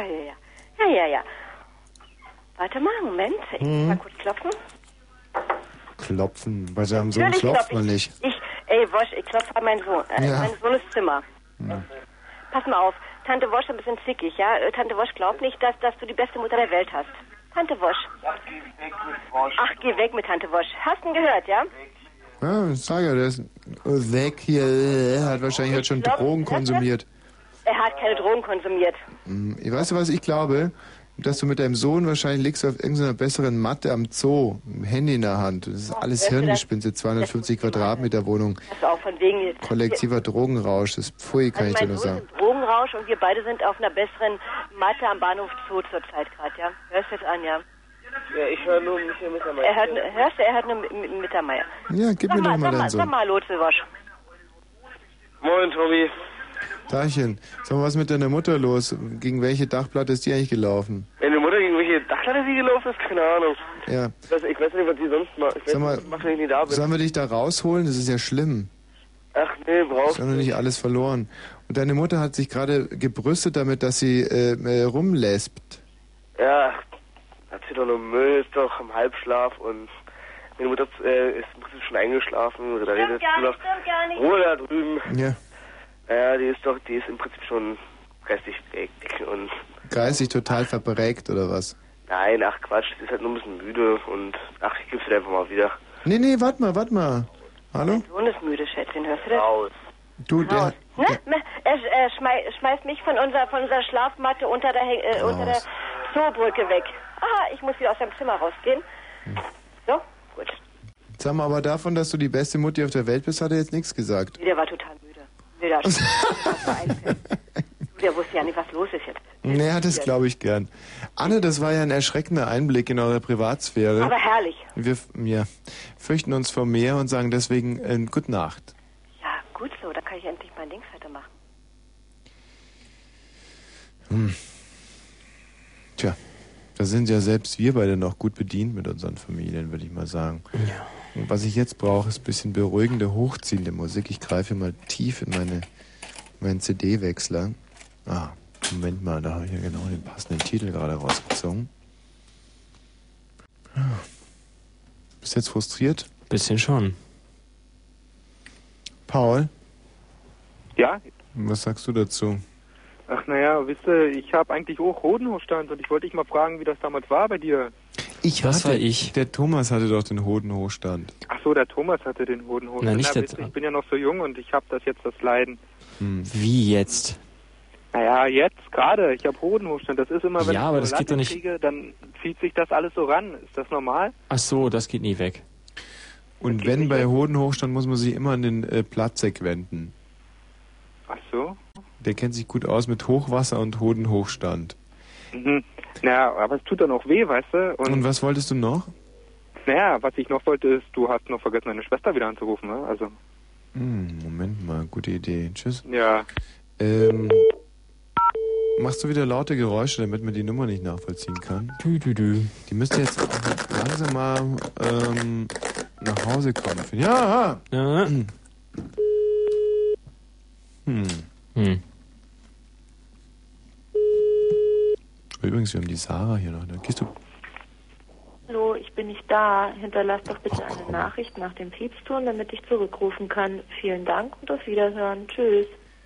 S3: Ja. Warte mal, Moment. Ich muss mal kurz klopfen.
S1: Klopfen. Bei seinem Sohn
S3: Natürlich
S1: klopft
S3: klopf
S1: man nicht.
S3: Wosch, ich klopfe an meinen Sohn.
S1: Ja.
S3: Mein Sohnes Zimmer. Pass mal auf. Tante Wosch ist ein bisschen zickig, ja? Tante Wosch glaubt nicht, dass du die beste Mutter der Welt hast. Tante Wosch. Ach, geh weg mit Tante Wosch. Hast du ihn gehört, ja?
S1: Ja, ich sag ja, der ist weg hier. Er hat wahrscheinlich halt schon Drogen konsumiert.
S3: Er hat keine Drogen konsumiert.
S1: Weißt du, was ich glaube? Dass du mit deinem Sohn wahrscheinlich liegst auf irgendeiner besseren Matte am Zoo, ein Handy in der Hand. Das ist alles Hirngespinste, 250 Quadratmeter Wohnung.
S3: Also auch von wegen...
S1: Kollektiver Drogenrausch, das ist pfui, kann ich dir
S3: mein
S1: nur
S3: Sohn
S1: sagen.
S3: ist im Drogenrausch und wir beide sind auf einer besseren Matte am Bahnhof Zoo zurzeit gerade, ja? Hörst du jetzt an, ja?
S12: Ja, ich höre nur Mittermeier.
S3: Er hört nur Mittermeier.
S1: Ja, gib mir doch mal deinen
S3: Sag
S1: Sohn.
S3: mal, Lotselwosch.
S12: Moin, Tobi.
S1: Tagchen, sag mal, was ist mit deiner Mutter los? Gegen welche Dachplatte ist die eigentlich gelaufen?
S12: Meine Mutter, gegen welche Dachplatte sie gelaufen ist? Keine Ahnung.
S1: Ja.
S12: Ich weiß nicht, was sie sonst macht. Ich weiß
S1: Sag mal,
S12: nicht, was macht, wenn ich nicht da bin.
S1: Sollen wir dich da rausholen? Das ist ja schlimm.
S12: Ach nee, brauchst
S1: Ist doch noch nicht alles verloren. Und deine Mutter hat sich gerade gebrüstet damit, dass sie rumlässt.
S12: Ja, hat sie doch nur Müll, ist doch im Halbschlaf und meine Mutter ist im Prinzip schon eingeschlafen. Da redet sie noch Ruhe da drüben.
S1: Ja.
S12: Ja, die ist im Prinzip schon geistig weg und...
S1: Geistig total verbrägt, oder was?
S12: Nein, ach Quatsch, sie ist halt nur ein bisschen müde und ach, ich gebe sie dir einfach mal wieder.
S1: Nee, warte mal. Hallo?
S3: Mein Sohn ist müde, Schätzchen, hörst du das?
S12: Raus.
S1: Du, der...
S3: Ne? Er schmeißt mich von unserer Schlafmatte unter der Zoobrücke weg. Ah, ich muss wieder aus seinem Zimmer rausgehen. So, gut.
S1: Sag mal, aber davon, dass du die beste Mutti auf der Welt bist, hat er jetzt nichts gesagt.
S3: Der war total müde. Der wusste ja nicht, was los ist jetzt.
S1: Naja, das glaube ich gern. Anne, das war ja ein erschreckender Einblick in eure Privatsphäre.
S3: Aber herrlich.
S1: Wir fürchten uns vor mehr und sagen deswegen Gute Nacht.
S3: Ja, gut so, da kann ich endlich mein Dings weitermachen.
S1: Tja, da sind ja selbst wir beide noch gut bedient mit unseren Familien, würde ich mal sagen.
S2: Ja.
S1: Und was ich jetzt brauche, ist ein bisschen beruhigende, hochziehende Musik. Ich greife mal tief in meinen CD-Wechsler. Moment mal, da habe ich ja genau den passenden Titel gerade rausgezogen. Bist du jetzt frustriert?
S2: Bisschen schon.
S1: Paul?
S5: Ja?
S1: Was sagst du dazu?
S5: Ach naja, wisst ihr, ich habe eigentlich auch Hodenhochstand und ich wollte dich mal fragen, wie das damals war bei dir.
S2: Das war ich.
S1: Der Thomas hatte doch den Hodenhochstand.
S5: Ach so, der Thomas hatte den Hodenhochstand.
S2: Na, nicht
S5: wisst ihr, ich bin ja noch so jung und ich habe das jetzt, das Leiden.
S2: Wie jetzt?
S5: Naja, jetzt gerade. Ich habe Hodenhochstand. Das ist immer, wenn
S2: Ja, aber
S5: ich
S2: das
S5: so
S2: geht doch
S5: Latte
S2: nicht-
S5: kriege, dann zieht sich das alles so ran. Ist das normal?
S2: Ach so, das geht nie weg.
S1: Und wenn bei Hodenhochstand, muss man sich immer an den Platzek wenden.
S5: Ach so?
S1: Der kennt sich gut aus mit Hochwasser und Hodenhochstand.
S5: Mhm. Naja, aber es tut dann auch weh, weißt du?
S1: Und was wolltest du noch?
S5: Naja, was ich noch wollte ist, du hast noch vergessen, deine Schwester wieder anzurufen, ne? Also.
S1: Moment mal, gute Idee. Tschüss.
S5: Ja.
S1: Machst du wieder laute Geräusche, damit man die Nummer nicht nachvollziehen kann? Die müsste jetzt langsam mal nach Hause kommen. Ja! Übrigens, wir haben die Sarah hier noch. Da gehst du.
S21: Hallo, ich bin nicht da. Hinterlass doch bitte eine Nachricht nach dem Piepston, damit ich zurückrufen kann. Vielen Dank und auf Wiederhören. Tschüss.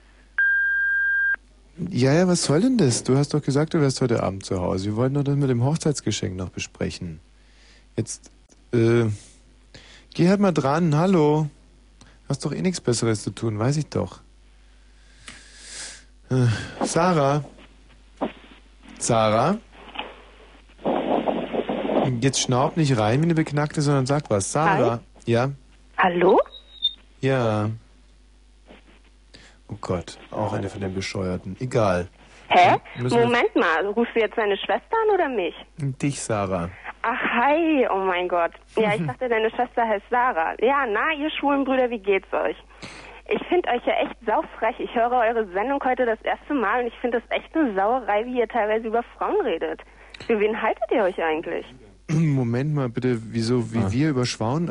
S1: Ja, was soll denn das? Du hast doch gesagt, du wärst heute Abend zu Hause. Wir wollten doch das mit dem Hochzeitsgeschenk noch besprechen. Jetzt, geh halt mal dran. Hallo. Hast doch eh nichts Besseres zu tun, weiß ich doch. Sarah? Sarah? Jetzt schnaub nicht rein wie eine Beknackte, sondern sag was. Sarah?
S21: Hi.
S1: Ja?
S21: Hallo?
S1: Ja. Oh Gott, auch eine von den Bescheuerten. Egal.
S21: Hä?
S1: Müssen wir-
S21: Moment mal, rufst du jetzt deine Schwester an oder mich?
S1: Dich, Sarah.
S21: Ach, hi, oh mein Gott. Ja, ich dachte, deine Schwester heißt Sarah. Ja, na, ihr schwulen Brüder, wie geht's euch? Ich finde euch ja echt saufrech. Ich höre eure Sendung heute das erste Mal und ich finde das echt eine Sauerei, wie ihr teilweise über Frauen redet. Für wen haltet ihr euch eigentlich?
S1: Moment mal bitte, wieso, wie wir über Schwauen...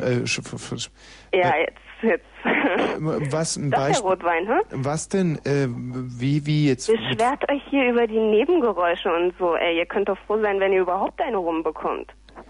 S21: Ja, jetzt.
S1: Was, ein
S21: Das ist der
S1: Beispiel...
S21: Rotwein, hä?
S1: Was denn, wie jetzt...
S21: Beschwert euch hier über die Nebengeräusche und so, ey. Ihr könnt doch froh sein, wenn ihr überhaupt eine rumbekommt.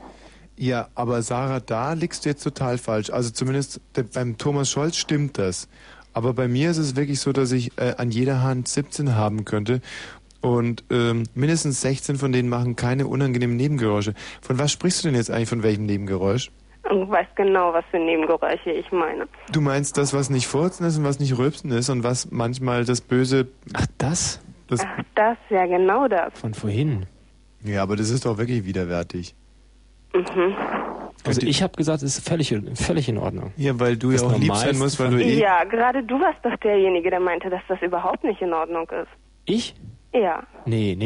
S1: Ja, aber Sarah, da liegst du jetzt total falsch. Also zumindest beim Thomas Scholz stimmt das. Aber bei mir ist es wirklich so, dass ich an jeder Hand 17 haben könnte. Und mindestens 16 von denen machen keine unangenehmen Nebengeräusche. Von was sprichst du denn jetzt eigentlich, von welchem Nebengeräusch?
S21: Und du weißt genau, was für Nebengeräusche ich meine.
S1: Du meinst das, was nicht Furzen ist und was nicht Rülpsen ist und was manchmal das Böse...
S2: Ach, das?
S21: Ach, das, ja genau das.
S2: Von vorhin.
S1: Ja, aber das ist doch wirklich widerwärtig.
S21: Mhm.
S2: Also ich habe gesagt, es ist völlig in Ordnung.
S1: Ja, weil du
S2: Das
S1: ja auch lieb sein musst, weil du
S21: Ja, gerade du warst doch derjenige, der meinte, dass das überhaupt nicht in Ordnung ist.
S2: Ich?
S21: Ja.
S2: Nee.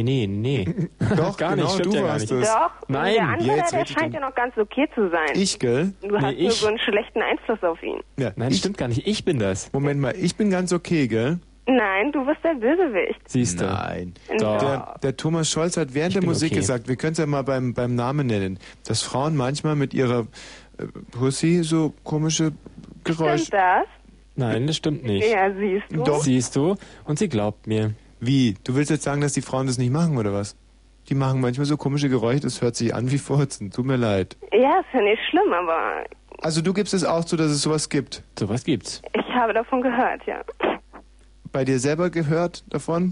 S1: Doch,
S2: gar
S1: genau,
S2: nicht, stimmt
S1: du
S2: ja gar
S1: warst
S2: nicht.
S1: es.
S21: Doch,
S2: Nein.
S21: der andere,
S1: jetzt
S21: der
S1: red ich
S21: scheint ja noch ganz okay zu sein.
S1: Ich, gell?
S21: Du hast nur so einen schlechten Einfluss auf ihn.
S1: Ja,
S2: Nein, stimmt gar nicht. Ich bin das.
S1: Moment mal, ich bin ganz okay, gell?
S21: Nein, du bist der Bösewicht.
S2: Siehst du?
S1: Nein.
S21: Doch.
S1: Der Thomas Scholz hat während der
S2: bin
S1: Musik
S2: okay.
S1: gesagt, wir können es ja mal beim Namen nennen, dass Frauen manchmal mit ihrer Pussy so komische Geräusche...
S21: Stimmt das?
S2: Nein, das stimmt nicht.
S21: Ja, siehst du.
S1: Doch.
S2: Siehst du? Und sie glaubt mir.
S1: Wie? Du willst jetzt sagen, dass die Frauen das nicht machen, oder was? Die machen manchmal so komische Geräusche, das hört sich an wie Furzen. Tut mir leid.
S21: Ja, ist ja nicht schlimm, aber
S1: Also du gibst es auch zu, dass es sowas gibt?
S2: Sowas gibt's.
S21: ich habe davon gehört, ja.
S1: Bei dir selber gehört davon?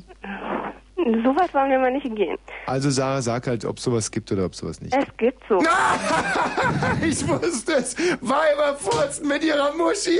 S21: So weit wollen wir mal nicht gehen.
S1: Also Sarah, sag halt, ob sowas gibt oder ob sowas nicht.
S21: Es gibt so.
S1: Ich wusste es! Weiber furzen mit ihrer Muschi!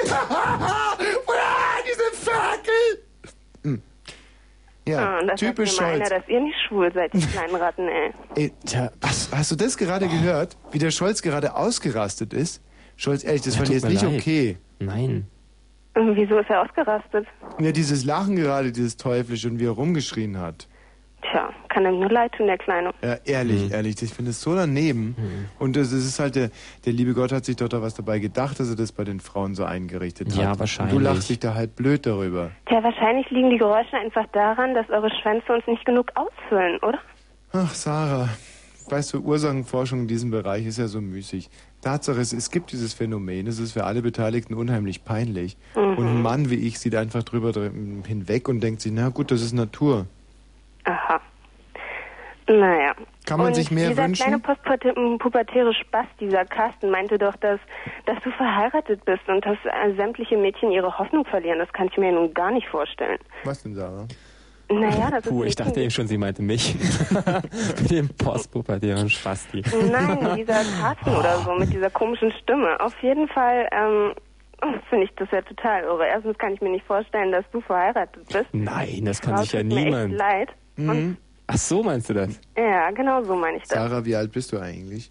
S1: Diese Ferkel! Ja,
S21: und das
S1: typisch
S21: sagt mir mal
S1: Scholz.
S21: einer, dass ihr nicht schwul seid, die kleinen Ratten, ey.
S1: Tja, hast du das gerade gehört? Wie der Scholz gerade ausgerastet ist? Scholz, ehrlich, das
S2: Ja,
S1: fand ich
S2: tut
S1: jetzt
S2: mir
S1: nicht
S2: leid.
S1: okay.
S2: Nein.
S21: Und wieso ist er ausgerastet?
S1: Ja, dieses Lachen gerade, dieses Teuflische und wie er rumgeschrien hat.
S21: Tja, kann ihm nur leid tun, der Kleine.
S1: Ja, ehrlich, ich finde es so daneben. Und es ist halt, der liebe Gott hat sich doch da was dabei gedacht, dass er das bei den Frauen so eingerichtet hat.
S2: Ja, wahrscheinlich.
S1: Und du lachst dich da halt blöd darüber.
S21: Tja, wahrscheinlich liegen die Geräusche einfach daran, dass eure Schwänze uns nicht genug ausfüllen, oder?
S1: Ach, Sarah, weißt du, Ursachenforschung in diesem Bereich ist ja so müßig. Tatsache ist, es gibt dieses Phänomen, es ist für alle Beteiligten unheimlich peinlich.
S21: Mhm.
S1: Und ein Mann wie ich sieht einfach drüber hinweg und denkt sich, na gut, das ist Natur.
S21: Aha. Naja.
S1: Kann man sich mehr wünschen?
S21: Dieser kleine pubertäre Spaß, dieser Carsten, meinte doch, dass du verheiratet bist und dass sämtliche Mädchen ihre Hoffnung verlieren. Das kann ich mir nun gar nicht vorstellen.
S1: Was denn, Sarah?
S21: Naja, das
S2: Puh,
S21: ist
S2: ich dachte eben schon, sie meinte mich. Mit dem postpubertären Spasti.
S21: Nein, dieser Carsten oder so, mit dieser komischen Stimme. Auf jeden Fall finde ich das ja total irre. Erstens kann ich mir nicht vorstellen, dass du verheiratet bist.
S2: Nein, das kann sich ja
S21: Tut mir
S2: niemand.
S21: echt leid. Und
S2: Ach so, meinst du das?
S21: ja, genau so meine ich das.
S1: Sarah, wie alt bist du eigentlich?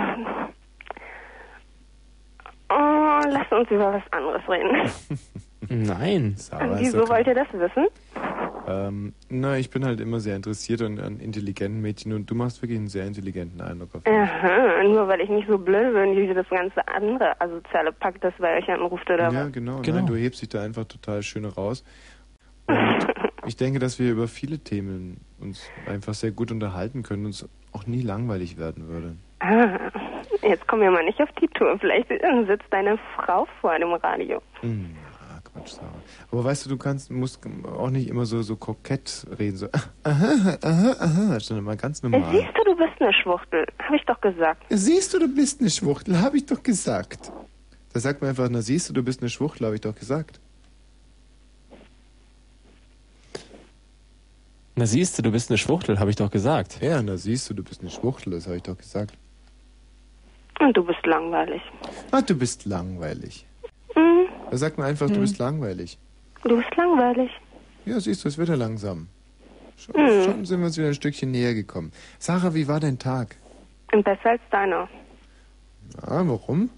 S21: Oh, lass uns über was anderes reden.
S2: Nein.
S1: Sarah,
S21: Wieso wollt ihr das wissen?
S1: Ich bin halt immer sehr interessiert an intelligenten Mädchen und du machst wirklich einen sehr intelligenten Eindruck auf mich.
S21: Aha, nur weil ich nicht so blöd bin, wie das ganze andere asoziale Pack, das bei euch anruft oder
S1: Ja,
S21: was?
S1: genau. Nein, du hebst dich da einfach total schön raus. Und ich denke, dass wir über viele Themen uns einfach sehr gut unterhalten können und es auch nie langweilig werden würde.
S21: Ah, jetzt kommen wir mal nicht auf die Tour. Vielleicht sitzt deine Frau vor dem Radio.
S1: Quatsch, Sarah. Aber weißt du, musst auch nicht immer so kokett reden, so sondern mal ganz normal.
S21: Siehst du bist eine Schwuchtel, habe ich doch gesagt.
S1: Siehst du bist eine Schwuchtel, habe ich doch gesagt. Da sagt man einfach, siehst du bist eine Schwuchtel, habe ich doch gesagt.
S2: Na siehst du bist eine Schwuchtel, habe ich doch gesagt.
S1: Ja, siehst du bist eine Schwuchtel, das habe ich doch gesagt.
S21: Und du bist langweilig.
S1: Du bist langweilig. Da sagt man einfach, du bist langweilig.
S21: Du bist langweilig.
S1: Ja, siehst du, es wird ja langsam. Schon sind wir uns wieder ein Stückchen näher gekommen. Sarah, wie war dein Tag?
S21: Besser als deiner.
S1: Ja, warum?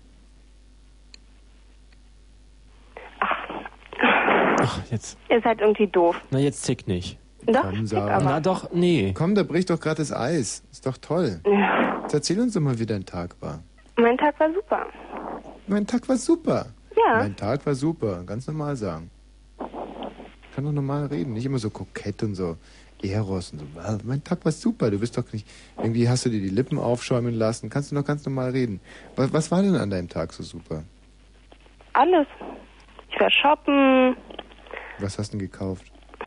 S2: Ach, jetzt.
S21: Ihr seid irgendwie doof.
S2: Na, jetzt zick nicht.
S21: Doch,
S1: Komm,
S21: zick
S1: Sarah.
S21: aber.
S2: Na doch, nee.
S1: Komm, da bricht doch gerade das Eis. Ist doch toll.
S21: Ja.
S1: Jetzt erzähl uns doch mal, wie dein Tag war.
S21: Mein Tag war super.
S1: Mein Tag war super.
S21: Ja.
S1: Mein Tag war super. Ganz normal sagen. Ich kann doch normal reden. Nicht immer so kokett und so Eros und so. Mein Tag war super. Du bist doch nicht... Irgendwie hast du dir die Lippen aufschäumen lassen. Kannst du noch ganz normal reden. Was war denn an deinem Tag so super?
S21: Alles. Ich war shoppen.
S1: Was hast du denn gekauft?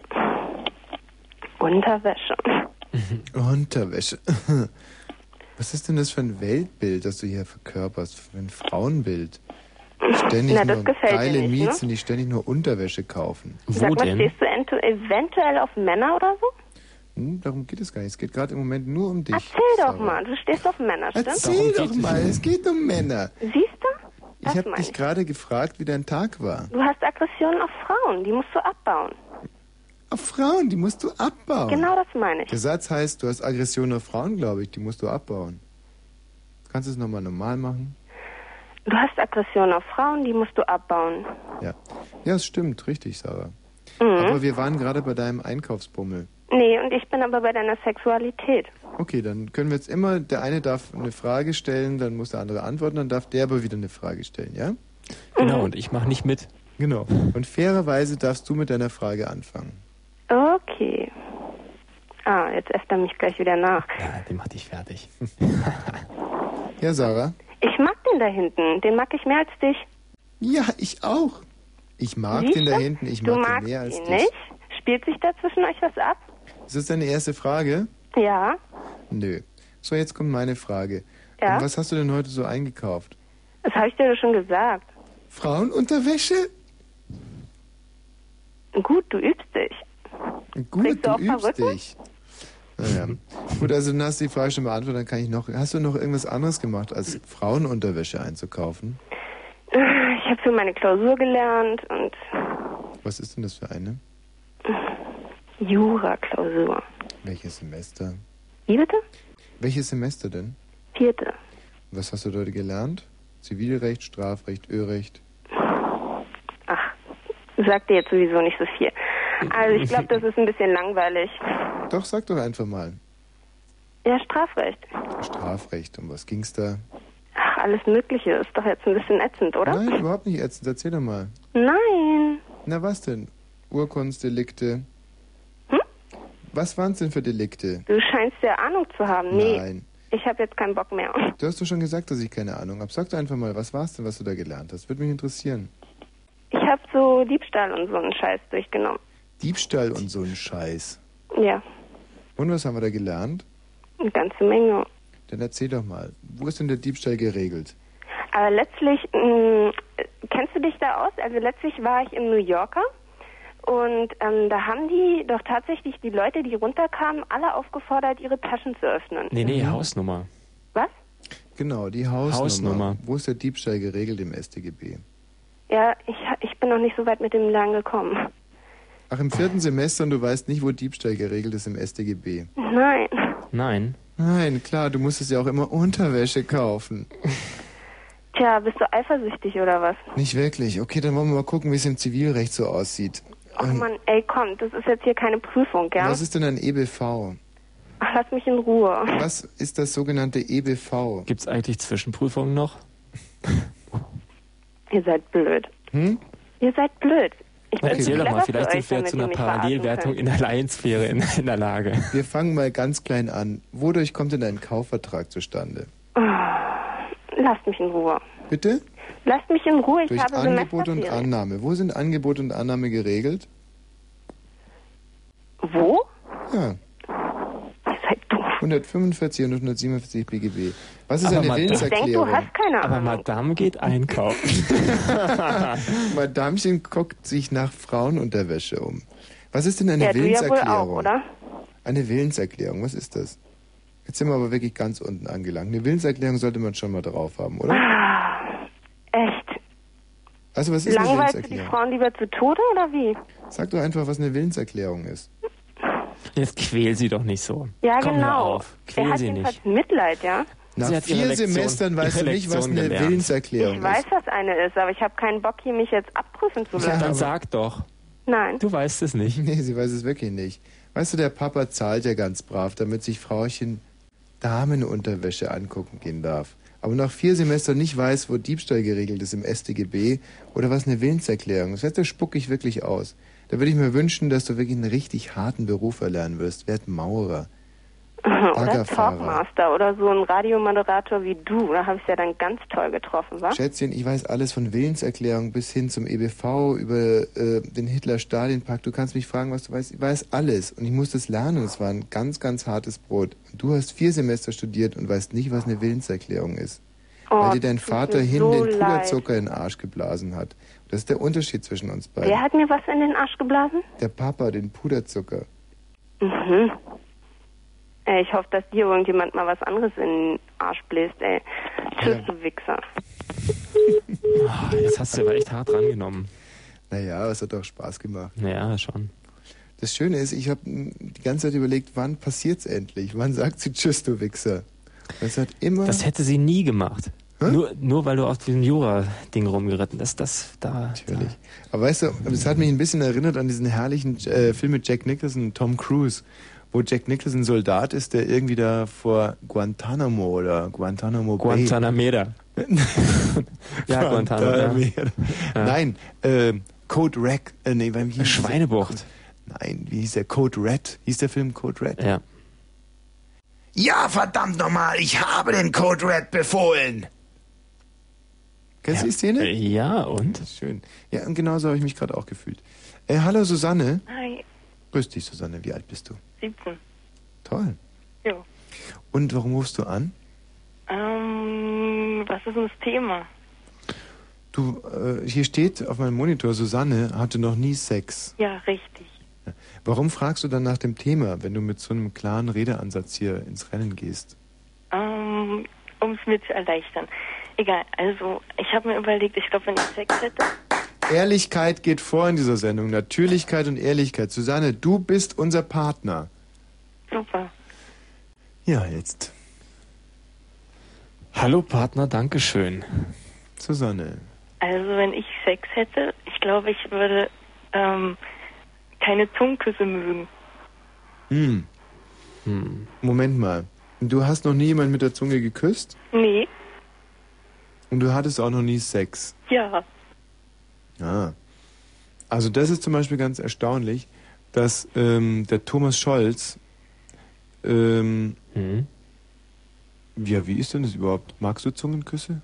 S21: Unterwäsche.
S1: Unterwäsche. Was ist denn das für ein Weltbild, das du hier verkörperst? Für ein Frauenbild? Ständig
S21: Na, das
S1: nur
S21: gefällt
S1: geile
S21: dir nicht,
S1: Mädchen, die ständig nur Unterwäsche kaufen.
S21: Sag mal, stehst du eventuell auf Männer oder so?
S1: Darum geht es gar nicht. Es geht gerade im Moment nur um dich.
S21: Erzähl doch mal, du stehst auf Männer, stimmt?
S1: Erzähl doch mal, es geht um Männer.
S21: Siehst du?
S1: Ich habe dich gerade gefragt, wie dein Tag war.
S21: Du hast Aggressionen auf Frauen, die musst du abbauen.
S1: Auf Frauen, die musst du abbauen?
S21: Genau das meine ich.
S1: Der Satz heißt, du hast Aggressionen auf Frauen, glaube ich, die musst du abbauen. Kannst du es nochmal normal machen?
S21: Du hast Aggressionen auf Frauen, die musst du abbauen.
S1: Ja, es stimmt, richtig, Sarah.
S21: Mhm.
S1: Aber wir waren gerade bei deinem Einkaufsbummel.
S21: Nee, und ich bin aber bei deiner Sexualität.
S1: Okay, dann können wir jetzt immer, der eine darf eine Frage stellen, dann muss der andere antworten, dann darf der aber wieder eine Frage stellen, ja?
S2: Genau, und ich mache nicht mit.
S1: Genau. Und fairerweise darfst du mit deiner Frage anfangen.
S21: Okay. Jetzt äfft er mich gleich wieder nach.
S2: Ja, den mach dich fertig.
S1: Ja, Sarah?
S21: Ich mag den da hinten. Den mag ich mehr als dich.
S1: Ja, ich auch. Ich mag
S21: Siehst
S1: den da
S21: du?
S1: hinten, ich
S21: Du
S1: mag den
S21: magst
S1: mehr als
S21: ihn
S1: dich.
S21: nicht? Spielt sich da zwischen euch was ab?
S1: Ist das deine erste Frage?
S21: Ja.
S1: Nö. So, jetzt kommt meine Frage.
S21: Ja?
S1: Und was hast du denn heute so eingekauft?
S21: Das habe ich dir doch schon gesagt.
S1: Frauenunterwäsche?
S21: Gut, du übst dich.
S1: Gut,
S21: Kriegst du
S1: du
S21: auch
S1: übst
S21: Perücken?
S1: dich. Naja. Gut, also dann hast du die Frage schon beantwortet, dann kann ich noch... Hast du noch irgendwas anderes gemacht, als Frauenunterwäsche einzukaufen?
S21: Ich habe für meine Klausur gelernt und
S1: Was ist denn das für eine?
S21: Jura-Klausur.
S1: Welches Semester?
S21: Wie bitte?
S1: Welches Semester denn?
S21: 4.
S1: Was hast du dort gelernt? Zivilrecht, Strafrecht, Örecht?
S21: Sagt dir jetzt sowieso nicht so viel. Also ich glaube, das ist ein bisschen langweilig.
S1: Doch, sag doch einfach mal.
S21: Ja, Strafrecht.
S1: Strafrecht, um was ging's da?
S21: Ach, alles Mögliche. Ist doch jetzt ein bisschen ätzend, oder?
S1: Nein, überhaupt nicht ätzend. Erzähl doch mal.
S21: Nein.
S1: Na, was denn? Urkundsdelikte? Was waren's denn für Delikte?
S21: Du scheinst ja Ahnung zu haben. Nee.
S1: Nein.
S21: Ich habe jetzt keinen Bock mehr.
S1: Du hast doch schon gesagt, dass ich keine Ahnung habe. Sag doch einfach mal, was war's denn, was du da gelernt hast? Würde mich interessieren.
S21: Ich habe so Diebstahl und so einen Scheiß durchgenommen.
S1: Diebstahl und so ein Scheiß.
S21: Ja.
S1: Und was haben wir da gelernt?
S21: Eine ganze Menge.
S1: Dann erzähl doch mal, wo ist denn der Diebstahl geregelt?
S21: Aber letztlich, kennst du dich da aus? Also letztlich war ich in New Yorker und da haben die doch tatsächlich die Leute, die runterkamen, alle aufgefordert, ihre Taschen zu öffnen.
S2: Nee, Hausnummer.
S21: Was?
S1: Genau, die Hausnummer. Wo ist der Diebstahl geregelt im StGB?
S21: Ja, ich bin noch nicht so weit mit dem Lernen gekommen.
S1: Ach, im 4. Semester und du weißt nicht, wo Diebstahl geregelt ist im StGB?
S21: Nein.
S2: Nein?
S1: Nein, klar, du musstest ja auch immer Unterwäsche kaufen.
S21: Tja, bist du eifersüchtig oder was?
S1: Nicht wirklich. Okay, dann wollen wir mal gucken, wie es im Zivilrecht so aussieht.
S21: Ach Mann, ey, komm, das ist jetzt hier keine Prüfung, gell?
S1: Was ist denn ein EBV?
S21: Ach, lass mich in Ruhe.
S1: Was ist das sogenannte EBV?
S2: Gibt's eigentlich Zwischenprüfungen noch?
S21: Ihr seid blöd. Ihr seid blöd.
S2: Erzähl doch mal, vielleicht sind wir zu einer Parallelwertung in der Laiensphäre in der Lage.
S1: Wir fangen mal ganz klein an. Wodurch kommt denn ein Kaufvertrag zustande?
S21: Lasst mich in Ruhe.
S1: Bitte?
S21: Lasst mich in Ruhe, ich
S1: Durch
S21: habe
S1: Angebot und Annahme. Wo sind Angebot und Annahme geregelt?
S21: Wo?
S1: Ja.
S21: Ihr seid doof.
S1: 145 und 147 BGB. Was ist eine Willenserklärung?
S21: Ich denke, du hast keine Ahnung.
S2: Aber Madame geht einkaufen.
S1: Madamchen guckt sich nach Frauenunterwäsche um. Was ist denn eine Willenserklärung?
S21: Du ja wohl auch, oder?
S1: Eine Willenserklärung, was ist das? Jetzt sind wir aber wirklich ganz unten angelangt. Eine Willenserklärung sollte man schon mal drauf haben, oder?
S21: Echt?
S1: Also was ist eine
S21: Langweilst du die
S1: Willenserklärung?
S21: Frauen lieber zu Tode oder wie?
S1: Sag doch einfach, was eine Willenserklärung ist.
S2: Jetzt quäl sie doch nicht so.
S21: Ja,
S2: Komm,
S21: genau.
S2: hör auf. Quäl
S21: Er hat
S2: sie
S21: jedenfalls
S2: nicht.
S21: Mitleid, ja?
S1: Nach 4 Semestern weißt du nicht, was eine Willenserklärung ist.
S21: Ich weiß, was eine ist, aber ich habe keinen Bock, hier mich jetzt abprüfen zu lassen.
S2: Ja, dann sag doch.
S21: Nein.
S2: Du weißt es nicht.
S1: Nee, sie weiß es wirklich nicht. Weißt du, der Papa zahlt ja ganz brav, damit sich Frauchen Damenunterwäsche angucken gehen darf. Aber nach 4 Semestern nicht weiß, wo Diebstahl geregelt ist im StGB oder was eine Willenserklärung ist. Das heißt, da spucke ich wirklich aus. Da würde ich mir wünschen, dass du wirklich einen richtig harten Beruf erlernen wirst. Werd Maurer.
S21: Oder Talkmaster oder so ein Radiomoderator wie du. Da habe ich ja dann ganz toll getroffen, wa?
S1: Schätzchen, ich weiß alles von Willenserklärung bis hin zum EBV, über den Hitler-Stalin-Pakt. Du kannst mich fragen, was du weißt. Ich weiß alles und ich muss das lernen. Es war ein ganz, ganz hartes Brot. Und du hast 4 Semester studiert und weißt nicht, was eine Willenserklärung ist. Weil dir dein Vater den Puderzucker in den Arsch geblasen hat. Das ist der Unterschied zwischen uns beiden.
S21: Wer hat mir was in den Arsch geblasen?
S1: Der Papa, den Puderzucker.
S21: Mhm. Ey, ich hoffe, dass dir irgendjemand mal was anderes in den Arsch bläst, ey. Tschüss, du Wichser.
S2: Jetzt hast du aber echt hart rangenommen.
S1: Naja, es hat doch Spaß gemacht.
S2: Ja, schon.
S1: Das Schöne ist, ich habe die ganze Zeit überlegt, wann passiert's endlich? Wann sagt sie Tschüss, du Wichser? Das hat immer...
S2: Das hätte sie nie gemacht. Nur weil du auf diesem Jura-Ding rumgeritten bist. Natürlich.
S1: Aber weißt du, es hat mich ein bisschen erinnert an diesen herrlichen Film mit Jack Nicholson und Tom Cruise, wo Jack Nicholson ein Soldat ist, der irgendwie da vor Guantanamo oder Guantanamo Bay...
S2: Guantanamera. Ja, Guantanamo. Ja.
S1: Nein, Code Red.
S2: Schweinebucht.
S1: Nein, wie hieß der? Code Red. Hieß der Film Code Red?
S2: Ja.
S1: Ja, verdammt nochmal, ich habe den Code Red befohlen. Kennst du die Szene?
S2: Ja, und?
S1: Schön. Ja, und genauso habe ich mich gerade auch gefühlt. Hallo Susanne.
S21: Hi.
S1: Grüß dich, Susanne. Wie alt bist du?
S21: 17.
S1: Toll.
S21: Ja.
S1: Und warum rufst du an?
S21: Was ist denn das Thema?
S1: Du, hier steht auf meinem Monitor, Susanne hatte noch nie Sex.
S21: Ja, richtig.
S1: Warum fragst du dann nach dem Thema, wenn du mit so einem klaren Redeansatz hier ins Rennen gehst?
S21: Um es mir zu erleichtern. Egal, also ich habe mir überlegt, ich glaube, wenn ich Sex hätte...
S1: Ehrlichkeit geht vor in dieser Sendung. Natürlichkeit und Ehrlichkeit. Susanne, du bist unser Partner.
S21: Super.
S1: Ja, jetzt.
S2: Hallo Partner, Dankeschön.
S1: Susanne.
S21: Also wenn ich Sex hätte, ich glaube, ich würde keine Zungenküsse mögen.
S1: Moment mal. Du hast noch nie jemanden mit der Zunge geküsst?
S21: Nee.
S1: Und du hattest auch noch nie Sex?
S21: Ja.
S1: Ah. Also das ist zum Beispiel ganz erstaunlich, dass der Thomas Scholz ja, wie ist denn das überhaupt? Magst du Zungenküsse?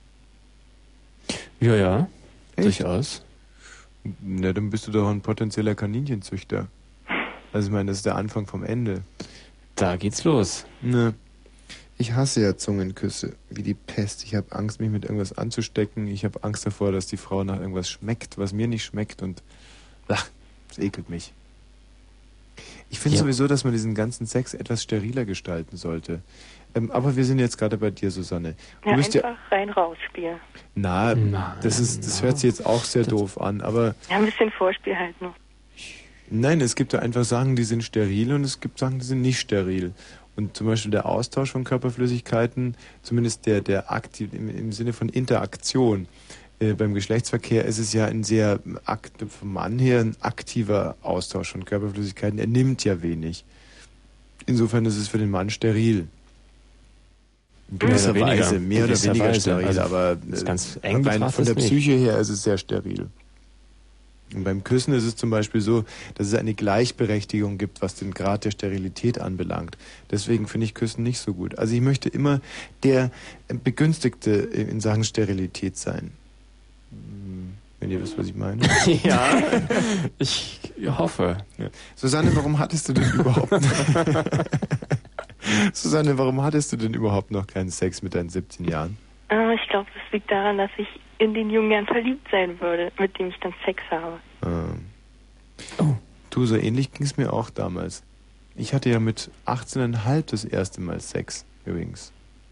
S2: Ja,
S1: Echt?
S2: durchaus.
S1: Na, dann bist du doch ein potenzieller Kaninchenzüchter. Also ich meine, das ist der Anfang vom Ende.
S2: Da geht's los.
S1: Ne. Ich hasse ja Zungenküsse, wie die Pest. Ich habe Angst, mich mit irgendwas anzustecken. Ich habe Angst davor, dass die Frau nach irgendwas schmeckt, was mir nicht schmeckt. Und das ekelt mich. Ich finde sowieso, dass man diesen ganzen Sex etwas steriler gestalten sollte. Aber wir sind jetzt gerade bei dir, Susanne. Du bist
S4: einfach rein rausspielen.
S1: Das hört sich jetzt auch sehr doof an, aber...
S4: Ja, ein bisschen Vorspiel halt noch.
S1: Nein, es gibt ja einfach Sachen, die sind steril und es gibt Sachen, die sind nicht steril. Und zum Beispiel der Austausch von Körperflüssigkeiten, zumindest der aktiv im Sinne von Interaktion. Beim Geschlechtsverkehr ist es ja ein sehr, vom Mann her, ein aktiver Austausch von Körperflüssigkeiten. Er nimmt ja wenig. Insofern ist es für den Mann steril. Mehr oder weniger steril, also aber
S2: ganz eng
S1: rein von der Psyche her ist es sehr steril. Und beim Küssen ist es zum Beispiel so, dass es eine Gleichberechtigung gibt, was den Grad der Sterilität anbelangt. Deswegen finde ich Küssen nicht so gut. Also ich möchte immer der Begünstigte in Sachen Sterilität sein. Wenn ihr wisst, was ich meine.
S2: Ja, ich hoffe.
S1: Ja. Susanne, warum hattest du denn überhaupt noch keinen Sex mit deinen 17 Jahren?
S4: Ich glaube, das liegt daran, dass ich in den jungen Jahren verliebt sein würde, mit dem ich dann Sex habe.
S1: Du, so ähnlich ging es mir auch damals. Ich hatte ja mit 18,5 das erste Mal Sex, übrigens.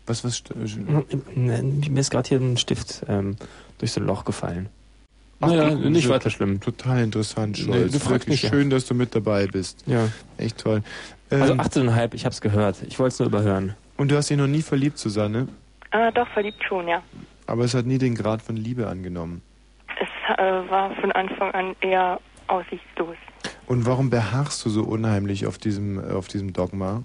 S2: Mir ist gerade hier ein Stift durch so ein Loch gefallen.
S1: Ach,
S2: naja, nicht weiter schlimm.
S1: Total interessant, Scholz.
S2: Nee,
S1: wirklich schön, dass du mit dabei bist.
S2: Ja.
S1: Echt toll.
S2: Also 18,5, ich hab's gehört. Ich wollte es nur überhören.
S1: Und du hast dich noch nie verliebt, Susanne?
S4: Doch, verliebt schon, ja.
S1: Aber es hat nie den Grad von Liebe angenommen.
S4: Es war von Anfang an eher aussichtslos.
S1: Und warum beharrst du so unheimlich auf diesem Dogma?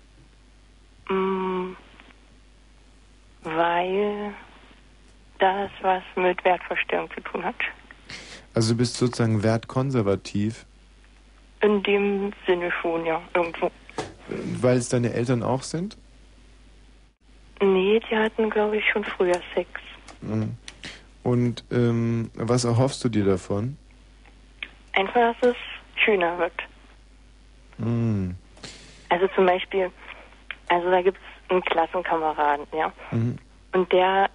S4: Weil das was mit Wertvorstellung zu tun hat.
S1: Also du bist sozusagen wertkonservativ?
S4: In dem Sinne schon, ja, irgendwo.
S1: Weil es deine Eltern auch sind?
S4: Nee, die hatten, glaube ich, schon früher Sex.
S1: Und was erhoffst du dir davon?
S4: Einfach, dass es schöner wird. Also zum Beispiel, da gibt es einen Klassenkameraden, ja. Und der,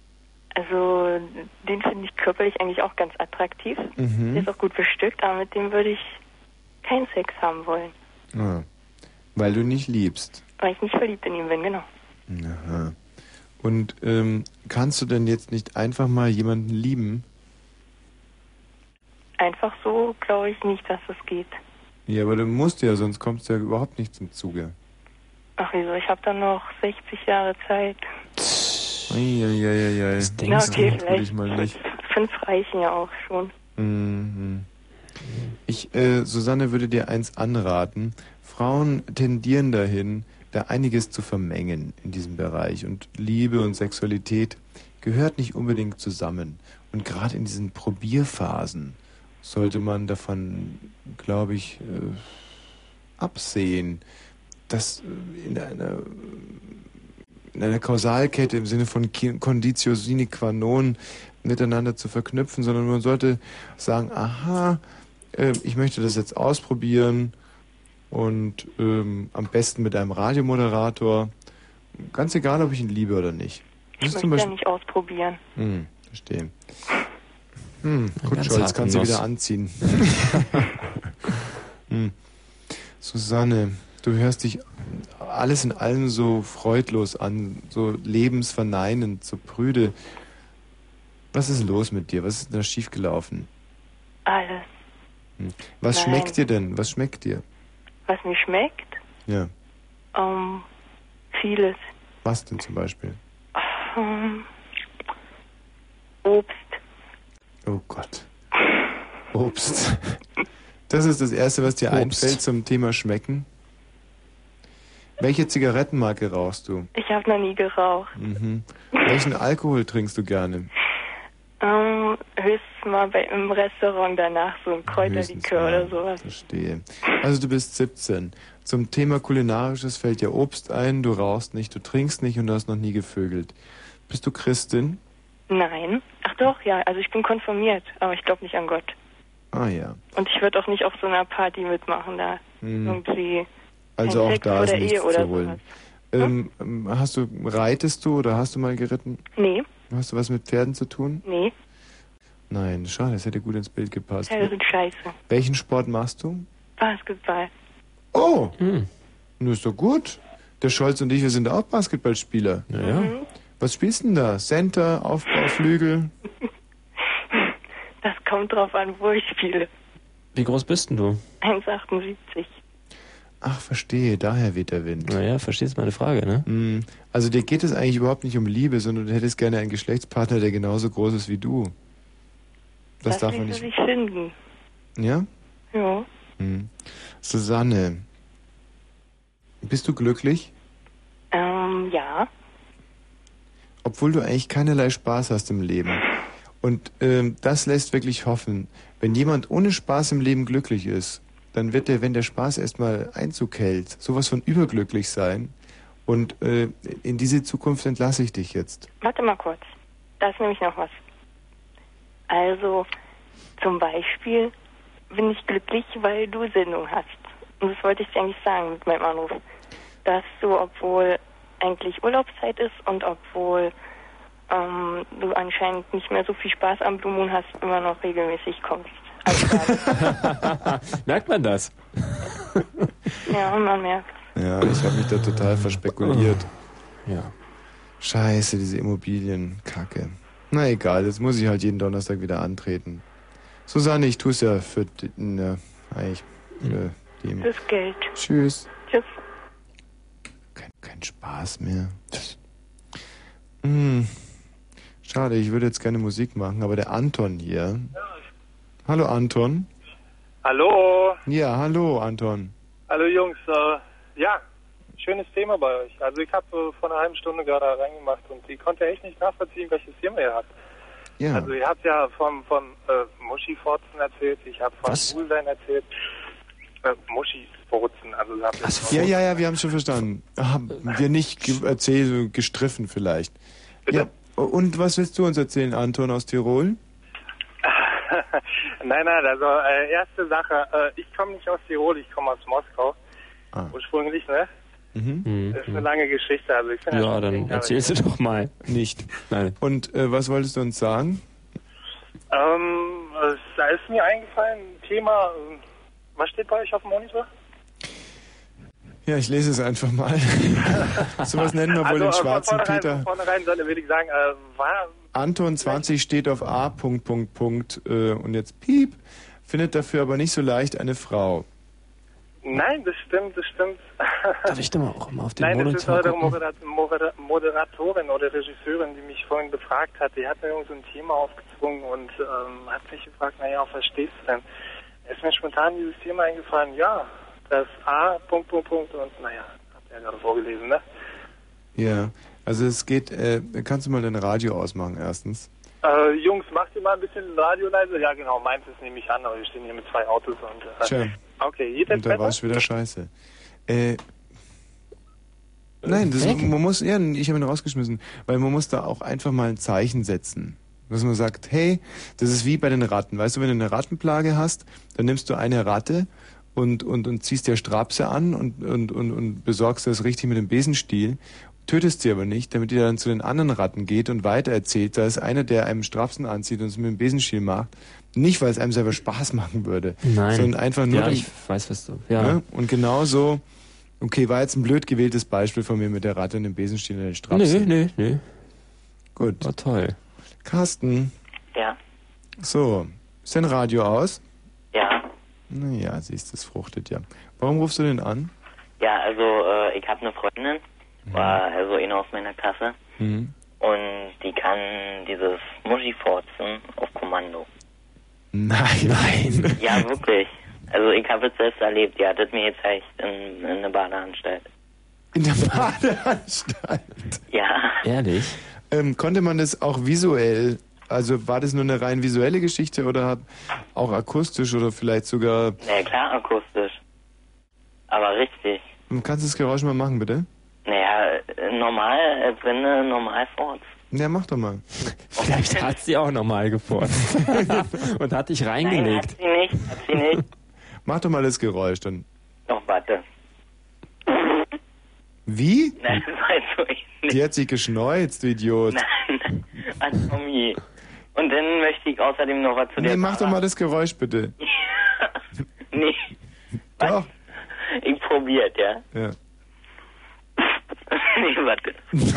S4: den finde ich körperlich eigentlich auch ganz attraktiv. Der ist auch gut bestückt, aber mit dem würde ich keinen Sex haben wollen.
S1: Weil du nicht liebst.
S4: Weil ich nicht verliebt in ihn bin, genau.
S1: Aha. Und kannst du denn jetzt nicht einfach mal jemanden lieben?
S4: Einfach so glaube ich nicht, dass es geht.
S1: Ja, aber du musst ja, sonst kommst du ja überhaupt nicht zum Zuge.
S4: Ach wieso, ich habe dann noch 60 Jahre Zeit.
S1: Eieieiei.
S2: Das denkst
S4: du
S1: natürlich mal nicht.
S4: 5 reichen ja auch schon.
S1: Susanne würde dir eins anraten. Frauen tendieren dahin, da einiges zu vermengen in diesem Bereich. Und Liebe und Sexualität gehört nicht unbedingt zusammen. Und gerade in diesen Probierphasen sollte man davon, glaube ich, absehen, das in einer Kausalkette im Sinne von Conditio sine qua non miteinander zu verknüpfen, sondern man sollte sagen, aha, ich möchte das jetzt ausprobieren und am besten mit einem Radiomoderator, ganz egal, ob ich ihn liebe oder nicht.
S4: Ich möchte ja nicht ausprobieren.
S1: Verstehe. Gut, Scholz, kannst du wieder anziehen. Susanne, du hörst dich alles in allem so freudlos an, so lebensverneinend, so prüde. Was ist los mit dir? Was ist da schiefgelaufen?
S4: Alles.
S1: Was schmeckt dir denn? Was schmeckt dir?
S4: Was mir schmeckt?
S1: Ja.
S4: Vieles.
S1: Was denn zum Beispiel?
S4: Obst.
S1: Oh Gott. Obst. Das ist das Erste, was dir einfällt zum Thema Schmecken? Welche Zigarettenmarke rauchst du?
S4: Ich habe noch nie geraucht.
S1: Welchen Alkohol trinkst du gerne?
S4: Höchstens mal im Restaurant danach so ein Kräuterlikör oder sowas.
S1: Verstehe. Also du bist 17. Zum Thema Kulinarisches fällt dir Obst ein, du rauchst nicht, du trinkst nicht und du hast noch nie gevögelt. Bist du Christin?
S4: Nein. Ach doch, ja. Also ich bin konfirmiert, aber ich glaube nicht an Gott.
S1: Ah ja.
S4: Und ich würde auch nicht auf so einer Party mitmachen da. Irgendwie
S1: Also auch
S4: Sex
S1: da ist
S4: oder
S1: nichts
S4: Ehe oder
S1: zu holen. Reitest du oder hast du mal geritten?
S4: Nee.
S1: Hast du was mit Pferden zu tun?
S4: Nee.
S1: Nein, schade, das hätte gut ins Bild gepasst.
S4: Pferde sind scheiße.
S1: Welchen Sport machst du?
S4: Basketball.
S1: Oh, nur ist doch gut. Der Scholz und ich, wir sind auch Basketballspieler.
S2: Ja.
S1: Was spielst du denn da? Center, Aufbau, Flügel?
S4: Das kommt drauf an, wo ich spiele.
S2: Wie groß bist denn du?
S4: 1,78.
S1: Ach, verstehe, daher weht der Wind.
S2: Naja, verstehst meine Frage, ne?
S1: Also dir geht es eigentlich überhaupt nicht um Liebe, sondern du hättest gerne einen Geschlechtspartner, der genauso groß ist wie du. Das darf man nicht.
S4: sich finden.
S1: Ja?
S4: Ja.
S1: Susanne, bist du glücklich?
S4: Ja.
S1: Obwohl du eigentlich keinerlei Spaß hast im Leben. Und das lässt wirklich hoffen. Wenn jemand ohne Spaß im Leben glücklich ist, dann wird er, wenn der Spaß erstmal Einzug hält, sowas von überglücklich sein. Und in diese Zukunft entlasse ich dich jetzt.
S4: Warte mal kurz. Da ist nämlich noch was. Also, zum Beispiel bin ich glücklich, weil du Sendung hast. Und das wollte ich dir eigentlich sagen mit meinem Anruf. Dass du, obwohl eigentlich Urlaubszeit ist und obwohl du anscheinend nicht mehr so viel Spaß am Blue Moon hast, immer noch regelmäßig kommst.
S2: Merkt man das?
S4: Ja, man merkt.
S1: Ja, ich habe mich da total verspekuliert.
S2: Ja.
S1: Scheiße, diese Immobilien, Kacke. Na egal, jetzt muss ich halt jeden Donnerstag wieder antreten. Susanne, ich tue es ja für die.
S4: Fürs Geld.
S1: Tschüss.
S4: Tschüss.
S1: Kein Spaß mehr. Schade, ich würde jetzt gerne Musik machen, aber der Anton hier. Hallo Anton.
S6: Hallo.
S1: Ja, hallo Anton.
S6: Hallo Jungs. Ja, schönes Thema bei euch. Also ich habe vor einer halben Stunde gerade reingemacht und ich konnte echt nicht nachvollziehen, welches Thema ihr habt.
S1: Ja.
S6: Also ihr habt ja von Muschi-Forzen erzählt, ich habe von Schwulsein erzählt. Muschi-Forzen, also
S1: Ja, wir haben schon verstanden. Haben wir nicht erzählt, gestriffen vielleicht.
S6: Bitte?
S1: Ja. Und was willst du uns erzählen, Anton aus Tirol?
S6: Nein, also erste Sache, ich komme nicht aus Tirol, ich komme aus Moskau. Ursprünglich, ne? Das ist eine lange Geschichte. Also ich bin
S2: ja, dann erzähl sie doch mal.
S1: Nicht.
S2: Nein.
S1: Und was wolltest du uns sagen?
S6: Da ist mir eingefallen, ein Thema, was steht bei euch auf dem Monitor?
S1: Ja, ich lese es einfach mal. Sowas nennen wir wohl den schwarzen Peter.
S6: Von vornherein würde ich sagen, war...
S1: Anton 20 steht auf A... und jetzt Piep, findet dafür aber nicht so leicht eine Frau.
S6: Nein, das stimmt.
S2: Darf ich da mal auch mal auf den
S6: Nein, das ist eure
S2: Monitor
S6: Moderatorin oder Regisseurin, die mich vorhin befragt hat. Die hat mir irgend so ein Thema aufgezwungen und hat mich gefragt, naja, auf was stehst du denn? Ist mir spontan dieses Thema eingefallen, ja, das A... und naja, habt ihr ja gerade vorgelesen, ne?
S1: Ja, also es geht, kannst du mal dein Radio ausmachen erstens?
S6: Jungs, macht ihr mal ein bisschen Radio leise? Ja genau, meins ist nämlich an, aber wir stehen hier mit 2 Autos und...
S1: Tja.
S6: Okay, geht das
S1: und da war es wieder scheiße. Nein, man muss, ich habe ihn rausgeschmissen, weil man muss da auch einfach mal ein Zeichen setzen. Dass man sagt, hey, das ist wie bei den Ratten. Weißt du, wenn du eine Rattenplage hast, dann nimmst du eine Ratte und ziehst dir Strapse an und besorgst das richtig mit dem Besenstiel, tötest sie aber nicht, damit die dann zu den anderen Ratten geht und weiter erzählt, da ist einer, der einem Strapsen anzieht und es mit dem Besenstiel macht. Nicht, weil es einem selber Spaß machen würde, sondern einfach nur...
S2: Ja, ich weiß, was du... Ja.
S1: Ne? Und genauso... Okay, war jetzt ein blöd gewähltes Beispiel von mir mit der Ratte und dem Besenstiel und den Strapsen.
S2: Nee.
S1: Gut.
S2: War toll.
S1: Carsten.
S18: Ja.
S1: So, ist dein Radio aus?
S18: Ja.
S1: Naja, siehst du, es fruchtet ja. Warum rufst du denn an?
S18: Ja, also ich habe eine Freundin, war also eine aus meiner Klasse und die kann dieses Muschi-Forzen auf Kommando.
S1: Nein.
S18: Ja, wirklich. Also ich habe es selbst erlebt. Die hat es mir gezeigt in einer Badeanstalt.
S1: In der Badeanstalt?
S18: Ja.
S2: Ehrlich?
S1: Konnte man das auch visuell, also war das nur eine rein visuelle Geschichte oder auch akustisch oder vielleicht sogar...
S18: Na klar, akustisch. Aber richtig.
S1: Kannst du das Geräusch mal machen, bitte?
S18: Naja, normal, als wenn du normal forzt.
S1: Ja, mach doch mal.
S2: Vielleicht hat sie auch normal geforzt. Und hat dich reingelegt.
S18: Nein, hat sie nicht.
S1: Mach doch mal das Geräusch dann.
S18: Nochmal.
S1: Wie?
S18: Nein, das weiß ich nicht.
S1: Die hat sich geschneuzt, du Idiot.
S18: Nein, an Tommy. Und dann möchte ich außerdem noch was zu der...
S1: Nee, mach doch mal das Geräusch, bitte.
S18: Nee.
S1: Doch.
S18: Ich probiert, ja?
S1: Ja.
S18: Nee, warte.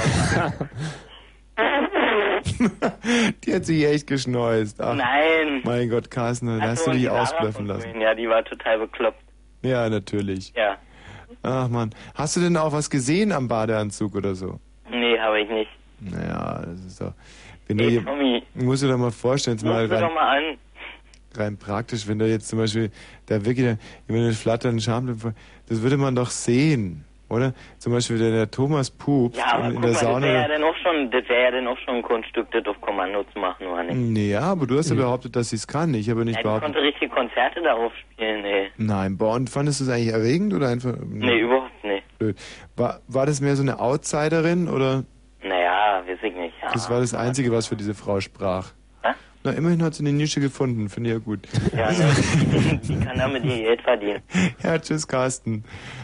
S1: Die hat sich echt geschneuzt. Ach,
S18: Nein.
S1: Mein Gott, Carsten, dann hast du dich ausblöffen lassen.
S18: Ja, die war total bekloppt.
S1: Ja, natürlich.
S18: Ja.
S1: Ach man, hast du denn auch was gesehen am Badeanzug oder so?
S18: Nee, habe ich nicht.
S1: Naja, das ist doch... Wenn
S18: Hey,
S1: du
S18: Tommy.
S1: musst du dir mal vorstellen, mal
S18: Ruf mir doch mal an.
S1: rein praktisch, wenn da jetzt zum Beispiel da wirklich jemand einen flatternden Schamlippen, das würde man doch sehen, oder? Zum Beispiel der Thomas Pups
S18: Ja, aber
S1: in
S18: guck
S1: der
S18: mal,
S1: Sauna.
S18: das wäre ja dann auch schon ein Kunststück, das auf Kommando zu machen, oder nicht?
S1: Nee, ja, aber du hast ja behauptet, dass sie es kann. Ich habe nicht
S18: Ja, die
S1: behauptet.
S18: konnte richtige Konzerte darauf spielen, nee.
S1: Nein, boah, und fandest du es eigentlich erregend oder einfach...
S18: Nee, überhaupt nicht.
S1: Blöd. War das mehr so eine Outsiderin oder...
S18: Naja, weiß ich nicht. Ja.
S1: Das war das Einzige, was für diese Frau sprach.
S18: Was?
S1: Na, immerhin hat sie eine Nische gefunden, finde ich ja gut.
S18: Ja, die kann damit ihr Geld verdienen.
S1: Ja, tschüss, Carsten.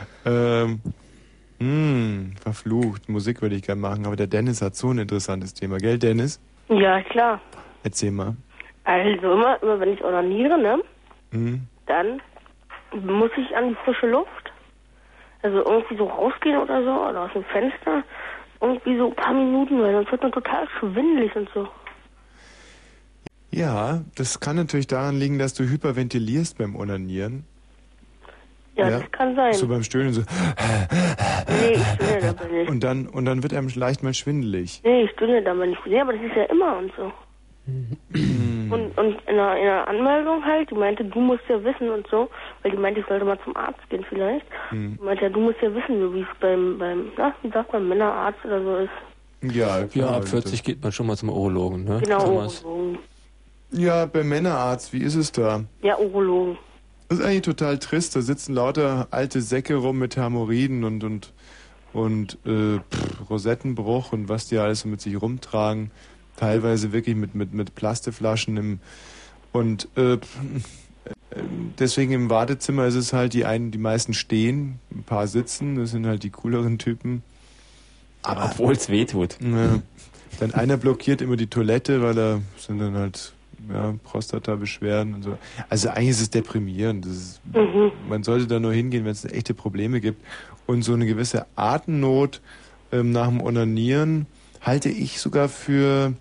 S1: Verflucht. Musik würde ich gerne machen, aber der Dennis hat so ein interessantes Thema. Gell, Dennis?
S21: Ja, klar.
S1: Erzähl mal.
S21: Also immer wenn ich onaniere, ne?
S1: Hm?
S21: Dann muss ich an die frische Luft. Also irgendwie so rausgehen oder so, oder aus dem Fenster. Irgendwie so ein paar Minuten, weil sonst wird man total schwindelig und so.
S1: Ja, das kann natürlich daran liegen, dass du hyperventilierst beim Onanieren.
S21: Ja, das kann sein.
S1: So beim Stöhnen so.
S21: Nee, ich stöhne dabei nicht.
S1: Und dann wird einem leicht mal schwindelig.
S21: Nee, ich stöhne dabei nicht. Nee, aber das ist ja immer und so. Und in der Anmeldung halt, die meinte, du musst ja wissen und so, weil die meinte, ich sollte mal zum Arzt gehen vielleicht. Die meinte ja, du musst ja wissen, so wie es beim wie sagt man, Männerarzt oder so ist.
S1: Ja,
S2: ab 40 geht man schon mal zum Urologen, ne?
S21: Genau,
S2: Thomas?
S21: Urologen.
S1: Ja, beim Männerarzt, wie ist es da?
S21: Ja, Urologen.
S1: Das ist eigentlich total trist. Da sitzen lauter alte Säcke rum mit Hämorrhoiden und Rosettenbruch und was die alles so mit sich rumtragen. Teilweise wirklich mit Plastikflaschen deswegen im Wartezimmer ist es halt die meisten stehen, ein paar sitzen, das sind halt die cooleren Typen.
S2: Aber obwohl es weh tut.
S1: Ja. Dann einer blockiert immer die Toilette, weil da sind dann halt Prostata-Beschwerden und so. Also eigentlich ist es deprimierend. Man sollte da nur hingehen, wenn es echte Probleme gibt. Und so eine gewisse Atemnot nach dem Onanieren halte ich sogar für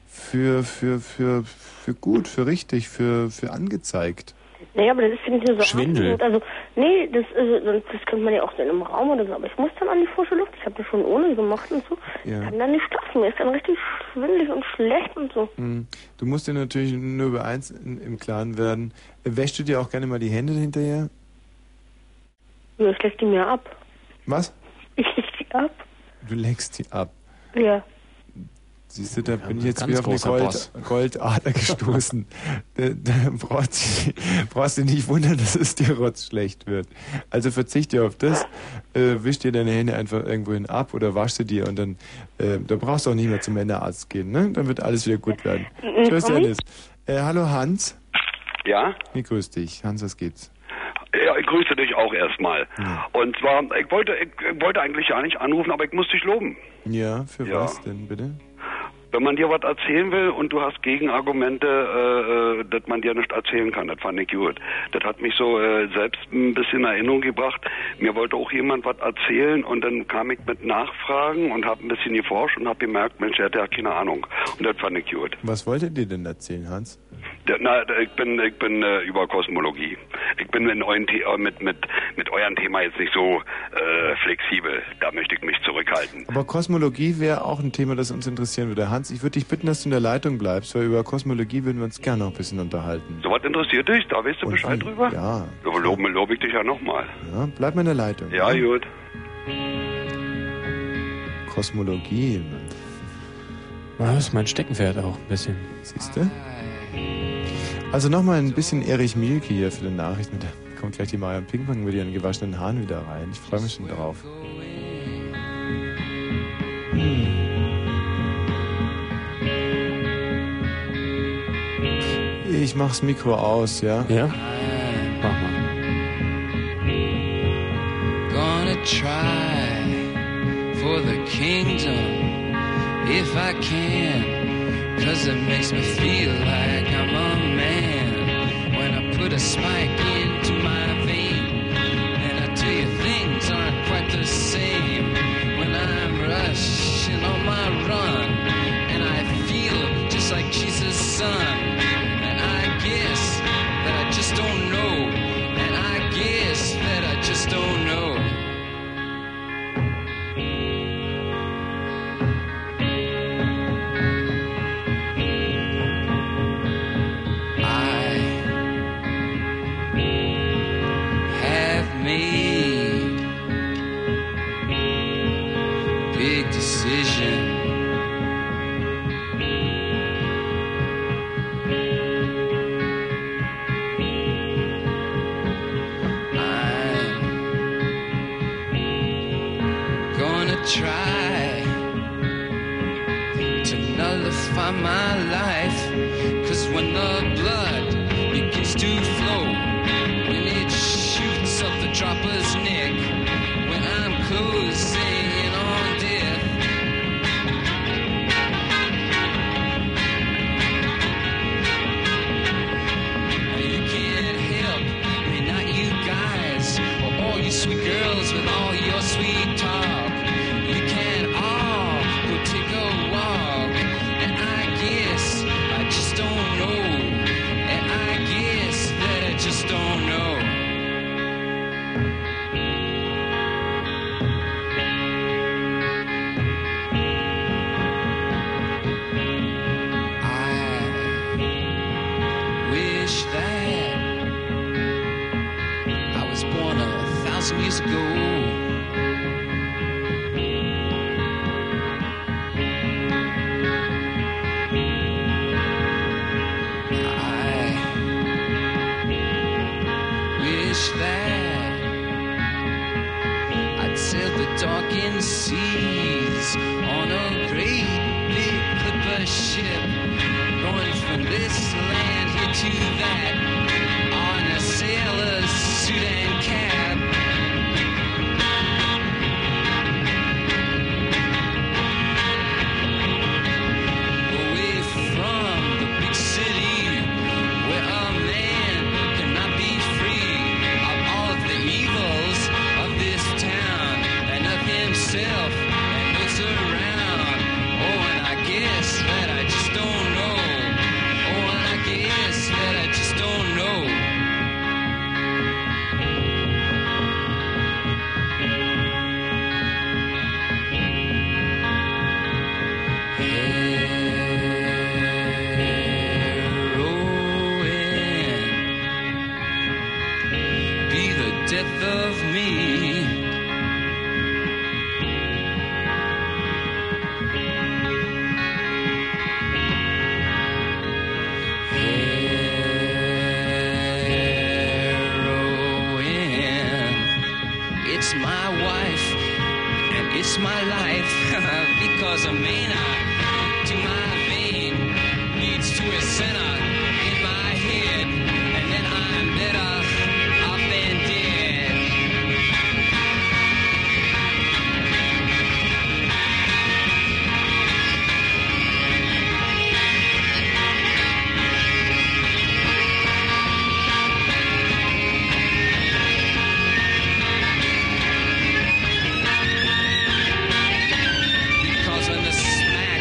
S1: gut, für richtig, für angezeigt.
S21: Naja, aber das ist nicht nur so
S1: Schwindel.
S21: Atemnot. Also, nee, das könnte man ja auch dann im Raum oder so, aber ich muss dann an die frische Luft. Ich habe das schon ohne gemacht und so.
S1: Ja.
S21: Ich kann dann nicht schlafen. Mir ist dann richtig schwindelig und schlecht und so.
S1: Du musst dir natürlich nur über eins im Klaren werden. Wäschst du dir auch gerne mal die Hände hinterher?
S21: Ja, ich leg die mir ab.
S1: Was?
S21: Ich leg die ab.
S1: Du leckst die ab.
S21: Ja.
S1: Siehst du, da bin ich jetzt
S2: ganz
S1: wieder auf eine
S2: großer
S1: Goldader gestoßen. da brauchst du nicht wundern, dass es dir rotzschlecht wird. Also verzichte auf das, wisch dir deine Hände einfach irgendwohin ab oder wasch sie dir und dann da brauchst du auch nicht mehr zum Männerarzt gehen, ne? Dann wird alles wieder gut werden. Tschüss, Dennis. Hallo Hans.
S7: Ja?
S1: Wie grüß dich? Hans, was geht's?
S7: Ja, ich grüße dich auch erstmal.
S1: Ja.
S7: Und zwar, ich wollte eigentlich gar nicht anrufen, aber ich muss dich loben.
S1: Ja, für was denn bitte?
S7: Wenn man dir was erzählen will und du hast Gegenargumente, dass man dir nicht erzählen kann, das fand ich gut. Das hat mich so selbst ein bisschen in Erinnerung gebracht. Mir wollte auch jemand was erzählen und dann kam ich mit Nachfragen und habe ein bisschen geforscht und habe gemerkt, Mensch, er hat ja keine Ahnung. Und das fand ich gut.
S1: Was wolltet ihr denn erzählen, Hans?
S7: Ich bin über Kosmologie. Ich bin mit eurem Thema jetzt nicht so flexibel. Da möchte ich mich zurückhalten.
S1: Aber Kosmologie wäre auch ein Thema, das uns interessieren würde. Hans, ich würde dich bitten, dass du in der Leitung bleibst, weil über Kosmologie würden wir uns gerne noch ein bisschen unterhalten.
S7: So was interessiert dich? Da weißt du Bescheid drüber?
S1: Ja.
S7: Lobe ich dich ja nochmal.
S1: Ja, bleib mal in der Leitung.
S7: Ja, gut.
S1: Kosmologie.
S2: Das ist mein Steckenpferd auch ein bisschen.
S1: Siehst du? Also nochmal ein bisschen Erich Mielke hier für die Nachrichten. Da kommt gleich die Marion Pinkmann mit ihren gewaschenen Haaren wieder rein. Ich freue mich schon drauf. Ich mach's Mikro aus, ja?
S2: Ja? Mach mal.
S8: Gonna try for the kingdom if I can, 'cause it makes me feel like I'm a man. When I put a spike into my vein, and I tell you things aren't quite the same. When I'm rushing on my run, and I feel just like Jesus' son, and I guess that I just don't know, and I guess that I just don't know. Try to nullify my life, 'cause when the blood begins to flow, when it shoots up the dropper's neck, when I'm closing in on death, you can't help me, not you guys, or all you sweet girls with all your sweet talk. You can all go take a walk, and I guess I just don't know, and I guess that I just don't know. I wish that I was born 1,000 years ago. Darkened seas on a great big clipper ship, going from this land here to that on a sailor's suit and cap. Away from the big city where a man cannot be free of all of the evils of this town, himself and looks around. Oh, and I guess that I just don't know. Oh, and I guess that I just don't know. Heroin, be the death of me. It's my wife and it's my life, because a maina to my vein leads to a center in my head, and then I'm better off than dead. Because when the smack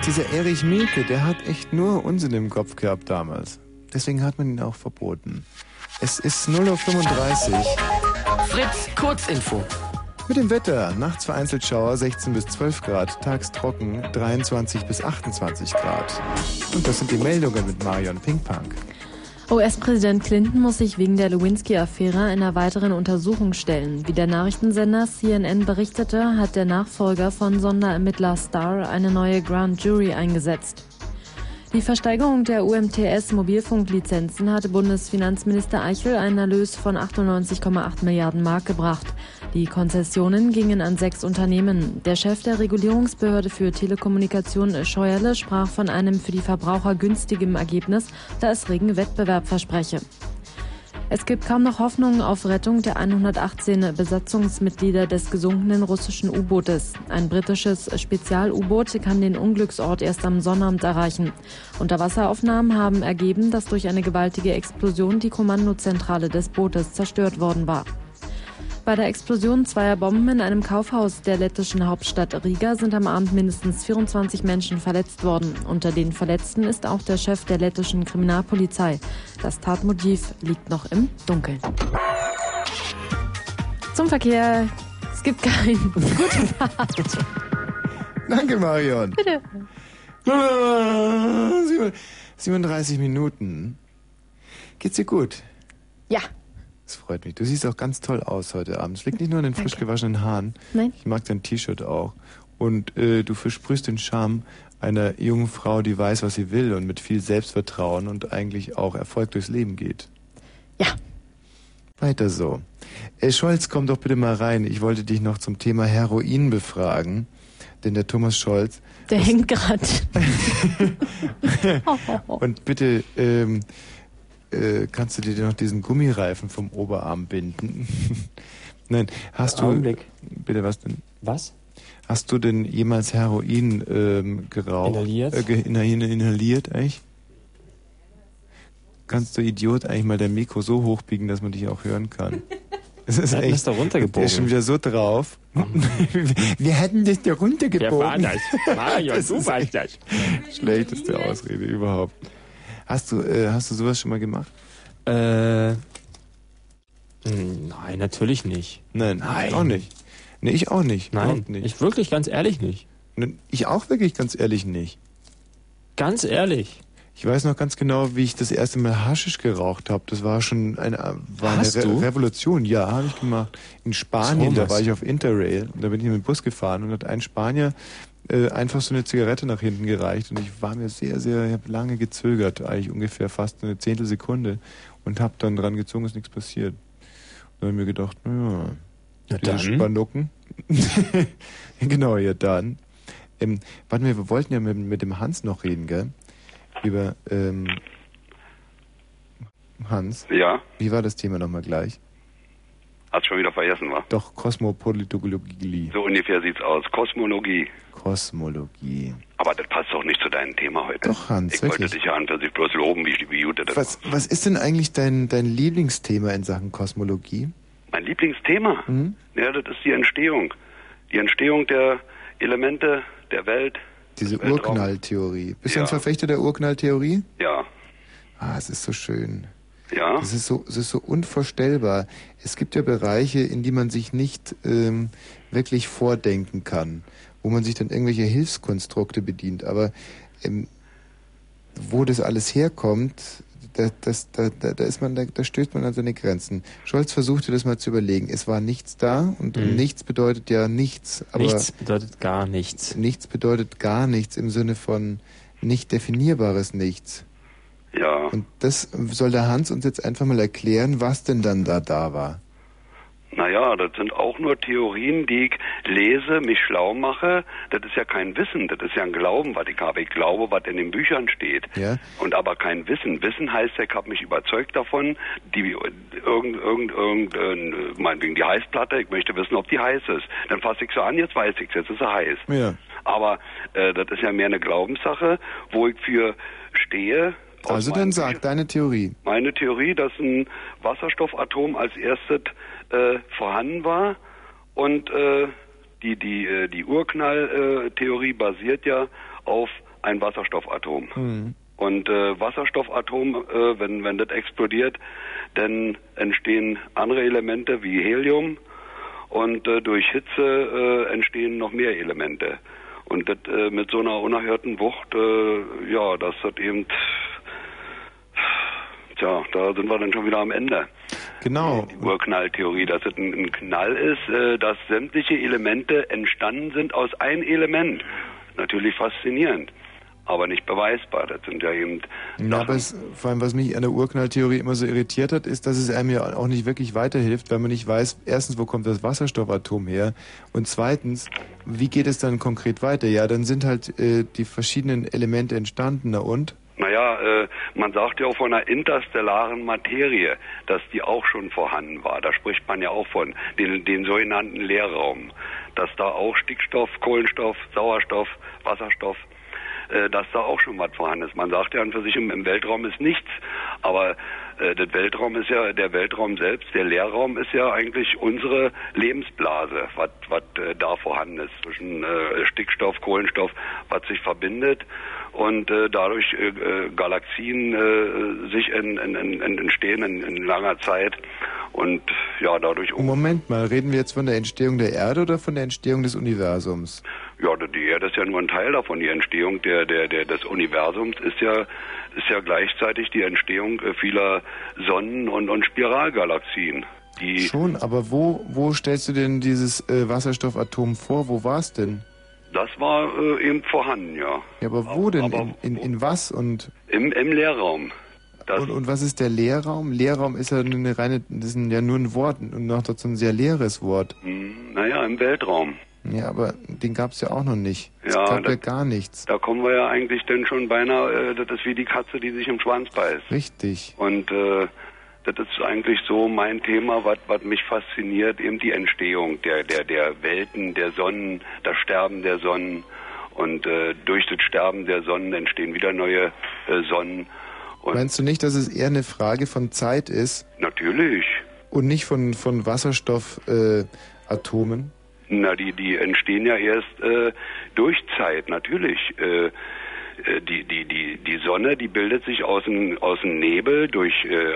S1: Dieser Erich Mielke, der hat echt nur Unsinn im Kopf gehabt damals. Deswegen hat man ihn auch verboten. Es ist 0:35 Uhr.
S9: Fritz, Kurzinfo.
S1: Mit dem Wetter, nachts vereinzelt Schauer, 16 bis 12 Grad, tags trocken, 23 bis 28 Grad. Und das sind die Meldungen mit Marion Pinkpunk.
S11: US-Präsident Clinton muss sich wegen der Lewinsky-Affäre einer weiteren Untersuchung stellen. Wie der Nachrichtensender CNN berichtete, hat der Nachfolger von Sonderermittler Starr eine neue Grand Jury eingesetzt. Die Versteigerung der UMTS-Mobilfunklizenzen hatte Bundesfinanzminister Eichel einen Erlös von 98,8 Milliarden Mark gebracht. Die Konzessionen gingen an 6 Unternehmen. Der Chef der Regulierungsbehörde für Telekommunikation, Scheuerle, sprach von einem für die Verbraucher günstigen Ergebnis, da es regen Wettbewerb verspreche. Es gibt kaum noch Hoffnung auf Rettung der 118 Besatzungsmitglieder des gesunkenen russischen U-Bootes. Ein britisches Spezial-U-Boot kann den Unglücksort erst am Sonnabend erreichen. Unterwasseraufnahmen haben ergeben, dass durch eine gewaltige Explosion die Kommandozentrale des Bootes zerstört worden war. Bei der Explosion zweier Bomben in einem Kaufhaus der lettischen Hauptstadt Riga sind am Abend mindestens 24 Menschen verletzt worden. Unter den Verletzten ist auch der Chef der lettischen Kriminalpolizei. Das Tatmotiv liegt noch im Dunkeln. Zum Verkehr. Es gibt keinen. Gute Fahrt.
S1: Danke, Marion.
S11: Bitte.
S1: 37 Minuten. Geht's dir gut?
S11: Ja.
S1: Das freut mich. Du siehst auch ganz toll aus heute Abend. Es liegt nicht nur an den frisch gewaschenen Haaren.
S11: Nein.
S1: Ich mag dein T-Shirt auch. Und du versprühst den Charme einer jungen Frau, die weiß, was sie will und mit viel Selbstvertrauen und eigentlich auch Erfolg durchs Leben geht.
S11: Ja.
S1: Weiter so. Scholz, komm doch bitte mal rein. Ich wollte dich noch zum Thema Heroin befragen. Denn der Thomas Scholz...
S11: Der hängt gerade.
S1: Und bitte... kannst du dir noch diesen Gummireifen vom Oberarm binden? Nein, hast du...
S2: Augenblick.
S1: Bitte, was denn?
S2: Was?
S1: Hast du denn jemals Heroin geraucht?
S2: Inhaliert?
S1: Inhaliert, eigentlich? Kannst du, Idiot, eigentlich mal dein Mikro so hochbiegen, dass man dich auch hören kann? Es ist echt...
S2: da runtergebogen.
S1: Der ist schon wieder so drauf. Wir hätten das da runtergebogen.
S2: Wer war das? Marion, du warst das.
S1: Schlechteste Ausrede überhaupt. Hast du sowas schon mal gemacht?
S2: Nein, natürlich nicht.
S1: Nein. Ich auch nicht. Nee, ich auch nicht.
S2: Nein, nicht. Ich wirklich ganz ehrlich nicht.
S1: Ich auch wirklich ganz ehrlich nicht.
S2: Ganz ehrlich?
S1: Ich weiß noch ganz genau, wie ich das erste Mal Haschisch geraucht habe. Das war schon eine Revolution. Ja, habe ich gemacht. In Spanien, da war ich auf Interrail. Und da bin ich mit dem Bus gefahren und hat ein Spanier einfach so eine Zigarette nach hinten gereicht und ich war mir ich habe lange gezögert, eigentlich ungefähr fast eine Zehntelsekunde und habe dann dran gezogen, ist nichts passiert. Und dann habe ich mir gedacht, naja, diese Spanucken. Genau, ja dann. Warte mal, wir wollten ja mit dem Hans noch reden, gell? Über, Hans.
S7: Ja?
S1: Wie war das Thema nochmal gleich?
S7: Hat's schon wieder vergessen, wa?
S1: Doch, Kosmopolitologie.
S7: So ungefähr sieht's aus. Kosmologie.
S1: Aber
S7: das passt doch nicht zu deinem Thema heute.
S1: Doch, Hans,
S7: ich wollte dich ja an für sich bloß loben, wie gut das
S1: ist. Was ist denn eigentlich dein Lieblingsthema in Sachen Kosmologie?
S7: Mein Lieblingsthema? Ja, das ist die Entstehung. Die Entstehung der Elemente der Welt.
S1: Diese Urknalltheorie. Bist du ein Verfechter der Urknalltheorie?
S7: Ja.
S1: Es ist so schön.
S7: Ja.
S1: Es ist so unvorstellbar. Es gibt ja Bereiche, in die man sich nicht wirklich vordenken kann, wo man sich dann irgendwelche Hilfskonstrukte bedient. Aber wo das alles herkommt, da stößt man an seine Grenzen. Scholz versuchte das mal zu überlegen. Es war nichts da und nichts bedeutet ja nichts. Aber
S2: nichts bedeutet gar nichts.
S1: Nichts bedeutet gar nichts im Sinne von nicht definierbares Nichts.
S7: Ja.
S1: Und das soll der Hans uns jetzt einfach mal erklären, was denn dann da war.
S7: Naja, das sind auch nur Theorien, die ich lese, mich schlau mache. Das ist ja kein Wissen, das ist ja ein Glauben, was ich habe. Ich glaube, was in den Büchern steht.
S1: Ja.
S7: Und aber kein Wissen. Wissen heißt, ich habe mich überzeugt davon, meinetwegen die Heißplatte, ich möchte wissen, ob die heiß ist. Dann fasse ich so an, jetzt weiß ich, jetzt ist sie heiß.
S1: Ja.
S7: Aber das ist ja mehr eine Glaubenssache, wo ich für stehe.
S1: Also dann sag deine Theorie.
S7: Meine Theorie, dass ein Wasserstoffatom als erstes vorhanden war und die Urknalltheorie basiert ja auf ein Wasserstoffatom.
S1: Mhm.
S7: Und Wasserstoffatom, wenn das explodiert, dann entstehen andere Elemente wie Helium und durch Hitze entstehen noch mehr Elemente. Und das mit so einer unerhörten Wucht, das hat eben, da sind wir dann schon wieder am Ende.
S1: Genau.
S7: Die Urknalltheorie, dass es ein Knall ist, dass sämtliche Elemente entstanden sind aus einem Element. Natürlich faszinierend, aber nicht beweisbar. Das sind ja eben...
S1: Ja, aber vor allem, was mich an der Urknalltheorie immer so irritiert hat, ist, dass es einem ja auch nicht wirklich weiterhilft, weil man nicht weiß, erstens, wo kommt das Wasserstoffatom her und zweitens, wie geht es dann konkret weiter? Ja, dann sind halt die verschiedenen Elemente entstanden, na und?
S7: Naja, man sagt ja auch von einer interstellaren Materie, dass die auch schon vorhanden war. Da spricht man ja auch von den sogenannten Leerraum. Dass da auch Stickstoff, Kohlenstoff, Sauerstoff, Wasserstoff, dass da auch schon was vorhanden ist. Man sagt ja an für sich, im Weltraum ist nichts, aber der Weltraum ist ja, der Weltraum selbst, der Leerraum ist ja eigentlich unsere Lebensblase, was da vorhanden ist zwischen Stickstoff, Kohlenstoff, was sich verbindet und dadurch Galaxien sich entstehen in langer Zeit und ja, dadurch...
S1: Moment mal, reden wir jetzt von der Entstehung der Erde oder von der Entstehung des Universums?
S7: Ja, die Erde ist ja nur ein Teil davon. Die Entstehung des Universums ist ja gleichzeitig die Entstehung vieler Sonnen- und Spiralgalaxien.
S1: Schon, aber wo stellst du denn dieses Wasserstoffatom vor? Wo war es denn?
S7: Das war eben vorhanden, ja.
S1: Ja, aber wo denn? In was? Und
S7: Im Leerraum.
S1: Und was ist der Leerraum? Leerraum ist ja das ist ja nur ein Wort und noch dazu ein sehr leeres Wort.
S7: Naja, im Weltraum.
S1: Ja, aber den gab es ja auch noch nicht. Es gab ja gar nichts.
S7: Da kommen wir ja eigentlich dann schon beinahe, das ist wie die Katze, die sich im Schwanz beißt.
S1: Richtig.
S7: Und das ist eigentlich so mein Thema, was mich fasziniert, eben die Entstehung der Welten, der Sonnen, das Sterben der Sonnen. Und durch das Sterben der Sonnen entstehen wieder neue Sonnen. Und
S1: meinst du nicht, dass es eher eine Frage von Zeit ist?
S7: Natürlich.
S1: Und nicht von Wasserstoffatomen?
S7: Na, die entstehen ja erst durch Zeit, natürlich. Die Sonne, die bildet sich aus dem Nebel durch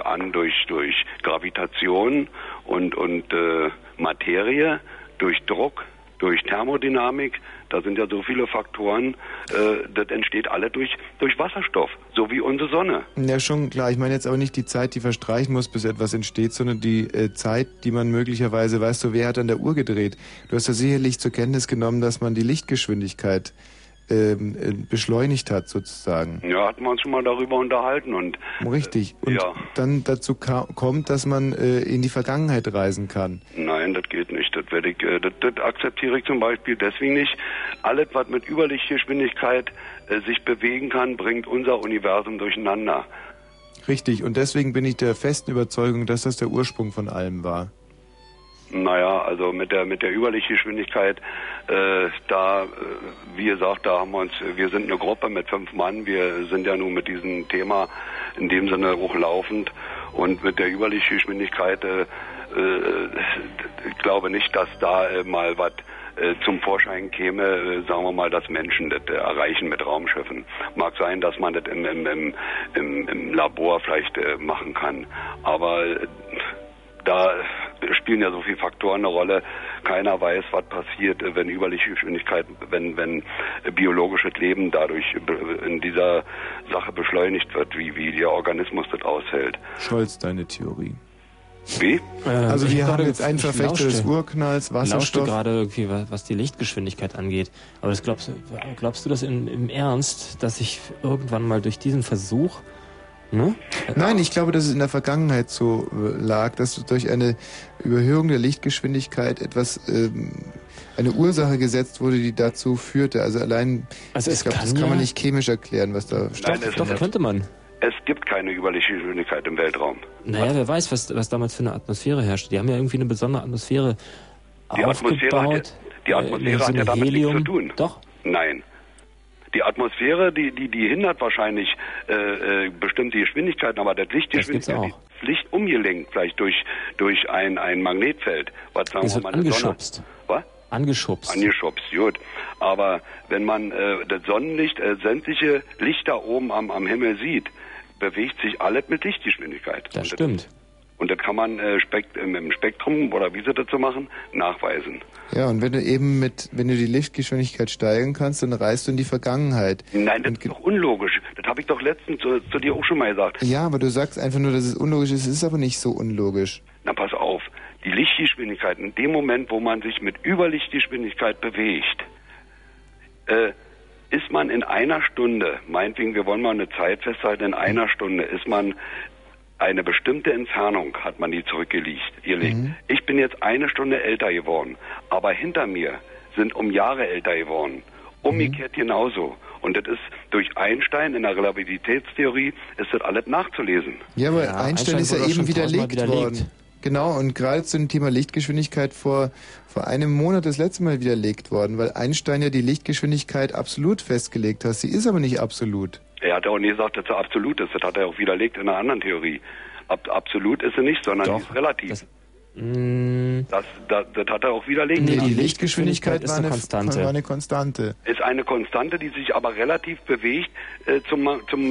S7: Gravitation und Materie, durch Druck, durch Thermodynamik. Da sind ja so viele Faktoren. Das entsteht alle durch Wasserstoff, so wie unsere Sonne.
S1: Ja, schon klar. Ich meine jetzt aber nicht die Zeit, die verstreichen muss, bis etwas entsteht, sondern die Zeit, die man möglicherweise, weißt du, wer hat an der Uhr gedreht? Du hast ja sicherlich zur Kenntnis genommen, dass man die Lichtgeschwindigkeit beschleunigt hat, sozusagen.
S7: Ja, hatten wir uns schon mal darüber unterhalten. Und
S1: richtig. Und dann dazu kommt, dass man in die Vergangenheit reisen kann.
S7: Nein, das geht nicht. Das akzeptiere ich zum Beispiel deswegen nicht. Alles, was mit Überlichtgeschwindigkeit sich bewegen kann, bringt unser Universum durcheinander.
S1: Richtig. Und deswegen bin ich der festen Überzeugung, dass das der Ursprung von allem war.
S7: Naja, also mit der Überlichtgeschwindigkeit, wie gesagt, da haben wir sind eine Gruppe mit 5 Mann, wir sind ja nun mit diesem Thema in dem Sinne hochlaufend und mit der Überlichtgeschwindigkeit, ich glaube nicht, dass da mal was zum Vorschein käme, sagen wir mal, dass Menschen das erreichen mit Raumschiffen. Mag sein, dass man das im Labor vielleicht machen kann, aber da spielen ja so viele Faktoren eine Rolle. Keiner weiß, was passiert, wenn Überlichtgeschwindigkeit, wenn biologisches Leben dadurch in dieser Sache beschleunigt wird, wie der Organismus das aushält.
S1: Scholz, deine Theorie.
S7: Wie?
S1: Also wir haben jetzt einen Verfechter des Urknalls, Wasserstoff.
S2: Ich lauschte gerade irgendwie, was die Lichtgeschwindigkeit angeht. Aber das glaubst du das im Ernst, dass ich irgendwann mal durch diesen Versuch...
S1: Nein, ich glaube, dass es in der Vergangenheit so lag, dass durch eine Überhöhung der Lichtgeschwindigkeit eine Ursache gesetzt wurde, die dazu führte. Also allein, ich glaube, das kann man nicht chemisch erklären, was da stattfindet.
S2: Doch, könnte man.
S7: Es gibt keine Überlichtgeschwindigkeit im Weltraum.
S2: Naja, wer weiß, was damals für eine Atmosphäre herrscht. Die haben ja irgendwie eine besondere Atmosphäre aufgebaut.
S7: Die Atmosphäre hat ja damit nichts zu tun.
S2: Doch.
S7: Nein. Die Atmosphäre, die hindert wahrscheinlich bestimmte Geschwindigkeiten, aber das Lichtgeschwindigkeit, das Licht umgelenkt vielleicht durch ein Magnetfeld. Was sagen wir mal,
S2: angeschubst.
S7: Was?
S2: Angeschubst,
S7: gut. Aber wenn man das Sonnenlicht, sämtliche Lichter oben am Himmel sieht, bewegt sich alles mit Lichtgeschwindigkeit.
S2: Das stimmt.
S7: Und das kann man im Spektrum, oder wie sie das so machen, nachweisen.
S1: Ja, und wenn du die Lichtgeschwindigkeit steigern kannst, dann reist du in die Vergangenheit.
S7: Nein, das ist doch unlogisch. Das habe ich doch letztens zu dir auch schon mal gesagt.
S1: Ja, aber du sagst einfach nur, dass es unlogisch ist. Es ist aber nicht so unlogisch.
S7: Na, pass auf. Die Lichtgeschwindigkeit, in dem Moment, wo man sich mit Überlichtgeschwindigkeit bewegt, ist man in einer Stunde, meinetwegen, wir wollen mal eine Zeit festhalten, in einer Stunde ist man eine bestimmte Entfernung, hat man die zurückgelegt. Ich bin jetzt eine Stunde älter geworden, aber hinter mir sind Jahre älter geworden. Umgekehrt genauso. Und das ist durch Einstein in der Relativitätstheorie ist das alles nachzulesen.
S1: Ja, aber Einstein ist ja eben widerlegt worden. Genau, und gerade zu dem Thema Lichtgeschwindigkeit vor einem Monat das letzte Mal widerlegt worden, weil Einstein ja die Lichtgeschwindigkeit absolut festgelegt hat. Sie ist aber nicht absolut.
S7: Er hat ja auch nie gesagt, dass sie absolut ist. Das hat er auch widerlegt in einer anderen Theorie. Absolut ist sie nicht, sondern sie ist relativ. Das hat er auch widerlegt.
S1: Nee, die Lichtgeschwindigkeit war eine Konstante.
S7: Ist eine Konstante, die sich aber relativ bewegt zum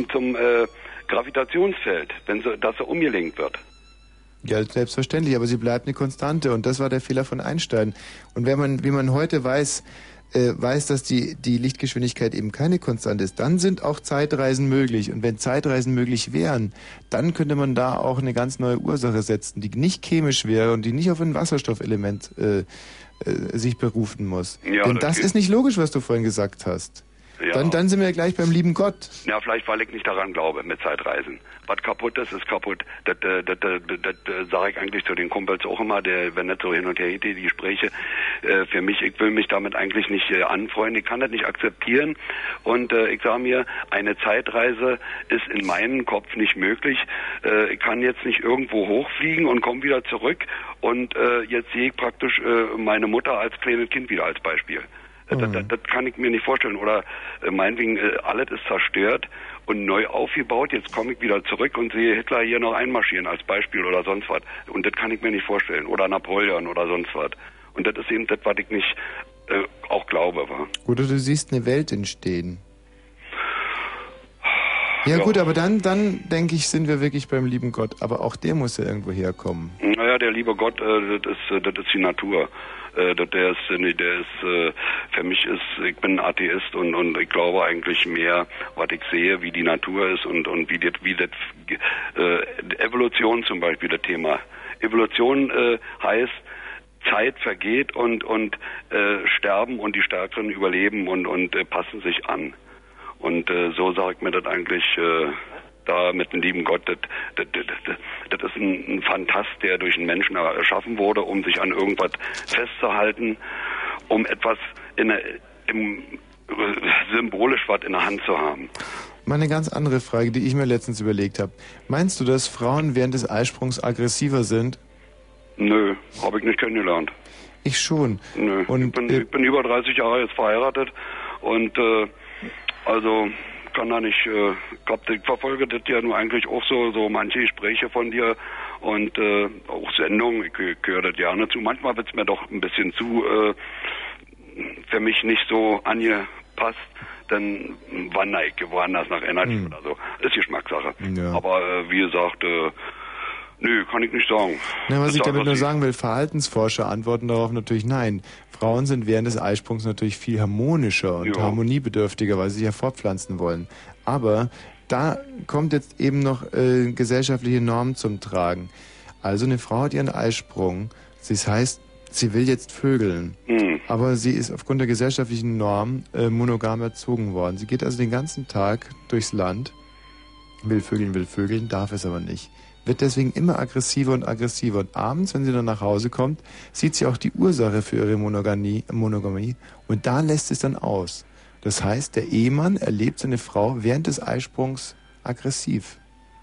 S7: Gravitationsfeld, dass sie umgelenkt wird.
S1: Ja, selbstverständlich, aber sie bleibt eine Konstante und das war der Fehler von Einstein. Und wie man heute weiß, dass die Lichtgeschwindigkeit eben keine Konstante ist, dann sind auch Zeitreisen möglich. Und wenn Zeitreisen möglich wären, dann könnte man da auch eine ganz neue Ursache setzen, die nicht chemisch wäre und die nicht auf ein Wasserstoffelement sich berufen muss. Ja, denn das ist nicht logisch, was du vorhin gesagt hast. Ja. Dann sind wir ja gleich beim lieben Gott.
S7: Ja, vielleicht, weil ich nicht daran glaube mit Zeitreisen. Was kaputt ist, ist kaputt. Das sage ich eigentlich zu den Kumpels auch immer, wenn das so hin und her geht, die Gespräche. Für mich, ich will mich damit eigentlich nicht anfreunden. Ich kann das nicht akzeptieren. Und ich sage mir, eine Zeitreise ist in meinem Kopf nicht möglich. Ich kann jetzt nicht irgendwo hochfliegen und komme wieder zurück. Und jetzt sehe ich praktisch meine Mutter als kleines Kind wieder als Beispiel. Das kann ich mir nicht vorstellen. Oder meinetwegen, alles ist zerstört und neu aufgebaut. Jetzt komme ich wieder zurück und sehe Hitler hier noch einmarschieren als Beispiel oder sonst was. Und das kann ich mir nicht vorstellen. Oder Napoleon oder sonst was. Und das ist eben das, was ich nicht auch glaube. Wa?
S1: Oder du siehst eine Welt entstehen. Ja gut, aber dann denke ich, sind wir wirklich beim lieben Gott. Aber auch der muss ja irgendwo herkommen.
S7: Naja, der liebe Gott, das ist die Natur. Für mich ich bin Atheist und ich glaube eigentlich mehr, was ich sehe, wie die Natur ist und wie das Evolution zum Beispiel, das Thema. Evolution heißt, Zeit vergeht und sterben und die Stärkeren überleben und passen sich an. Und so sagt mir das eigentlich da mit dem lieben Gott, das ist ein Phantast, der durch einen Menschen erschaffen wurde, um sich an irgendwas festzuhalten, um etwas symbolisch was in der Hand zu haben.
S1: Mal eine ganz andere Frage, die ich mir letztens überlegt habe. Meinst du, dass Frauen während des Eisprungs aggressiver sind?
S7: Nö, habe ich nicht kennengelernt.
S1: Ich schon.
S7: Nö, und ich bin über 30 Jahre jetzt verheiratet und also kann da nicht, ich verfolge das ja nur eigentlich auch so manche Gespräche von dir und auch Sendungen, ich höre das gerne zu. Manchmal wird es mir doch ein bisschen zu für mich nicht so angepasst, dann wandere ich woanders nach Energy oder so. Ist Geschmackssache. Ja. Aber wie gesagt, nö, kann ich nicht sagen.
S1: Na, was ich damit nur sagen will, Verhaltensforscher antworten darauf natürlich nein. Frauen sind während des Eisprungs natürlich viel harmonischer und harmoniebedürftiger, weil sie sich ja fortpflanzen wollen. Aber da kommt jetzt eben noch gesellschaftliche Normen zum Tragen. Also eine Frau hat ihren Eisprung, das heißt, sie will jetzt vögeln, aber sie ist aufgrund der gesellschaftlichen Norm monogam erzogen worden. Sie geht also den ganzen Tag durchs Land, will vögeln, darf es aber nicht. Wird deswegen immer aggressiver und aggressiver. Und abends, wenn sie dann nach Hause kommt, sieht sie auch die Ursache für ihre Monogamie und da lässt es dann aus. Das heißt, der Ehemann erlebt seine Frau während des Eisprungs aggressiv.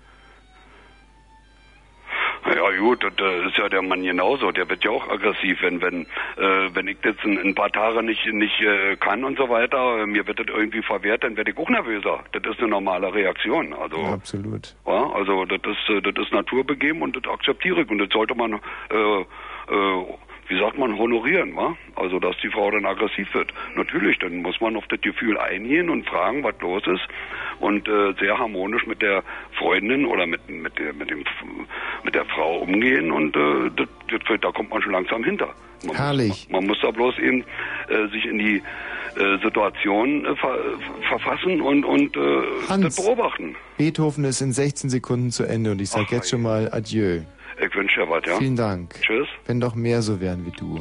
S7: Ja gut, das ist ja der Mann genauso, der wird ja auch aggressiv, wenn ich jetzt ein paar Tage nicht kann und so weiter, mir wird das irgendwie verwehrt, dann werde ich auch nervöser. Das ist eine normale Reaktion. Also,
S1: ja, absolut.
S7: Ja, also das ist naturbegeben und das akzeptiere ich und das sollte man wie sagt man, honorieren, wa? Also, dass die Frau dann aggressiv wird. Natürlich, dann muss man auf das Gefühl eingehen und fragen, was los ist. Und sehr harmonisch mit der Freundin oder mit der Frau umgehen. Und da kommt man schon langsam hinter.
S1: Herrlich.
S7: Man muss da bloß eben sich in die Situation verfassen und das beobachten.
S1: Beethoven ist in 16 Sekunden zu Ende und ich sage jetzt schon mal Adieu.
S7: Ich wünsche dir was, ja?
S1: Vielen Dank.
S7: Tschüss.
S1: Wenn doch mehr so wären wie du.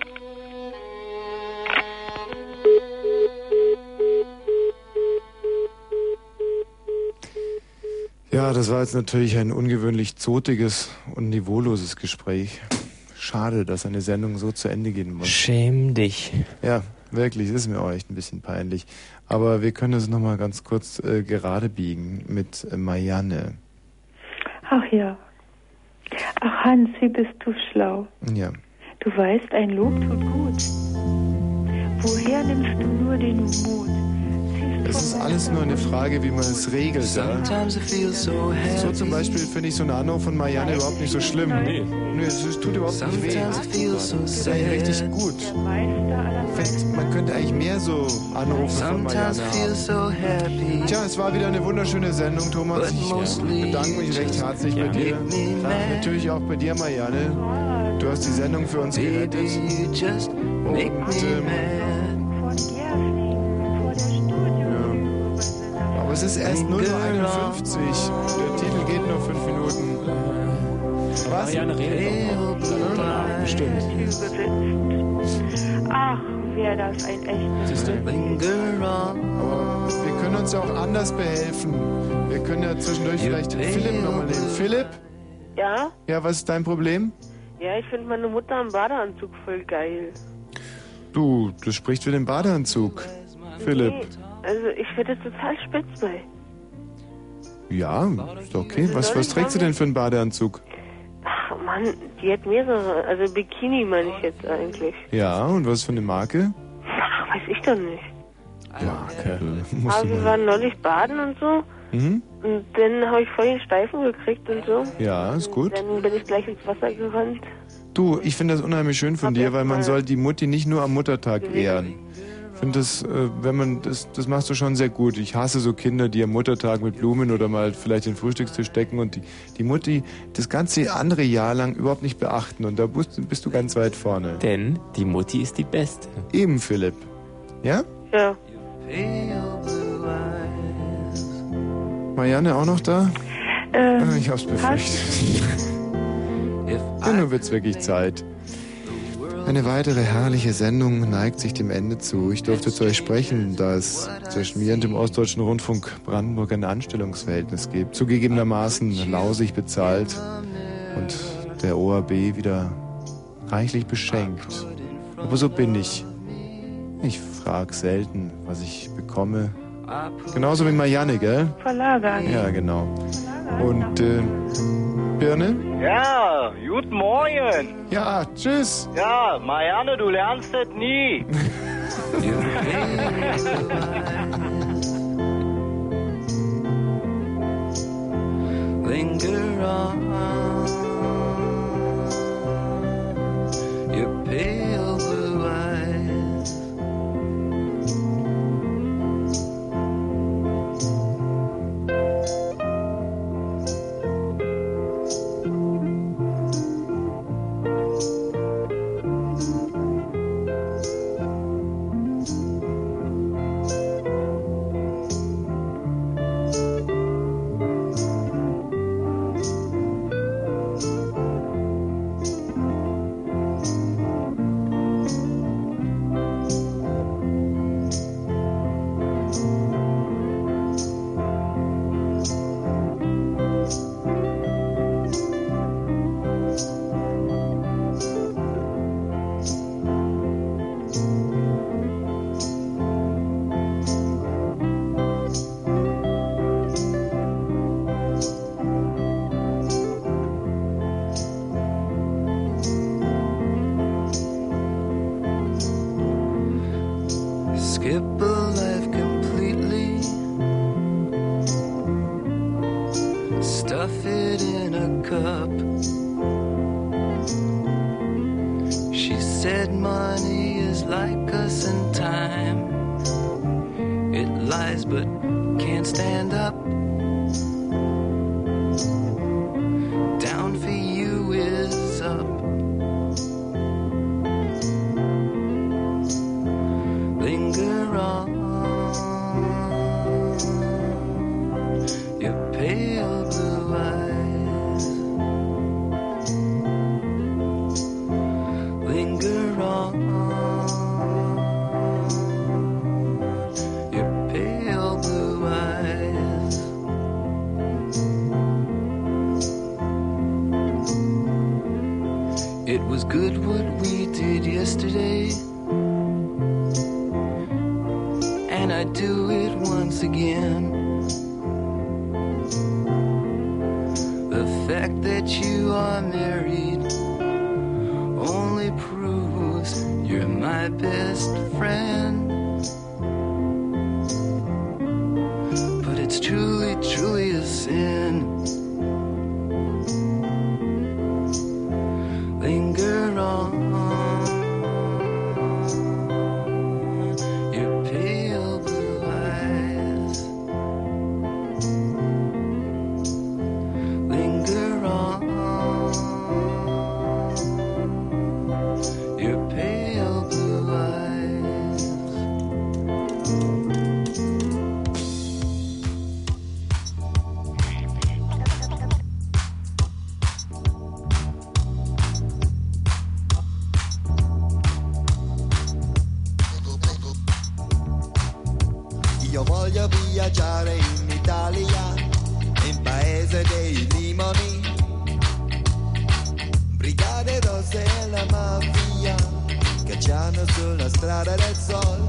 S1: Ja, das war jetzt natürlich ein ungewöhnlich zotiges und niveauloses Gespräch. Schade, dass eine Sendung so zu Ende gehen muss.
S2: Schäm dich.
S1: Ja, wirklich, ist mir auch echt ein bisschen peinlich. Aber wir können es nochmal ganz kurz gerade biegen mit Marianne.
S13: Ach ja. Ach Hans, wie bist du schlau.
S1: Ja.
S13: Du weißt, ein Lob tut gut. Woher nimmst du nur den Mut?
S1: Es ist alles nur eine Frage, wie man es regelt. Ja? So zum Beispiel finde ich so einen Anruf von Marianne überhaupt nicht so schlimm. Nee, es tut überhaupt nicht weh. Das ist eigentlich richtig gut. Man könnte eigentlich mehr so Anrufe von Marianne haben. Tja, es war wieder eine wunderschöne Sendung, Thomas. Ich bedanke mich recht herzlich bei dir. Natürlich auch bei dir, Marianne. Du hast die Sendung für uns gerettet. Aber es ist erst 0:51 Uhr. Der Titel geht nur 5 Minuten. Was?
S2: Marianne redet doch.
S1: Bestimmt.
S13: Ach, wäre das ein echtes.
S1: Aber wir können uns ja auch anders behelfen. Wir können ja zwischendurch vielleicht Philipp nochmal nehmen. Philipp?
S21: Ja?
S1: Ja, was ist dein Problem?
S21: Ja, ich finde meine Mutter im Badeanzug voll geil.
S1: Du, das spricht für den Badeanzug. Philipp.
S21: Nee, also ich finde das total spitz bei.
S1: Ja, ist okay. Was trägt sie denn für einen Badeanzug?
S21: Ach Mann, die hat mehrere. Also Bikini meine ich jetzt eigentlich.
S1: Ja, und was für eine Marke?
S21: Ach, weiß ich doch nicht.
S1: Marke.
S21: Aber wir waren neulich baden und so.
S1: Mhm.
S21: Und dann habe ich voll den Steifen gekriegt und so.
S1: Ja, ist gut.
S21: Und dann bin ich gleich ins Wasser gerannt.
S1: Du, ich finde das unheimlich schön von dir, weil man soll die Mutti nicht nur am Muttertag ehren. Ich finde das, das machst du schon sehr gut. Ich hasse so Kinder, die am Muttertag mit Blumen oder mal vielleicht den Frühstückstisch decken und die Mutti das ganze andere Jahr lang überhaupt nicht beachten. Und da bist du ganz weit vorne.
S2: Denn die Mutti ist die Beste.
S1: Eben, Philipp. Ja?
S21: Ja.
S1: Marianne auch noch da? Ich hab's befürchtet. Ja, nun wird's wirklich Zeit. Eine weitere herrliche Sendung neigt sich dem Ende zu. Ich durfte zu euch sprechen, da es zwischen mir und dem Ostdeutschen Rundfunk Brandenburg ein Anstellungsverhältnis gibt. Zugegebenermaßen lausig bezahlt und der ORB wieder reichlich beschenkt. Aber so bin ich. Ich frage selten, was ich bekomme. Genauso wie Marianne, gell?
S13: Verlagern.
S1: Ja, genau. Und, Birne?
S20: Ja, guten Morgen.
S1: Ja, tschüss.
S20: Ja, Marianne, du lernst das nie.
S8: Linger on, your pale blue eyes. Skip a life completely, stuff it in a cup, She said money is like us in time. It lies but can't stand up. Down for you is up. Linger on, your pale blue eyes. Linger on, your pale blue eyes. It was good what we did yesterday, and I'd do it once again. The fact that you are married only proves you're my best friend. But it's truly, truly a sin. Linger on, your pale blue eyes. Linger on, your pale blue eyes.
S15: Io voglio viaggiare in Italia, in paese dei limoni, brigate rosse e la mafia che c'hanno sulla strada del sol,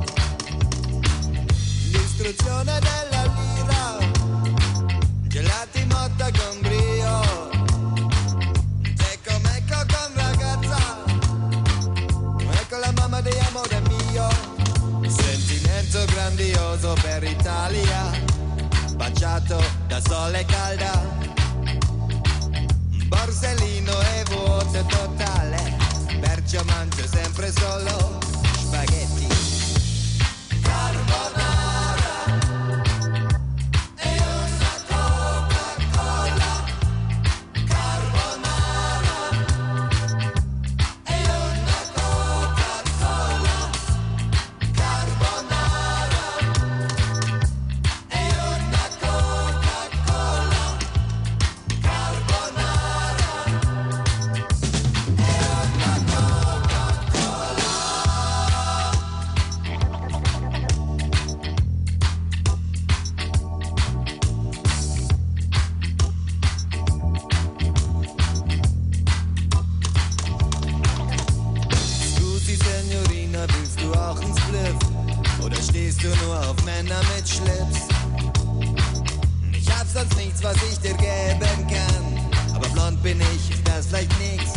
S15: l'istruzione della lira, gelati motta con brio, ecco mecco con ragazza, ecco la mamma di amore mio. Sentimento grandioso per Italia, baciato da sole calda, borsellino e vuoto totale, perciò mangio sempre solo spaghetti. Carbonara e una Coca-Cola, carbonara e una Coca-Cola. Oder stehst du nur auf Männer mit Schlips? Ich hab sonst nichts, was ich dir geben kann, aber blond bin ich, ist das vielleicht nix.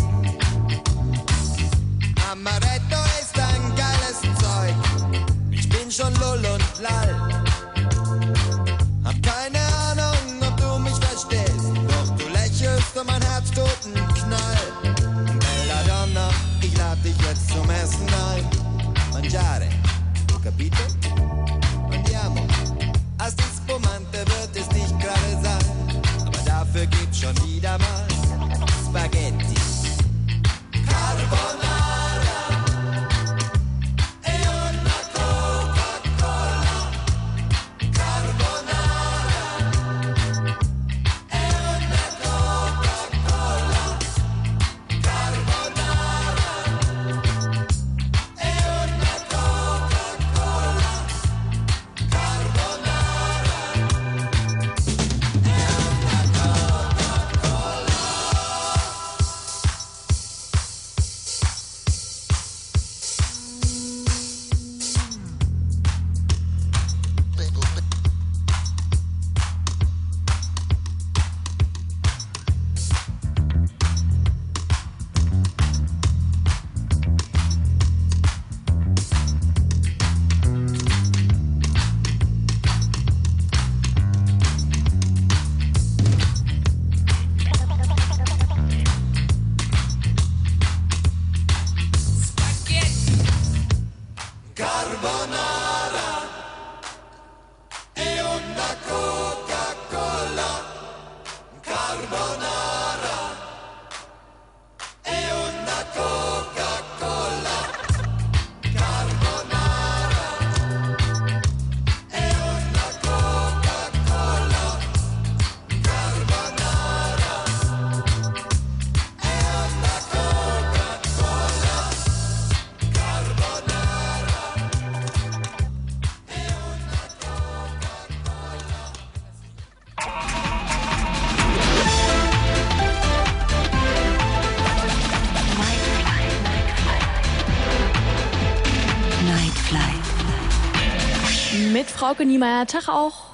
S15: Amaretto ist ein geiles Zeug, ich bin schon lull und lall. Hab keine Ahnung, ob du mich verstehst, doch du lächelst und mein Herz tut einen Knall. Belladonna, ich lad dich jetzt zum Essen ein. Mangiare, capito? Andiamo. Als die Spumante wird es nicht gerade sein, aber dafür gibt's schon wieder mal Spaghetti. Carbonara e una Coca-Cola. Carbonara e una Coca-Cola. Carbonara e una Coca-Cola. Carbonara.
S17: Frauke Niemeyer. Tag auch.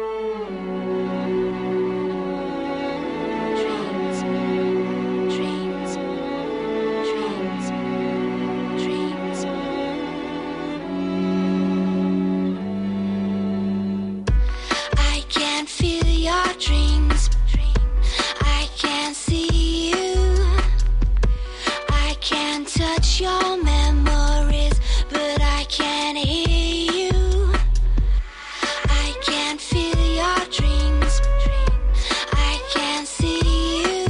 S19: Your memories, but I can't hear you. I can't feel your dreams. I can't see you.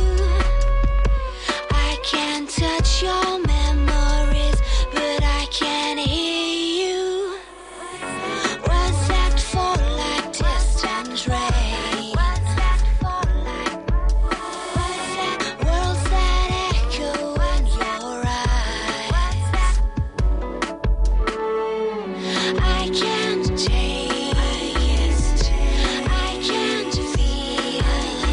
S19: I can't touch your memories, but I can't hear you. Words that fall like distant rain. Words that fall like words that echo in your eyes. I can't taste, I can't feel,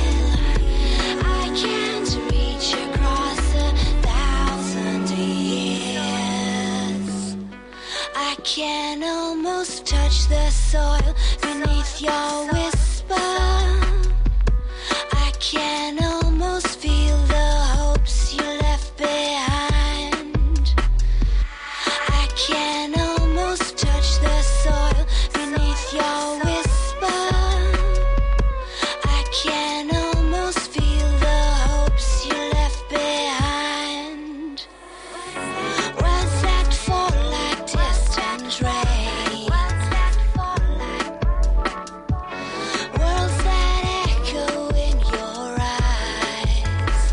S19: I can't reach across 1,000 years. I can almost touch the soil beneath your whisper. I can almost feel the hopes you left behind. I can almost touch the soil beneath your whisper. I can almost feel the hopes you left behind. Words that fall like distant rain. Words that fall like words that echo in your eyes.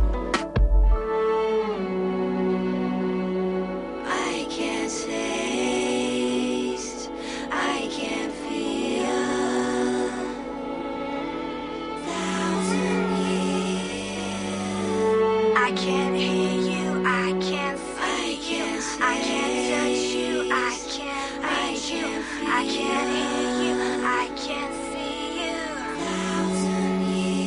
S19: I can't taste, I can't feel 1,000 years. I can't hear you, I can't see you, I can't touch you, I can't reach you, I can't hear you, I can't see you. 1,000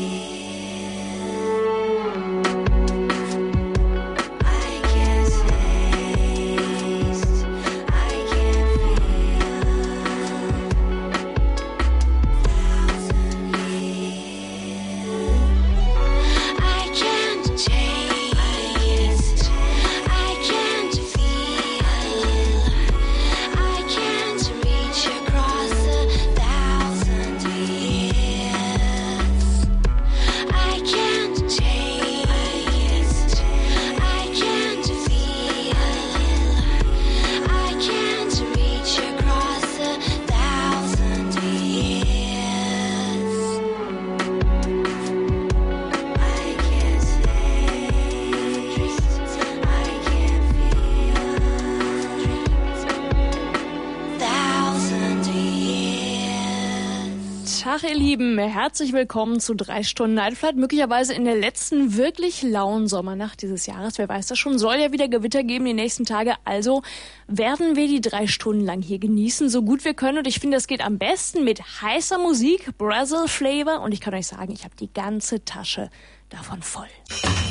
S19: years. I can't taste, I can't feel 1,000 years. I can't taste, I can't feel, I can't reach across 1,000 years. I can't taste, I can't feel, I can't reach across 1,000 years. I can't taste, I can't feel 1,000 years.
S17: Tag, ihr Lieben, herzlich willkommen zu 3 Stunden Night Flight. Möglicherweise in der letzten wirklich lauen Sommernacht dieses Jahres. Wer weiß das schon, soll ja wieder Gewitter geben die nächsten Tage. Also werden wir die 3 Stunden lang hier genießen, so gut wir können. Und ich finde, das geht am besten mit heißer Musik, Brazil Flavor. Und ich kann euch sagen, ich habe die ganze Tasche davon voll.